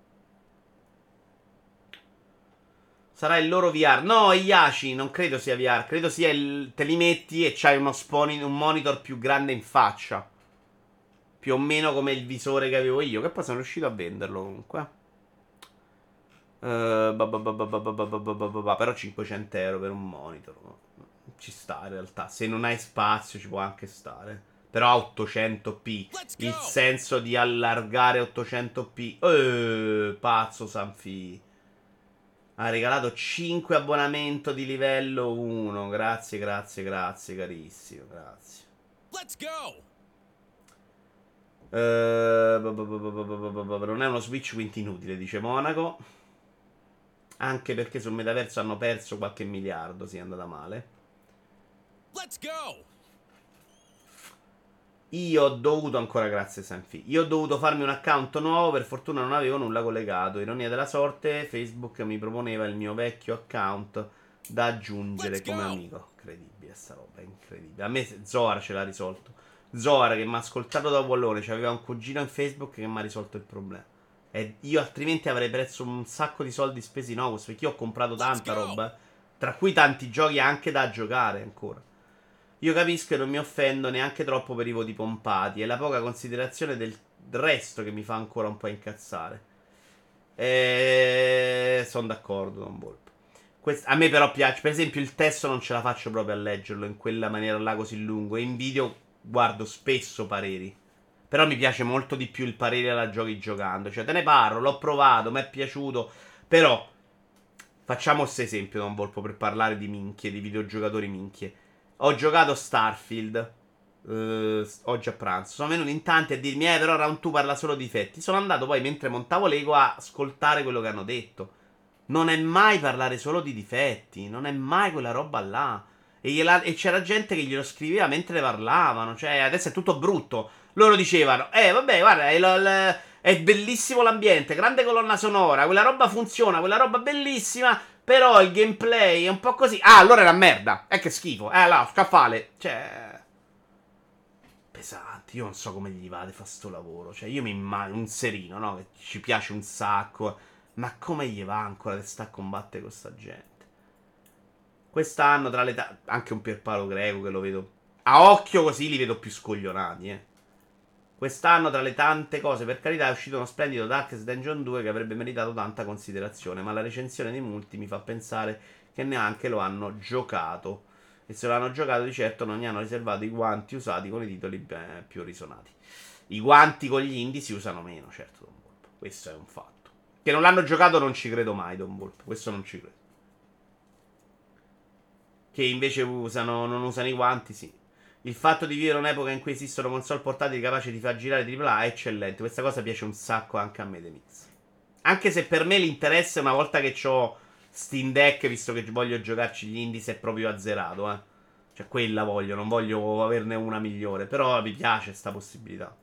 Sarà il loro V R. No, Iaci, non credo sia V R. Credo sia il... Te li metti e c'hai uno sponi... un monitor più grande in faccia. Più o meno come il visore che avevo io. Che poi sono riuscito a venderlo comunque. Uh, però cinquecento euro per un monitor. Ci sta in realtà. Se non hai spazio ci può anche stare. Però a ottocento p. Il senso di allargare ottocento p. Uh, pazzo Sanfi. Ha regalato cinque abbonamento di livello uno. Grazie, grazie, grazie, carissimo. Grazie. Let's go! Uh, non è uno Switch, quindi inutile, dice Monaco. Anche perché sul metaverso hanno perso qualche miliardo. Sì, è andata male. Let's go! Io ho dovuto, ancora grazie Sanfi, io ho dovuto farmi un account nuovo, per fortuna non avevo nulla collegato. Ironia della sorte, Facebook mi proponeva il mio vecchio account da aggiungere come amico. Incredibile sta roba, incredibile. A me Zoar ce l'ha risolto. Zoar che mi ha ascoltato da Wallone, c'aveva un cugino in Facebook che mi ha risolto il problema. E io altrimenti avrei preso un sacco di soldi spesi in August, perché io ho comprato tanta roba, tra cui tanti giochi anche da giocare ancora. Io capisco e non mi offendo neanche troppo per i voti pompati. È la poca considerazione del resto che mi fa ancora un po' incazzare. E... sono d'accordo, Don Volpo. Quest- a me però piace. Per esempio il testo non ce la faccio proprio a leggerlo in quella maniera là così lungo. E in video guardo spesso pareri. Però mi piace molto di più il parere alla giochi giocando. Cioè te ne parlo, l'ho provato, mi è piaciuto. Però facciamo questo esempio, Don Volpo, per parlare di minchie, di videogiocatori minchie. Ho giocato Starfield uh, oggi a pranzo. Sono venuti in tanti a dirmi: Eh, però Round due parla solo di difetti. Sono andato poi mentre montavo Lego a ascoltare quello che hanno detto. Non è mai parlare solo di difetti. Non è mai quella roba là. E, gliela, e c'era gente che glielo scriveva mentre parlavano. Cioè, adesso è tutto brutto. Loro dicevano: Eh, vabbè, guarda, è, lo, l- è bellissimo l'ambiente. Grande colonna sonora. Quella roba funziona. Quella roba bellissima. Però il gameplay è un po' così. Ah, allora era merda. È che schifo. Eh, là, scaffale. Cioè, pesante. Io non so come gli va di fare sto lavoro. Cioè, io mi immagino un serino, no? Che ci piace un sacco. Ma come gli va ancora di sta a combattere con sta gente? Quest'anno, tra le ta- anche un Pierpaolo Greco che lo vedo. A occhio così li vedo più scoglionati, eh. Quest'anno, tra le tante cose, per carità, è uscito uno splendido Darkest Dungeon due che avrebbe meritato tanta considerazione, ma la recensione di molti mi fa pensare che neanche lo hanno giocato. E se lo hanno giocato, di certo non gli hanno riservato i guanti usati con i titoli beh, più risonati. I guanti con gli indie si usano meno, certo, Don Volpo. Questo è un fatto. Che non l'hanno giocato non ci credo mai, Don Volpo. Questo non ci credo. Che invece usano, non usano i guanti, sì. Il fatto di vivere un'epoca in cui esistono console portatili capaci di far girare tripla A è eccellente. Questa cosa piace un sacco anche a me, The Mix. Anche se per me l'interesse, una volta che ho Steam Deck, visto che voglio giocarci gli indies, è proprio azzerato, eh. Cioè, quella voglio, non voglio averne una migliore. Però mi piace sta possibilità.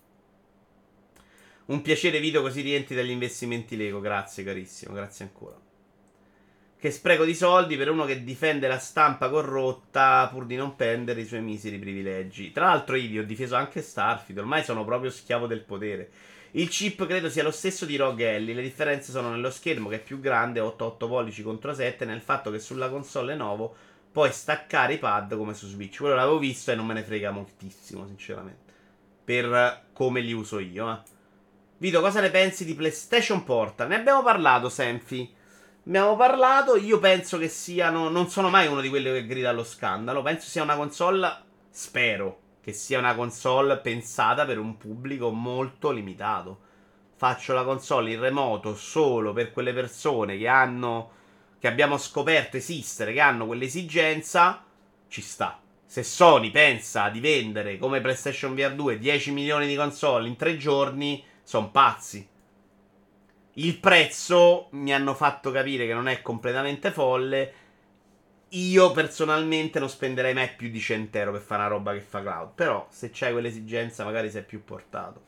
Un piacere video così rientri dagli investimenti Lego. Grazie, carissimo, grazie ancora. Che spreco di soldi per uno che difende la stampa corrotta pur di non perdere i suoi miseri privilegi. Tra l'altro io ho difeso anche Starfield, ormai sono proprio schiavo del potere. Il chip credo sia lo stesso di Rogue Ally, le differenze sono nello schermo che è più grande, otto virgola otto pollici contro sette, nel fatto che sulla console Lenovo puoi staccare i pad come su Switch. Quello l'avevo visto e non me ne frega moltissimo, sinceramente, per come li uso io, eh. Vito, cosa ne pensi di PlayStation Portal? Ne abbiamo parlato, Senfi. Abbiamo parlato, io penso che siano... Non sono mai uno di quelli che grida allo scandalo. Penso sia una console... Spero che sia una console pensata per un pubblico molto limitato. Faccio la console in remoto solo per quelle persone che hanno... Che abbiamo scoperto esistere, che hanno quell'esigenza. Ci sta. Se Sony pensa di vendere come PlayStation V R due dieci milioni di console in tre giorni, sono pazzi. Il prezzo mi hanno fatto capire che non è completamente folle. Io personalmente non spenderei mai più di cento euro per fare una roba che fa cloud. Però se c'hai quell'esigenza magari sei più portato.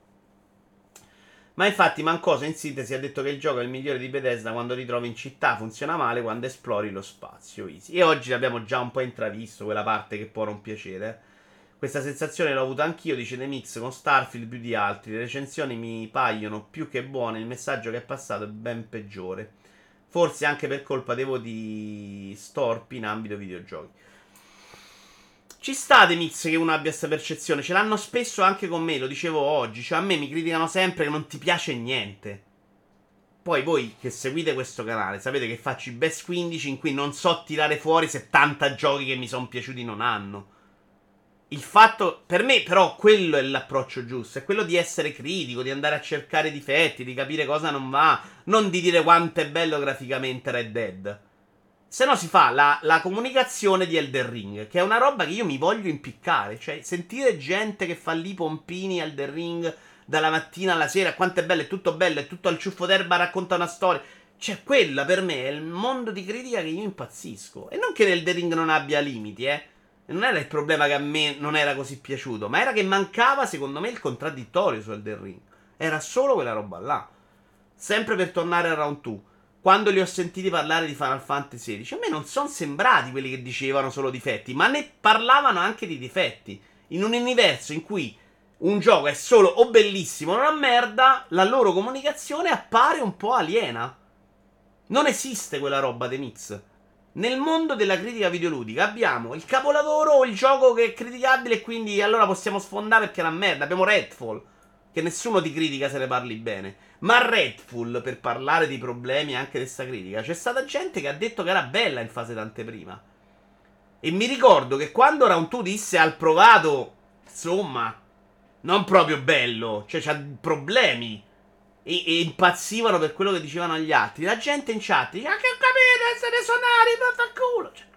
Ma infatti Mancoso in sintesi ha detto che il gioco è il migliore di Bethesda quando ritrovi in città, funziona male quando esplori lo spazio. Easy. E oggi l'abbiamo già un po' intravisto, quella parte che può non piacere. Questa sensazione l'ho avuta anch'io, dice The Mix, con Starfield più di altri. Le recensioni mi paiono più che buone, il messaggio che è passato è ben peggiore. Forse anche per colpa dei voti storpi in ambito videogiochi. Ci sta The Mix che uno abbia questa percezione, ce l'hanno spesso anche con me, lo dicevo oggi. Cioè a me mi criticano sempre che non ti piace niente. Poi voi che seguite questo canale sapete che faccio i best quindici in cui non so tirare fuori settanta giochi che mi sono piaciuti non hanno. Il fatto, per me però quello è l'approccio giusto, è quello di essere critico, di andare a cercare difetti, di capire cosa non va, non di dire quanto è bello graficamente Red Dead. Se no si fa la, la comunicazione di Elden Ring, che è una roba che io mi voglio impiccare, cioè sentire gente che fa lì pompini Elden Ring dalla mattina alla sera, quanto è bello, è tutto bello, è tutto al ciuffo d'erba, racconta una storia. Cioè quella per me è il mondo di critica che io impazzisco. E non che Elden Ring non abbia limiti, eh. E non era il problema che a me non era così piaciuto, ma era che mancava, secondo me, il contraddittorio su Elden Ring. Era solo quella roba là. Sempre per tornare a Round due. Quando li ho sentiti parlare di Final Fantasy sedici, a me non sono sembrati quelli che dicevano solo difetti, ma ne parlavano anche di difetti. In un universo in cui un gioco è solo o bellissimo o una merda, la loro comunicazione appare un po' aliena. Non esiste quella roba dei mix. Nel mondo della critica videoludica abbiamo il capolavoro o il gioco che è criticabile e quindi allora possiamo sfondare perché è una merda. Abbiamo Redfall, che nessuno ti critica se ne parli bene. Ma Redfall, per parlare di problemi anche di questa critica, c'è stata gente che ha detto che era bella in fase d'anteprima. E mi ricordo che quando Round due disse al provato, insomma, non proprio bello, cioè c'ha problemi, e, e impazzivano per quello che dicevano gli altri, la gente in chat dice: ah, che ho capito, essere sonari, vaffanculo. Cioè,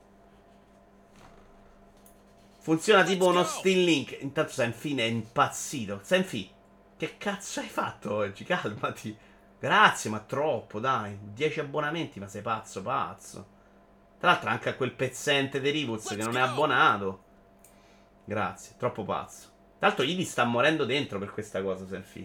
funziona tipo uno Steam Link. Intanto Sanfin è impazzito. Sanfin, che cazzo hai fatto oggi? Calmati. Grazie, ma troppo, dai. dieci abbonamenti, ma sei pazzo, pazzo. Tra l'altro anche a quel pezzente dei Rivuz che non è abbonato. Grazie, troppo pazzo. Tra l'altro Ivi sta morendo dentro per questa cosa, Sanfin.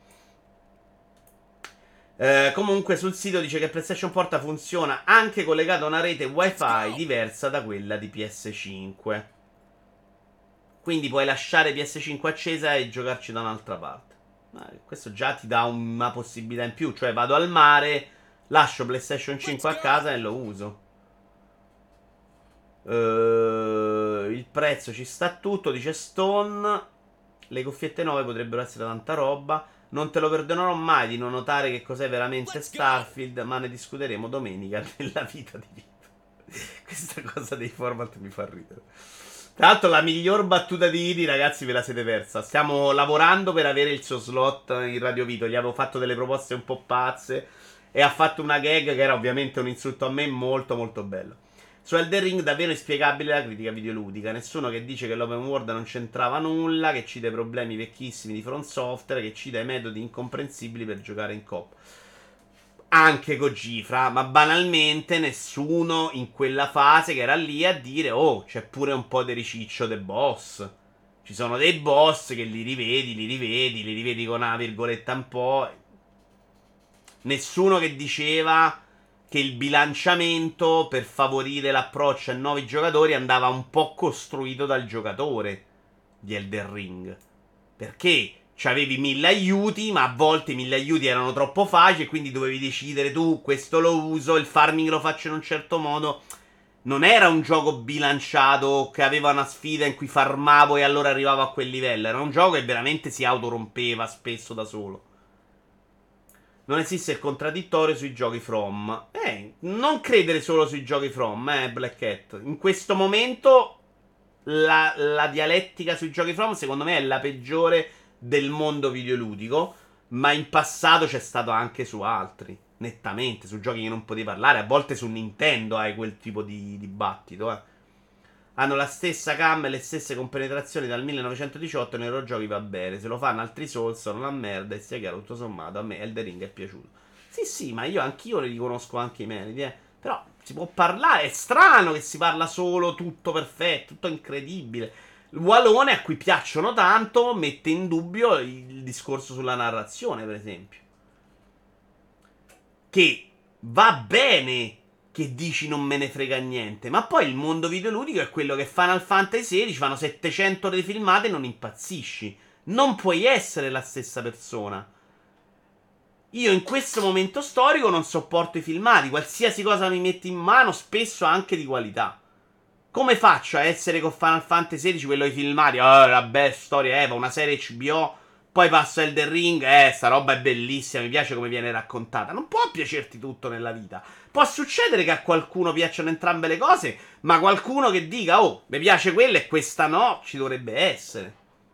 Eh, comunque sul sito dice che PlayStation Porta funziona anche collegato a una rete wifi diversa da quella di P S cinque. Quindi puoi lasciare P S cinque accesa e giocarci da un'altra parte. Eh, questo già ti dà una possibilità in più. Cioè vado al mare, lascio PlayStation cinque a casa e lo uso. Uh, il prezzo ci sta tutto, dice Stone. Le cuffiette nuove potrebbero essere tanta roba. Non te lo perdonerò mai di non notare che cos'è veramente Starfield, ma ne discuteremo domenica nella vita di vita. Questa cosa dei format mi fa ridere. Tra l'altro la miglior battuta di Idi, ragazzi, ve la siete persa. Stiamo lavorando per avere il suo slot in Radio Vito. Gli avevo fatto delle proposte un po' pazze e ha fatto una gag che era ovviamente un insulto a me molto molto bello. Su Elden Ring davvero inspiegabile la critica videoludica. Nessuno che dice che l'open world non c'entrava nulla, che cita i problemi vecchissimi di From Software, che cita i metodi incomprensibili per giocare in coop. Anche Gogifra, ma banalmente nessuno in quella fase che era lì a dire: oh, c'è pure un po' di riciccio dei boss. Ci sono dei boss che li rivedi, li rivedi, li rivedi con una virgoletta un po'. Nessuno che diceva che il bilanciamento per favorire l'approccio a nuovi giocatori andava un po' costruito dal giocatore di Elden Ring. Perché c'avevi mille aiuti, ma a volte i mille aiuti erano troppo facili e quindi dovevi decidere tu: questo lo uso, il farming lo faccio in un certo modo. Non era un gioco bilanciato che aveva una sfida in cui farmavo e allora arrivavo a quel livello. Era un gioco che veramente si autorompeva spesso da solo. Non esiste il contraddittorio sui giochi From. Eh, non credere solo sui giochi From, eh, Black Cat. In questo momento la, la dialettica sui giochi From, secondo me, è la peggiore del mondo videoludico. Ma in passato c'è stato anche su altri. Nettamente, su giochi che non potevi parlare. A volte su Nintendo hai quel tipo di dibattito, eh. Hanno la stessa cam e le stesse compenetrazioni dal millenovecentodiciotto. Nei loro giochi va bene. Se lo fanno altri Souls sono una merda. E sia chiaro, tutto sommato a me Elden Ring è piaciuto. Sì sì, ma io anch'io ne riconosco anche i meriti, eh. Però si può parlare. È strano che si parla solo tutto perfetto, tutto incredibile. Il Walone, a cui piacciono tanto, mette in dubbio il discorso sulla narrazione, per esempio. Che va bene che dici non me ne frega niente, ma poi il mondo videoludico è quello che Final Fantasy sedici fanno settecento ore di filmate e non impazzisci. Non puoi essere la stessa persona. Io in questo momento storico non sopporto i filmati. Qualsiasi cosa mi metti in mano, spesso anche di qualità. Come faccio a essere con Final Fantasy sedici quello dei filmati? Oh, la bella storia Eva, una serie H B O. Poi passo a Elden Ring, eh, sta roba è bellissima, mi piace come viene raccontata. Non può piacerti tutto nella vita. Può succedere che a qualcuno piacciono entrambe le cose, ma qualcuno che dica: oh, mi piace quella e questa no, ci dovrebbe essere.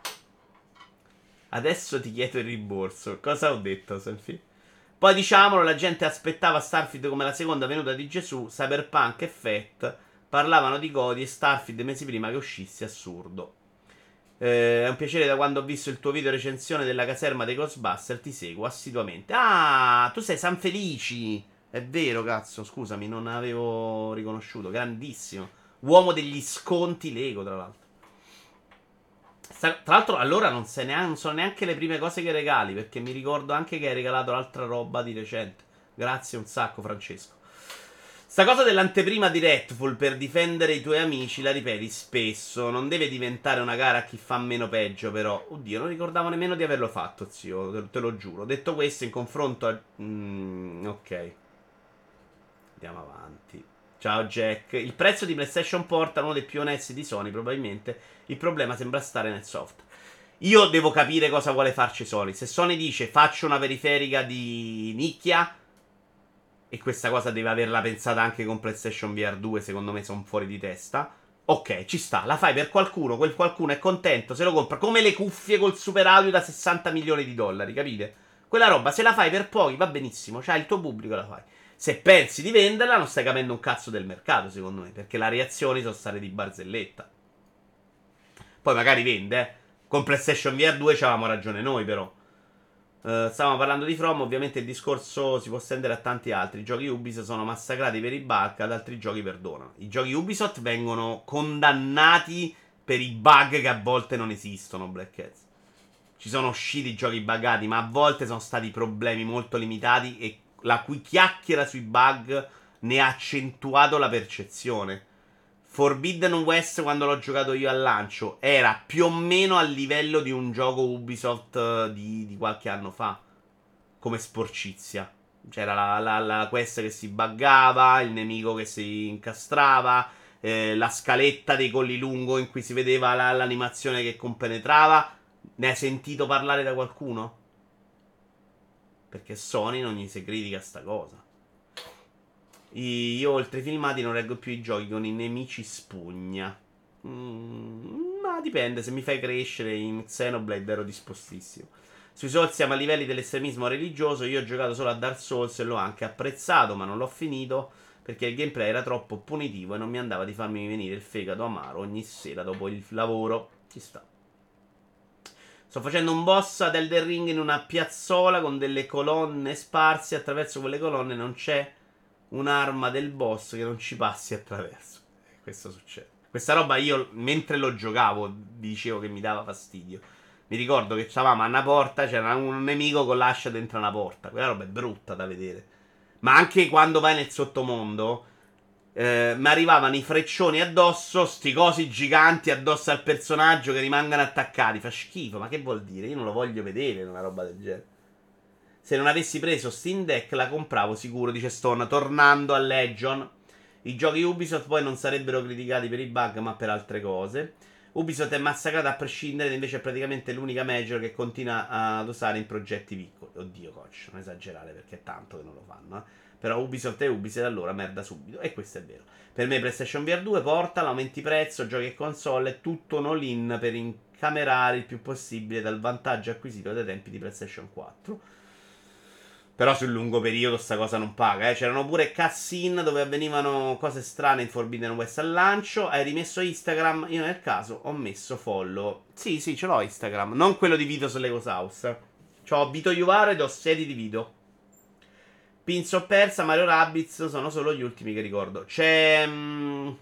Adesso ti chiedo il rimborso. Cosa ho detto, Selfie? Poi diciamolo, la gente aspettava Starfield come la seconda venuta di Gesù. Cyberpunk e Fett parlavano di Godi e Starfield mesi prima che uscisse, assurdo. Eh, è un piacere da quando ho visto il tuo video recensione della caserma dei Ghostbuster. Ti seguo assiduamente. Ah, tu sei Sanfelici. È vero, cazzo, scusami, non avevo riconosciuto. Grandissimo. Uomo degli sconti Lego, tra l'altro. Sta- tra l'altro, allora non, se neanche, non so neanche le prime cose che regali, perché mi ricordo anche che hai regalato l'altra roba di recente. Grazie un sacco, Francesco. Sta cosa dell'anteprima di Redfall per difendere i tuoi amici la ripeti spesso. Non deve diventare una gara a chi fa meno peggio, però. Oddio, non ricordavo nemmeno di averlo fatto, zio. Te, te lo giuro. Detto questo, in confronto a. Mm, ok. Andiamo avanti. Ciao Jack. Il prezzo di PlayStation Portal, uno dei più onesti di Sony, probabilmente. Il problema sembra stare nel software. Io devo capire cosa vuole farci Sony. Se Sony dice faccio una periferica di nicchia, e questa cosa deve averla pensata anche con PlayStation V R due, secondo me sono fuori di testa. Ok, ci sta, la fai per qualcuno, quel qualcuno è contento, se lo compra, come le cuffie col super audio da sessanta milioni di dollari, capite? Quella roba, se la fai per pochi, va benissimo, c'hai il tuo pubblico, la fai. Se pensi di venderla, non stai capendo un cazzo del mercato, secondo me, perché le reazioni sono state di barzelletta. Poi magari vende, eh. Con PlayStation V R due c'avevamo ragione noi, però. Uh, stavamo parlando di From, ovviamente il discorso si può estendere a tanti altri. I giochi Ubisoft sono massacrati per i bug, ad altri giochi perdonano. I giochi Ubisoft vengono condannati per i bug che a volte non esistono, Black Cats. Ci sono usciti giochi buggati, ma a volte sono stati problemi molto limitati e la cui chiacchiera sui bug ne ha accentuato la percezione. Forbidden West, quando l'ho giocato io al lancio, era più o meno a livello di un gioco Ubisoft eh, di, di qualche anno fa, come sporcizia. C'era la, la, la quest che si buggava, il nemico che si incastrava, eh, la scaletta dei colli lungo in cui si vedeva la, l'animazione che compenetrava. Ne hai sentito parlare da qualcuno? Perché Sony non gli si critica sta cosa. Io oltre ai filmati non reggo più i giochi con i nemici spugna. Mm, ma dipende, se mi fai crescere in Xenoblade ero dispostissimo. Sui Souls siamo a livelli dell'estremismo religioso. Io ho giocato solo a Dark Souls e l'ho anche apprezzato, ma non l'ho finito perché il gameplay era troppo punitivo e non mi andava di farmi venire il fegato amaro ogni sera dopo il lavoro. Ci sta. Sto facendo un boss ad Elden Ring in una piazzola con delle colonne sparse. Attraverso quelle colonne non c'è un'arma del boss che non ci passi attraverso. Questo succede. Questa roba io, mentre lo giocavo, dicevo che mi dava fastidio. Mi ricordo che stavamo a una porta, c'era un nemico con l'ascia dentro una porta. Quella roba è brutta da vedere. Ma anche quando vai nel sottomondo, eh, mi arrivavano i freccioni addosso, sti cosi giganti addosso al personaggio che rimangono attaccati. Fa schifo, ma che vuol dire? Io non lo voglio vedere una roba del genere. Se non avessi preso Steam Deck la compravo sicuro, dice Stone. Tornando a Legion, i giochi Ubisoft poi non sarebbero criticati per i bug ma per altre cose. Ubisoft è massacrata a prescindere ed invece è praticamente l'unica major che continua ad usare in progetti piccoli. Oddio coach, non esagerare perché è tanto che non lo fanno, eh. Però Ubisoft è Ubisoft, allora merda subito. E questo è vero. Per me PlayStation V R due porta, aumenti prezzo, giochi e console, è tutto un all-in per incamerare il più possibile dal vantaggio acquisito dai tempi di PlayStation quattro. Però sul lungo periodo sta cosa non paga, eh. C'erano pure cutscene dove avvenivano cose strane in Forbidden West al lancio. Hai rimesso Instagram? Io nel caso ho messo follow. Sì, sì, ce l'ho Instagram. Non quello di Vito su Legos House. C'ho Vito Iuvaro ed ho sedi di Vito. Pins of Persa, Mario Rabbids sono solo gli ultimi che ricordo. C'è... Mm,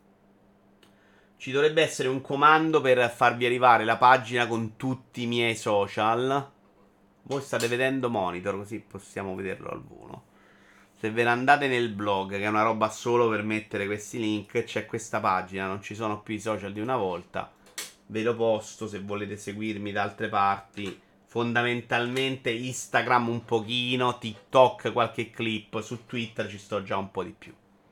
ci dovrebbe essere un comando per farvi arrivare la pagina con tutti i miei social. Voi state vedendo Monitor, così possiamo vederlo al volo. Se ve ne andate nel blog, che è una roba solo per mettere questi link, c'è questa pagina, non ci sono più i social di una volta. Ve lo posto se volete seguirmi da altre parti. Fondamentalmente Instagram un pochino, TikTok qualche clip, su Twitter ci sto già un po' di più.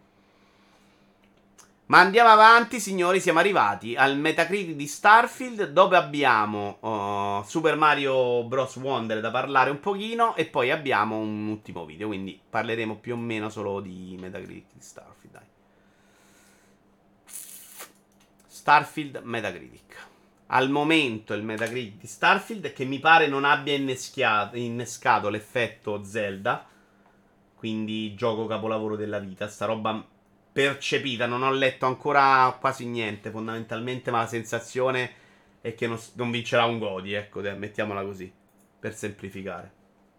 Ma andiamo avanti, signori, siamo arrivati al Metacritic di Starfield, dove abbiamo uh, Super Mario Bros. Wonder da parlare un pochino e poi abbiamo un ultimo video, quindi parleremo più o meno solo di Metacritic di Starfield, dai. Starfield Metacritic. Al momento il Metacritic di Starfield è che mi pare non abbia innescato l'effetto Zelda, quindi gioco capolavoro della vita, sta roba percepita, non ho letto ancora quasi niente fondamentalmente, ma la sensazione è che non, non vincerà un Godi, ecco, dai, mettiamola così, per semplificare.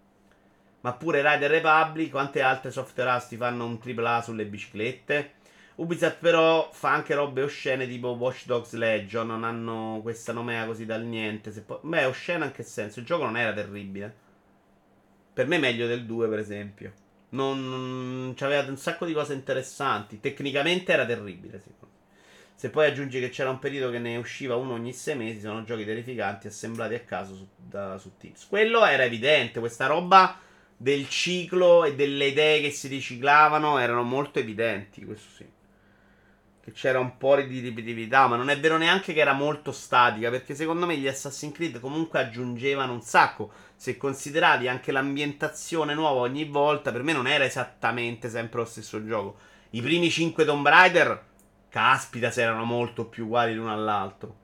Ma pure Rider Republic, quante altre software house ti fanno un tripla A sulle biciclette? Ubisoft però fa anche robe oscene tipo Watch Dogs Legion, non hanno questa nomea così dal niente. Se po- Beh, oscena in che senso? Il gioco non era terribile. Per me è meglio del due, per esempio. Non c'aveva un sacco di cose interessanti. Tecnicamente era terribile, secondo me. Se poi aggiungi che c'era un periodo che ne usciva uno ogni sei mesi, sono giochi terrificanti assemblati a caso su, da, su Teams. Quello era evidente, questa roba del ciclo e delle idee che si riciclavano erano molto evidenti, questo sì. Che c'era un po' di ripetitività, ma non è vero neanche che era molto statica, perché secondo me gli Assassin's Creed comunque aggiungevano un sacco. Se consideravi anche l'ambientazione nuova ogni volta, per me non era esattamente sempre lo stesso gioco. I primi cinque Tomb Raider, caspita, se erano molto più uguali l'uno all'altro.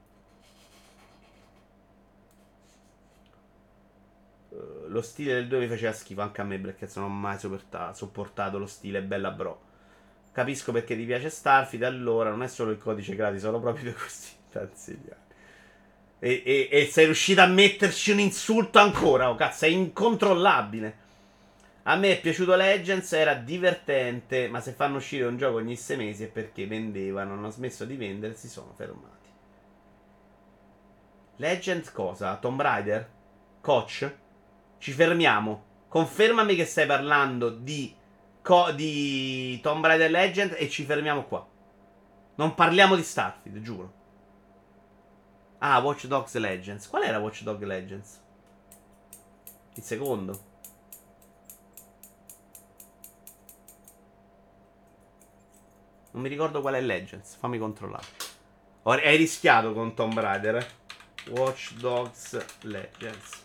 Uh, lo stile del due mi faceva schifo anche a me, perché non ho mai sopportato, sopportato lo stile bella bro. Capisco perché ti piace Starfield, allora non è solo il codice gratis, sono proprio questi tanziliani. E, e, e sei riuscito a metterci un insulto ancora, oh cazzo, è incontrollabile. A me è piaciuto Legends, era divertente, ma se fanno uscire un gioco ogni sei mesi è perché vendevano, hanno smesso di vendere e si sono fermati. Legends cosa? Tomb Raider? Coach? Ci fermiamo. Confermami che stai parlando di, co- di Tomb Raider Legend e ci fermiamo qua. Non parliamo di Starfield, giuro. Ah, Watch Dogs Legends. Qual era Watch Dogs Legends? Il secondo. Non mi ricordo qual è Legends. Fammi controllare. Hai rischiato con Tomb Raider, eh? Watch Dogs Legends.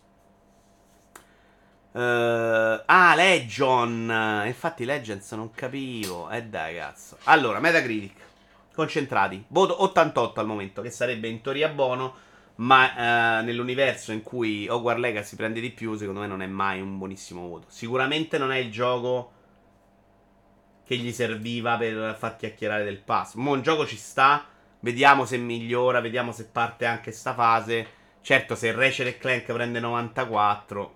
Uh, ah, Legion. Infatti Legends non capivo. E eh dai, cazzo. Allora, Metacritic. Concentrati. Voto ottantotto al momento, che sarebbe in teoria buono, ma uh, nell'universo in cui Hogwarts Legacy prende di più, secondo me non è mai un buonissimo voto. Sicuramente non è il gioco che gli serviva per far chiacchierare del pass. Mo' un gioco ci sta. Vediamo se migliora, vediamo se parte anche sta fase. Certo, se Ratchet e Clank prende novantaquattro...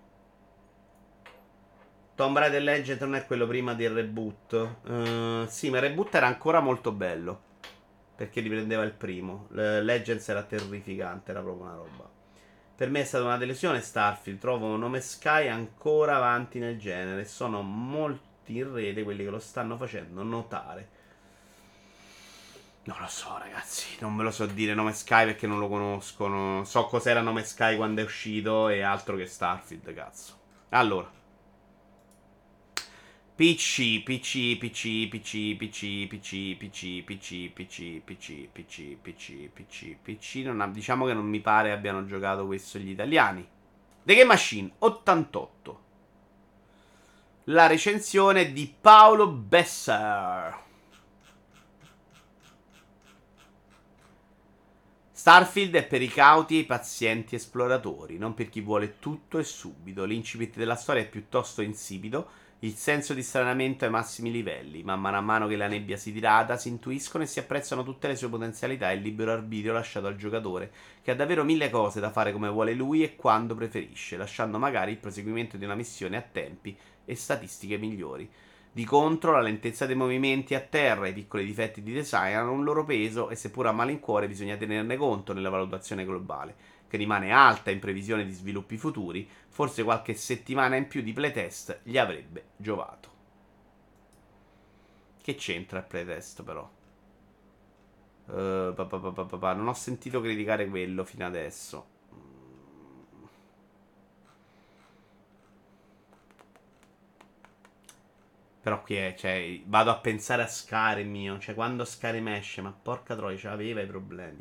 Tomb Raider Legend non è quello prima del reboot. Uh, sì, ma il reboot era ancora molto bello. Perché riprendeva il primo. L- Legends era terrificante, era proprio una roba. Per me è stata una delusione Starfield. Trovo Nome Sky ancora avanti nel genere. Sono molti in rete quelli che lo stanno facendo notare. Non lo so, ragazzi. Non ve lo so dire Nome Sky perché non lo conosco. Non so cos'era Nome Sky quando è uscito e altro che Starfield, cazzo. Allora. P C, P C, P C, P C, P C, P C, P C, P C, P C, P C, P C, P C, P C, P C, non ha, diciamo che non mi pare abbiano giocato questo gli italiani. The Game Machine, ottantotto. La recensione di Paolo Besser. Starfield è per i cauti e i pazienti esploratori, non per chi vuole tutto e subito. L'incipit della storia è piuttosto insipido. Il senso di stranamento ai massimi livelli. Man mano a mano che la nebbia si dirada, si intuiscono e si apprezzano tutte le sue potenzialità e il libero arbitrio lasciato al giocatore, che ha davvero mille cose da fare come vuole lui e quando preferisce, lasciando magari il proseguimento di una missione a tempi e statistiche migliori. Di contro, la lentezza dei movimenti a terra e i piccoli difetti di design hanno un loro peso e seppur a malincuore bisogna tenerne conto nella valutazione globale, che rimane alta in previsione di sviluppi futuri. Forse qualche settimana in più di playtest gli avrebbe giovato. Che c'entra il playtest però? Uh, pa, pa, pa, pa, pa. Non ho sentito criticare quello fino adesso. Però qui è, cioè, vado a pensare a Skyrim mio. Cioè, quando Skyrim esce, ma porca troia, cioè, aveva i problemi.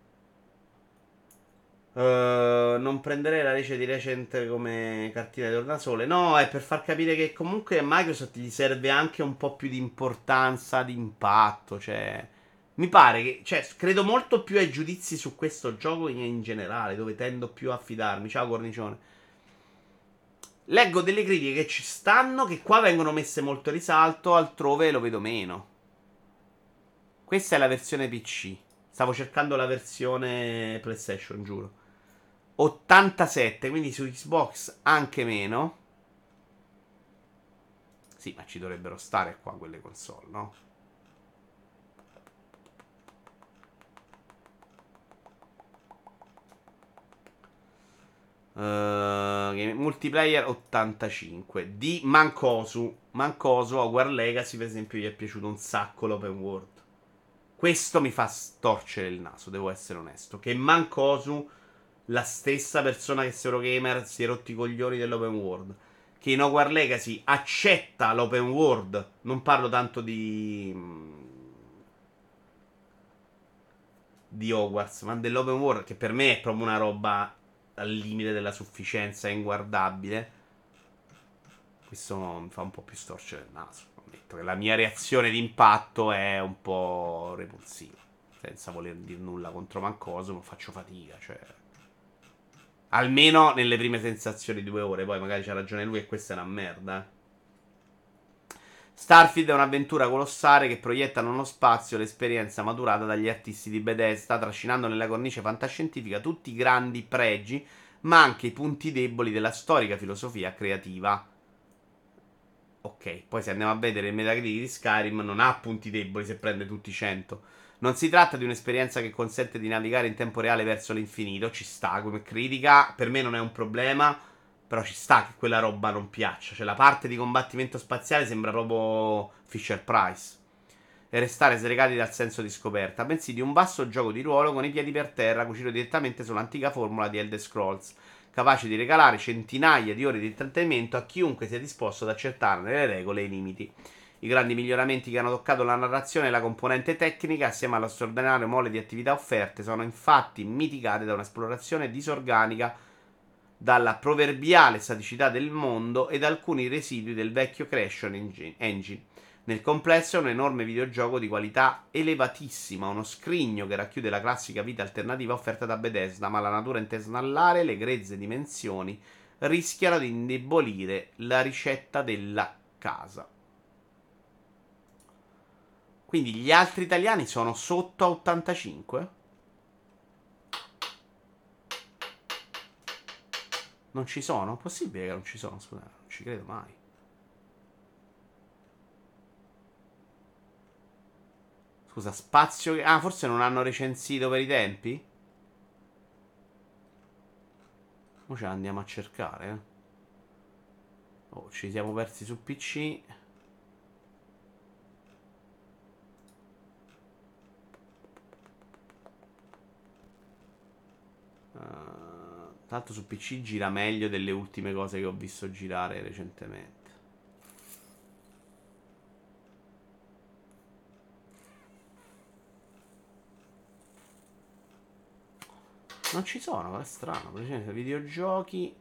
Uh, non prenderei la rece di Recent come cartina di tornasole. No, è per far capire che comunque a Microsoft gli serve anche un po' più di importanza, di impatto. Cioè, mi pare che, cioè, credo molto più ai giudizi su questo gioco in, in generale, dove tendo più a fidarmi. Ciao, Cornicione. Leggo delle critiche che ci stanno, che qua vengono messe molto in risalto, altrove lo vedo meno. Questa è la versione P C. Stavo cercando la versione PlayStation, giuro. ottantasette, quindi su Xbox anche meno. Sì, ma ci dovrebbero stare qua quelle console, no? Uh, multiplayer ottantacinque di Mancosu. Mancosu Hogwarts Legacy, per esempio, gli è piaciuto un sacco l'open world. Questo mi fa storcere il naso, devo essere onesto. Che Mancosu, la stessa persona che Eurogamer, si è rotti i coglioni dell'open world. Che in Hogwarts Legacy accetta l'open world. Non parlo tanto di di Hogwarts, ma dell'open world, che per me è proprio una roba al limite della sufficienza, è inguardabile. Questo mi fa un po' più storcere il naso. Ammetto che la mia reazione d'impatto è un po' repulsiva. Senza voler dire nulla contro Mancoso, ma faccio fatica, cioè. Almeno nelle prime sensazioni di due ore. Poi magari c'ha ragione lui e questa è una merda. Starfield è un'avventura colossale che proietta nello spazio l'esperienza maturata dagli artisti di Bethesda, trascinando nella cornice fantascientifica tutti i grandi pregi, ma anche i punti deboli della storica filosofia creativa. Ok, poi se andiamo a vedere il Metacritic di Skyrim non ha punti deboli se prende tutti i cento. Non si tratta di un'esperienza che consente di navigare in tempo reale verso l'infinito, ci sta come critica, per me non è un problema, però ci sta che quella roba non piaccia. Cioè la parte di combattimento spaziale sembra proprio Fisher Price. E restare slegati dal senso di scoperta, bensì di un vasto gioco di ruolo con i piedi per terra, cucito direttamente sull'antica formula di Elder Scrolls, capace di regalare centinaia di ore di intrattenimento a chiunque sia disposto ad accettarne le regole e i limiti. I grandi miglioramenti che hanno toccato la narrazione e la componente tecnica, assieme alla straordinaria mole di attività offerte, sono infatti mitigate da un'esplorazione disorganica, dalla proverbiale staticità del mondo e da alcuni residui del vecchio Creation Engine. Nel complesso è un enorme videogioco di qualità elevatissima, uno scrigno che racchiude la classica vita alternativa offerta da Bethesda, ma la natura intesnallare e le grezze dimensioni rischiano di indebolire la ricetta della casa. Quindi gli altri italiani sono sotto a ottantacinque? Non ci sono? Possibile che non ci sono? Scusate, non ci credo mai. Scusa, spazio che... Ah, forse non hanno recensito per i tempi? Ora ce la andiamo a cercare, eh. Oh, ci siamo persi su P C. Uh, tanto su P C gira meglio delle ultime cose che ho visto girare recentemente. Non ci sono, è strano. Per esempio, videogiochi.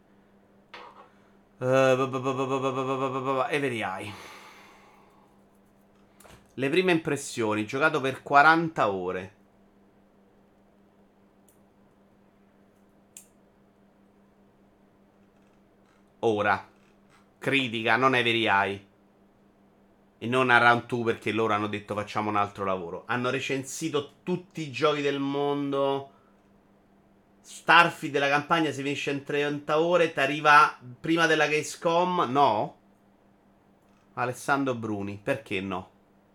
Every Eye. Le prime impressioni. Giocato per quaranta ore. Ora. Critica, non Every Eye. E non a Round due perché loro hanno detto facciamo un altro lavoro. Hanno recensito tutti i giochi del mondo. Starfield della campagna si finisce in trenta ore. Ti arriva prima della Gamescom? No. Alessandro Bruni, perché no?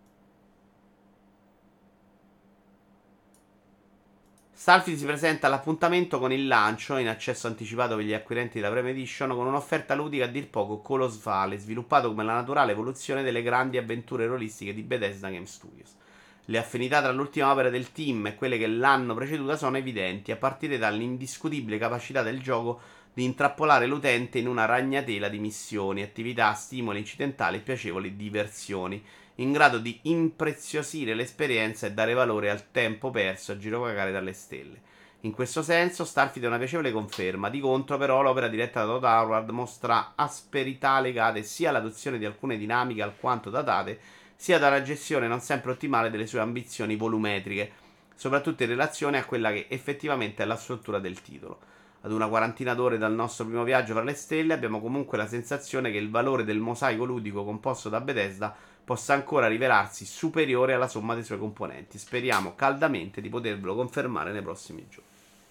Starfield si presenta all'appuntamento con il lancio, in accesso anticipato per gli acquirenti della Prime Edition, con un'offerta ludica a dir poco colossale, sviluppato come la naturale evoluzione delle grandi avventure rolistiche di Bethesda Game Studios. Le affinità tra l'ultima opera del team e quelle che l'hanno preceduta sono evidenti, a partire dall'indiscutibile capacità del gioco di intrappolare l'utente in una ragnatela di missioni, attività, stimoli incidentali e piacevoli diversioni, in grado di impreziosire l'esperienza e dare valore al tempo perso a girovagare dalle stelle. In questo senso, Starfield è una piacevole conferma. Di contro, però, l'opera diretta da Todd Howard mostra asperità legate sia all'adozione di alcune dinamiche alquanto datate, sia dalla gestione non sempre ottimale delle sue ambizioni volumetriche, soprattutto in relazione a quella che effettivamente è la struttura del titolo. Ad una quarantina d'ore dal nostro primo viaggio fra le stelle abbiamo comunque la sensazione che il valore del mosaico ludico composto da Bethesda possa ancora rivelarsi superiore alla somma dei suoi componenti. Speriamo caldamente di potervelo confermare nei prossimi giorni.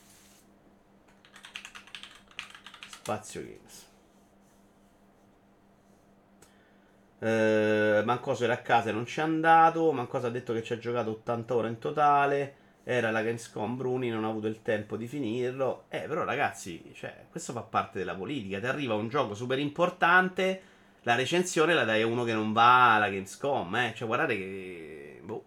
Spazio Games. Eh, Mancoso era a casa e non c'è andato. Mancoso ha detto che ci ha giocato ottanta ore in totale. Era la Gamescom, Bruni non ha avuto il tempo di finirlo. Eh, però ragazzi, cioè, questo fa parte della politica. Ti arriva un gioco super importante, la recensione la dai a uno che non va alla Gamescom, eh. Cioè, guardate che... Boh.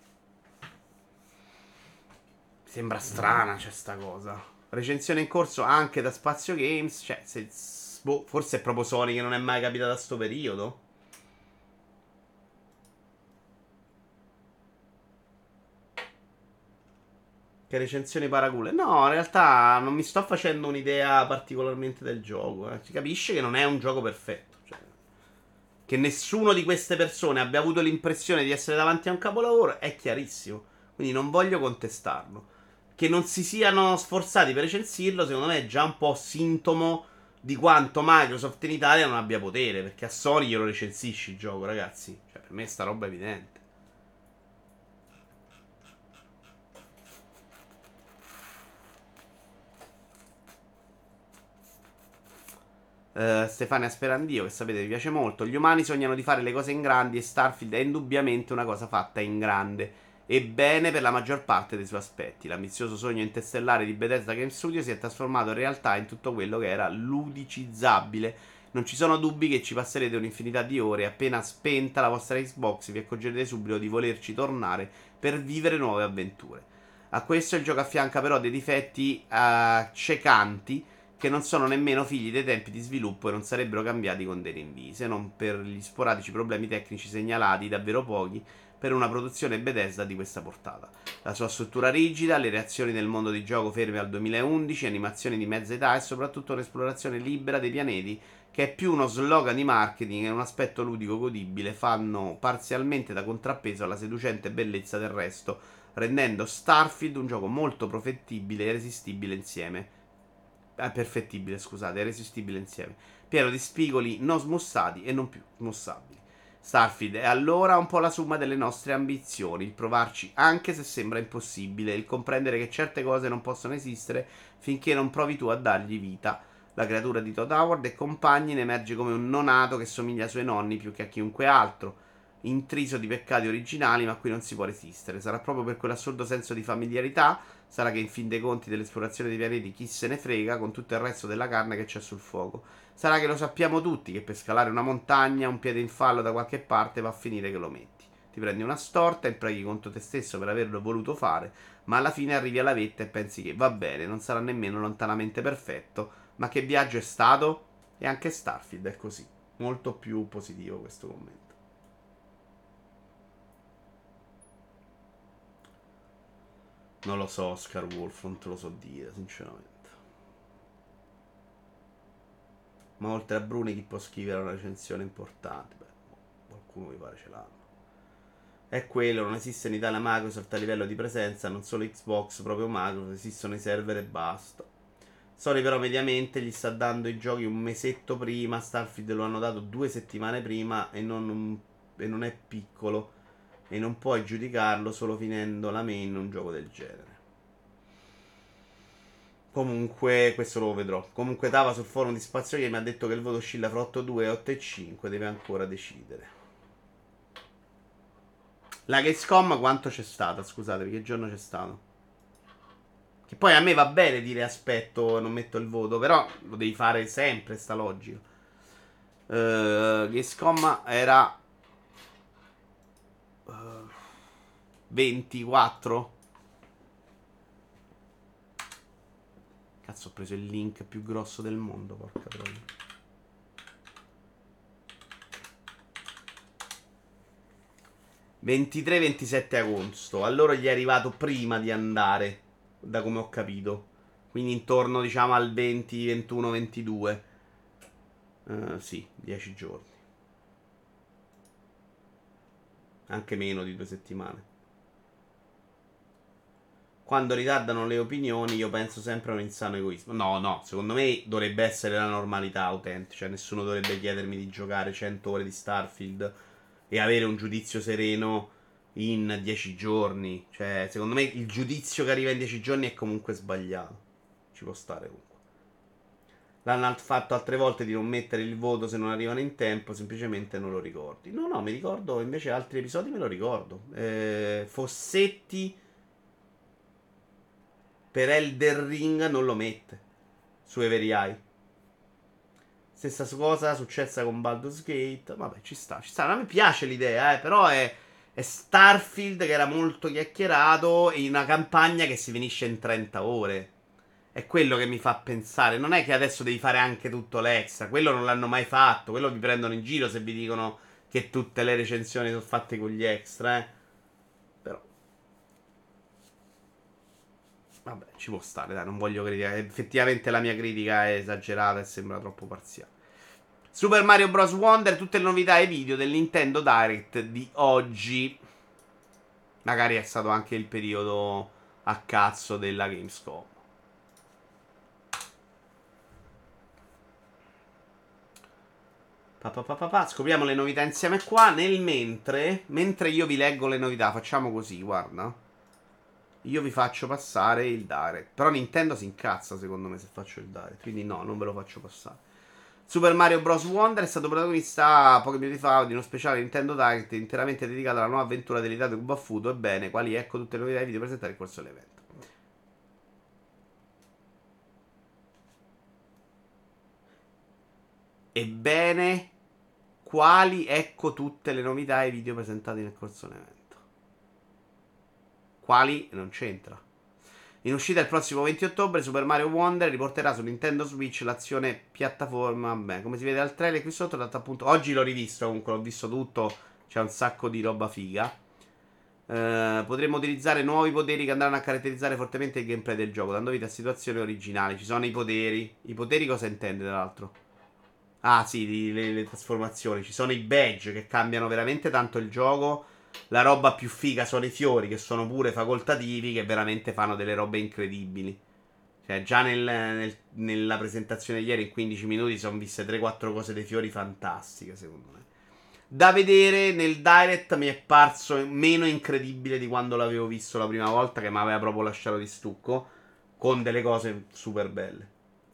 Sembra strana c'è sta cosa. Recensione in corso anche da Spazio Games. Cioè, se... Boh, forse è proprio Sony che non è mai capitata a sto periodo. Che recensioni paracule. No, in realtà non mi sto facendo un'idea particolarmente del gioco. Eh. Si capisce che non è un gioco perfetto. Cioè, che nessuno di queste persone abbia avuto l'impressione di essere davanti a un capolavoro è chiarissimo. Quindi non voglio contestarlo. Che non si siano sforzati per recensirlo, secondo me è già un po' sintomo di quanto Microsoft in Italia non abbia potere. Perché a Sony glielo recensisci il gioco, ragazzi. Cioè, per me sta roba è evidente. Uh, Stefania Sperandio, che sapete mi piace molto. Gli umani sognano di fare le cose in grandi e Starfield è indubbiamente una cosa fatta in grande. E bene per la maggior parte dei suoi aspetti. L'ambizioso sogno interstellare di Bethesda Game Studio si è trasformato in realtà in tutto quello che era ludicizzabile. Non ci sono dubbi che ci passerete un'infinità di ore. Appena spenta la vostra Xbox vi accorgerete subito di volerci tornare per vivere nuove avventure. A questo il gioco affianca però dei difetti accecanti che non sono nemmeno figli dei tempi di sviluppo e non sarebbero cambiati con dei rinvii, se non per gli sporadici problemi tecnici segnalati, davvero pochi, per una produzione Bethesda di questa portata. La sua struttura rigida, le reazioni del mondo di gioco ferme al duemilaundici, animazioni di mezza età e soprattutto un'esplorazione libera dei pianeti, che è più uno slogan di marketing e un aspetto ludico godibile, fanno parzialmente da contrappeso alla seducente bellezza del resto, rendendo Starfield un gioco molto profettibile e irresistibile insieme. Ah, perfettibile, scusate, è irresistibile insieme. Pieno di spigoli non smussati e non più smussabili. Starfield è allora un po' la somma delle nostre ambizioni, il provarci anche se sembra impossibile, il comprendere che certe cose non possono esistere finché non provi tu a dargli vita. La creatura di Todd Howard e compagni ne emerge come un nonato che somiglia ai suoi nonni più che a chiunque altro, intriso di peccati originali ma a cui non si può resistere. Sarà proprio per quell'assurdo senso di familiarità. Sarà che in fin dei conti dell'esplorazione dei pianeti chi se ne frega con tutto il resto della carne che c'è sul fuoco. Sarà che lo sappiamo tutti che per scalare una montagna un piede in fallo da qualche parte va a finire che lo metti. Ti prendi una storta e preghi contro te stesso per averlo voluto fare, ma alla fine arrivi alla vetta e pensi che va bene, non sarà nemmeno lontanamente perfetto, ma che viaggio è stato? E anche Starfield è così. Molto più positivo questo commento. Non lo so, Oscar Wolf, non te lo so dire, sinceramente. Ma oltre a Bruni, chi può scrivere una recensione importante? Beh, qualcuno mi pare ce l'hanno. È quello, non esiste in Italia Microsoft a livello di presenza, non solo Xbox, proprio Microsoft, esistono i server e basta. Sony però mediamente gli sta dando i giochi un mesetto prima, Starfield lo hanno dato due settimane prima e non, un, e non è piccolo. E non puoi giudicarlo solo finendo la main un gioco del genere. Comunque, questo lo vedrò. Comunque Tava sul forum di Spazio Game ha detto che il voto oscilla fra otto virgola due e otto virgola cinque, deve ancora decidere. La Gamescom quanto c'è stata? Scusate, che giorno c'è stato? Che poi a me va bene dire aspetto, non metto il voto, però lo devi fare sempre, sta logica. Uh, Gamescom era uh, ventiquattro. Cazzo, ho preso il link più grosso del mondo, porca troia. ventitré ventisette agosto. Allora gli è arrivato prima di andare, da come ho capito. Quindi intorno, diciamo, al venti, ventuno, ventidue. Uh, sì, dieci giorni. Anche meno di due settimane. Quando ritardano le opinioni, io penso sempre a un insano egoismo. No, no, secondo me dovrebbe essere la normalità autentica. Cioè, nessuno dovrebbe chiedermi di giocare cento ore di Starfield e avere un giudizio sereno in dieci giorni. Cioè, secondo me il giudizio che arriva in dieci giorni è comunque sbagliato. Ci può stare comunque. L'hanno fatto altre volte di non mettere il voto se non arrivano in tempo, semplicemente non lo ricordi. No, no, mi ricordo invece altri episodi, me lo ricordo. Eh, Fossetti per Elden Ring non lo mette su Every Eye. Stessa cosa successa con Baldur's Gate. Vabbè, ci sta, ci sta. A me piace l'idea, eh, però è, è Starfield che era molto chiacchierato in una campagna che si finisce in trenta ore. È quello che mi fa pensare. Non è che adesso devi fare anche tutto l'extra. Quello non l'hanno mai fatto. Quello vi prendono in giro se vi dicono che tutte le recensioni sono fatte con gli extra, eh. Però vabbè, ci può stare, dai, non voglio criticare. Effettivamente la mia critica è esagerata e sembra troppo parziale. Super Mario Bros. Wonder, tutte le novità e video del Nintendo Direct di oggi. Magari è stato anche il periodo a cazzo della Gamescom. Pa, pa, pa, pa, pa. Scopriamo le novità insieme qua. Nel mentre, mentre io vi leggo le novità, facciamo così, guarda. Io vi faccio passare il Direct. Però Nintendo si incazza secondo me se faccio il Direct. Quindi no, non ve lo faccio passare. Super Mario Bros. Wonder è stato protagonista pochi minuti fa di uno speciale Nintendo Direct interamente dedicato alla nuova avventura dell'Italia di Baffuto. Ebbene, quali ecco tutte le novità e video presentate in corso dell'evento. Ebbene, quali ecco tutte le novità e video presentati nel corso dell'evento. Quali non c'entra. In uscita il prossimo venti ottobre, Super Mario Wonder riporterà su Nintendo Switch l'azione piattaforma. Beh, come si vede dal trailer qui sotto, dato appunto. Oggi l'ho rivisto, comunque l'ho visto tutto. C'è un sacco di roba figa. Eh, potremo utilizzare nuovi poteri che andranno a caratterizzare fortemente il gameplay del gioco, dando vita a situazioni originali. Ci sono i poteri. I poteri cosa intende, tra l'altro? Ah, sì, le, le trasformazioni. Ci sono i badge che cambiano veramente tanto il gioco. La roba più figa sono i fiori, che sono pure facoltativi, che veramente fanno delle robe incredibili. Cioè, già nel, nel, nella presentazione di ieri, in quindici minuti, sono viste tre quattro cose dei fiori fantastiche, secondo me. Da vedere nel Direct mi è parso meno incredibile di quando l'avevo visto la prima volta, che mi aveva proprio lasciato di stucco, con delle cose super belle.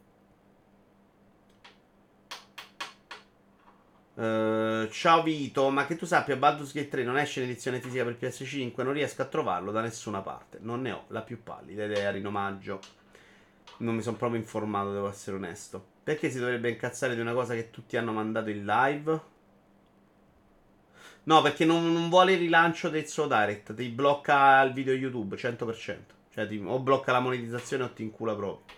Uh, ciao Vito, ma che tu sappia Baldur's Gate tre non esce in edizione fisica per P S cinque, non riesco a trovarlo da nessuna parte. Non ne ho la più pallida idea in omaggio. Non mi sono proprio informato, devo essere onesto. Perché si dovrebbe incazzare di una cosa che tutti hanno mandato in live? No, perché non, non vuole il rilancio del suo Direct. Ti blocca il video YouTube cento per cento. Cioè ti, o blocca la monetizzazione o ti incula proprio.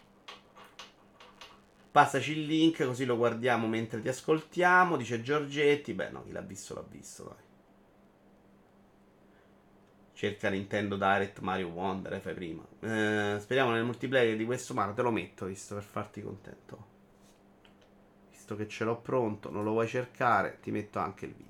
Passaci il link così lo guardiamo mentre ti ascoltiamo. Dice Giorgetti. Beh no, chi l'ha visto l'ha visto, dai. Cerca Nintendo Direct Mario Wonder, eh, fai prima. eh, Speriamo nel multiplayer di questo Mario. Te lo metto, visto, per farti contento. Visto che ce l'ho pronto, non lo vuoi cercare, ti metto anche il video.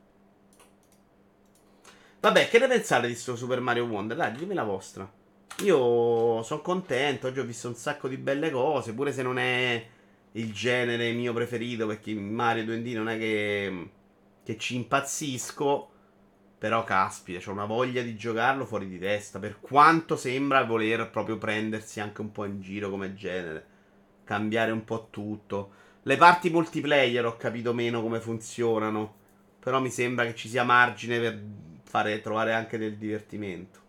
Vabbè, che ne pensate di sto Super Mario Wonder? Dai, ditemi la vostra. Io sono contento, oggi ho visto un sacco di belle cose, pure se non è il genere mio preferito, perché Mario due D non è che, che ci impazzisco, però caspita, c'ho una voglia di giocarlo fuori di testa, per quanto sembra voler proprio prendersi anche un po' in giro come genere, cambiare un po' tutto. Le parti multiplayer ho capito meno come funzionano, però mi sembra che ci sia margine per fare trovare anche del divertimento.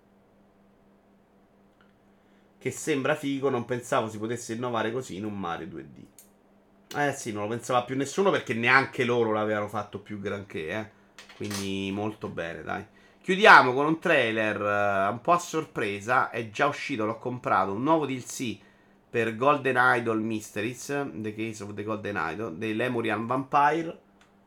Che sembra figo, non pensavo si potesse innovare così in un Mario due D. Eh sì, non lo pensava più nessuno perché neanche loro l'avevano fatto più granché, eh. Quindi molto bene, dai. Chiudiamo con un trailer uh, un po' a sorpresa. È già uscito, l'ho comprato, un nuovo D L C per Golden Idol Mysteries, The Case of the Golden Idol, dei Lemurian Vampire.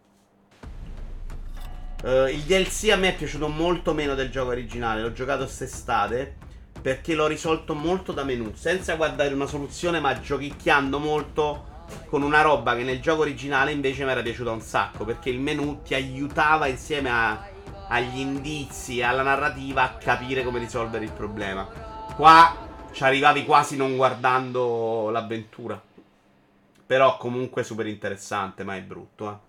Uh, il D L C a me è piaciuto molto meno del gioco originale. L'ho giocato quest'estate perché l'ho risolto molto da menu, senza guardare una soluzione, ma giochicchiando molto con una roba che nel gioco originale invece mi era piaciuta un sacco, perché il menu ti aiutava insieme a, agli indizi e alla narrativa a capire come risolvere il problema. Qua ci arrivavi quasi non guardando l'avventura. Però comunque super interessante, ma è brutto, eh.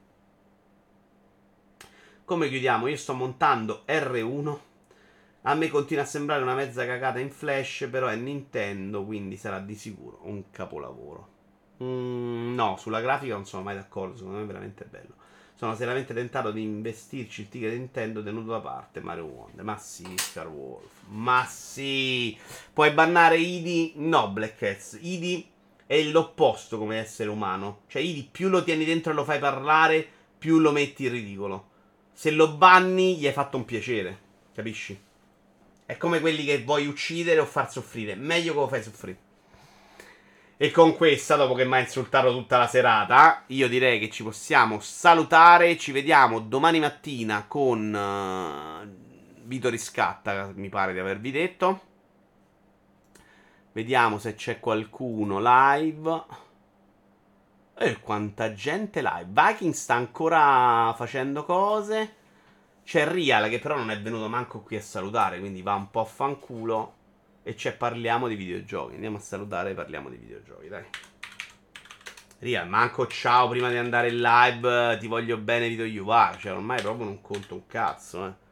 Come chiudiamo? Io sto montando R uno. A me continua a sembrare una mezza cagata in flash, però è Nintendo, quindi sarà di sicuro un capolavoro. Mm, no, sulla grafica non sono mai d'accordo, secondo me è veramente bello. Sono seriamente tentato di investirci il ticket Nintendo tenuto da parte Mario Wonder. Ma sì, Scar Wolf. Ma sì. Puoi bannare Idi? No, Black Cats. Idi è l'opposto come essere umano. Cioè, Idi più lo tieni dentro e lo fai parlare, più lo metti in ridicolo. Se lo banni, gli hai fatto un piacere. Capisci? È come quelli che vuoi uccidere o far soffrire. Meglio che lo fai soffrire. E con questa, dopo che mi ha insultato tutta la serata, io direi che ci possiamo salutare. Ci vediamo domani mattina con uh, Vito Riscatta, mi pare di avervi detto. Vediamo se c'è qualcuno live. Eh, quanta gente live. Viking sta ancora facendo cose. C'è Real che però non è venuto manco qui a salutare, quindi va un po' a fanculo. E c'è parliamo di videogiochi. Andiamo a salutare e parliamo di videogiochi, dai. Real, manco ciao prima di andare in live. Ti voglio bene, Vito Iuvara. Cioè, ormai proprio non conto un cazzo, eh.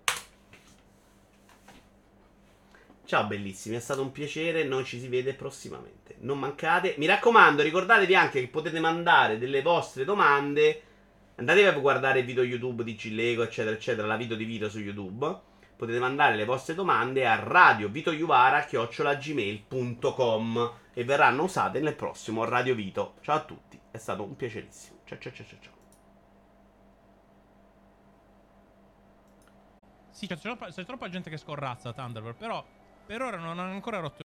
Ciao bellissimi, è stato un piacere. Noi ci si vede prossimamente. Non mancate. Mi raccomando, ricordatevi anche che potete mandare delle vostre domande. Andatevi a guardare il video YouTube di Gillego, eccetera, eccetera. La video di Vito su YouTube. Potete mandare le vostre domande a radiovitoiuvara chiocciola gmail punto com e verranno usate nel prossimo Radio Vito. Ciao a tutti, è stato un piacerissimo. Ciao ciao ciao ciao ciao. Sì, c'è troppa, c'è troppa gente che scorrazza Thunderbird, però per ora non hanno ancora rotto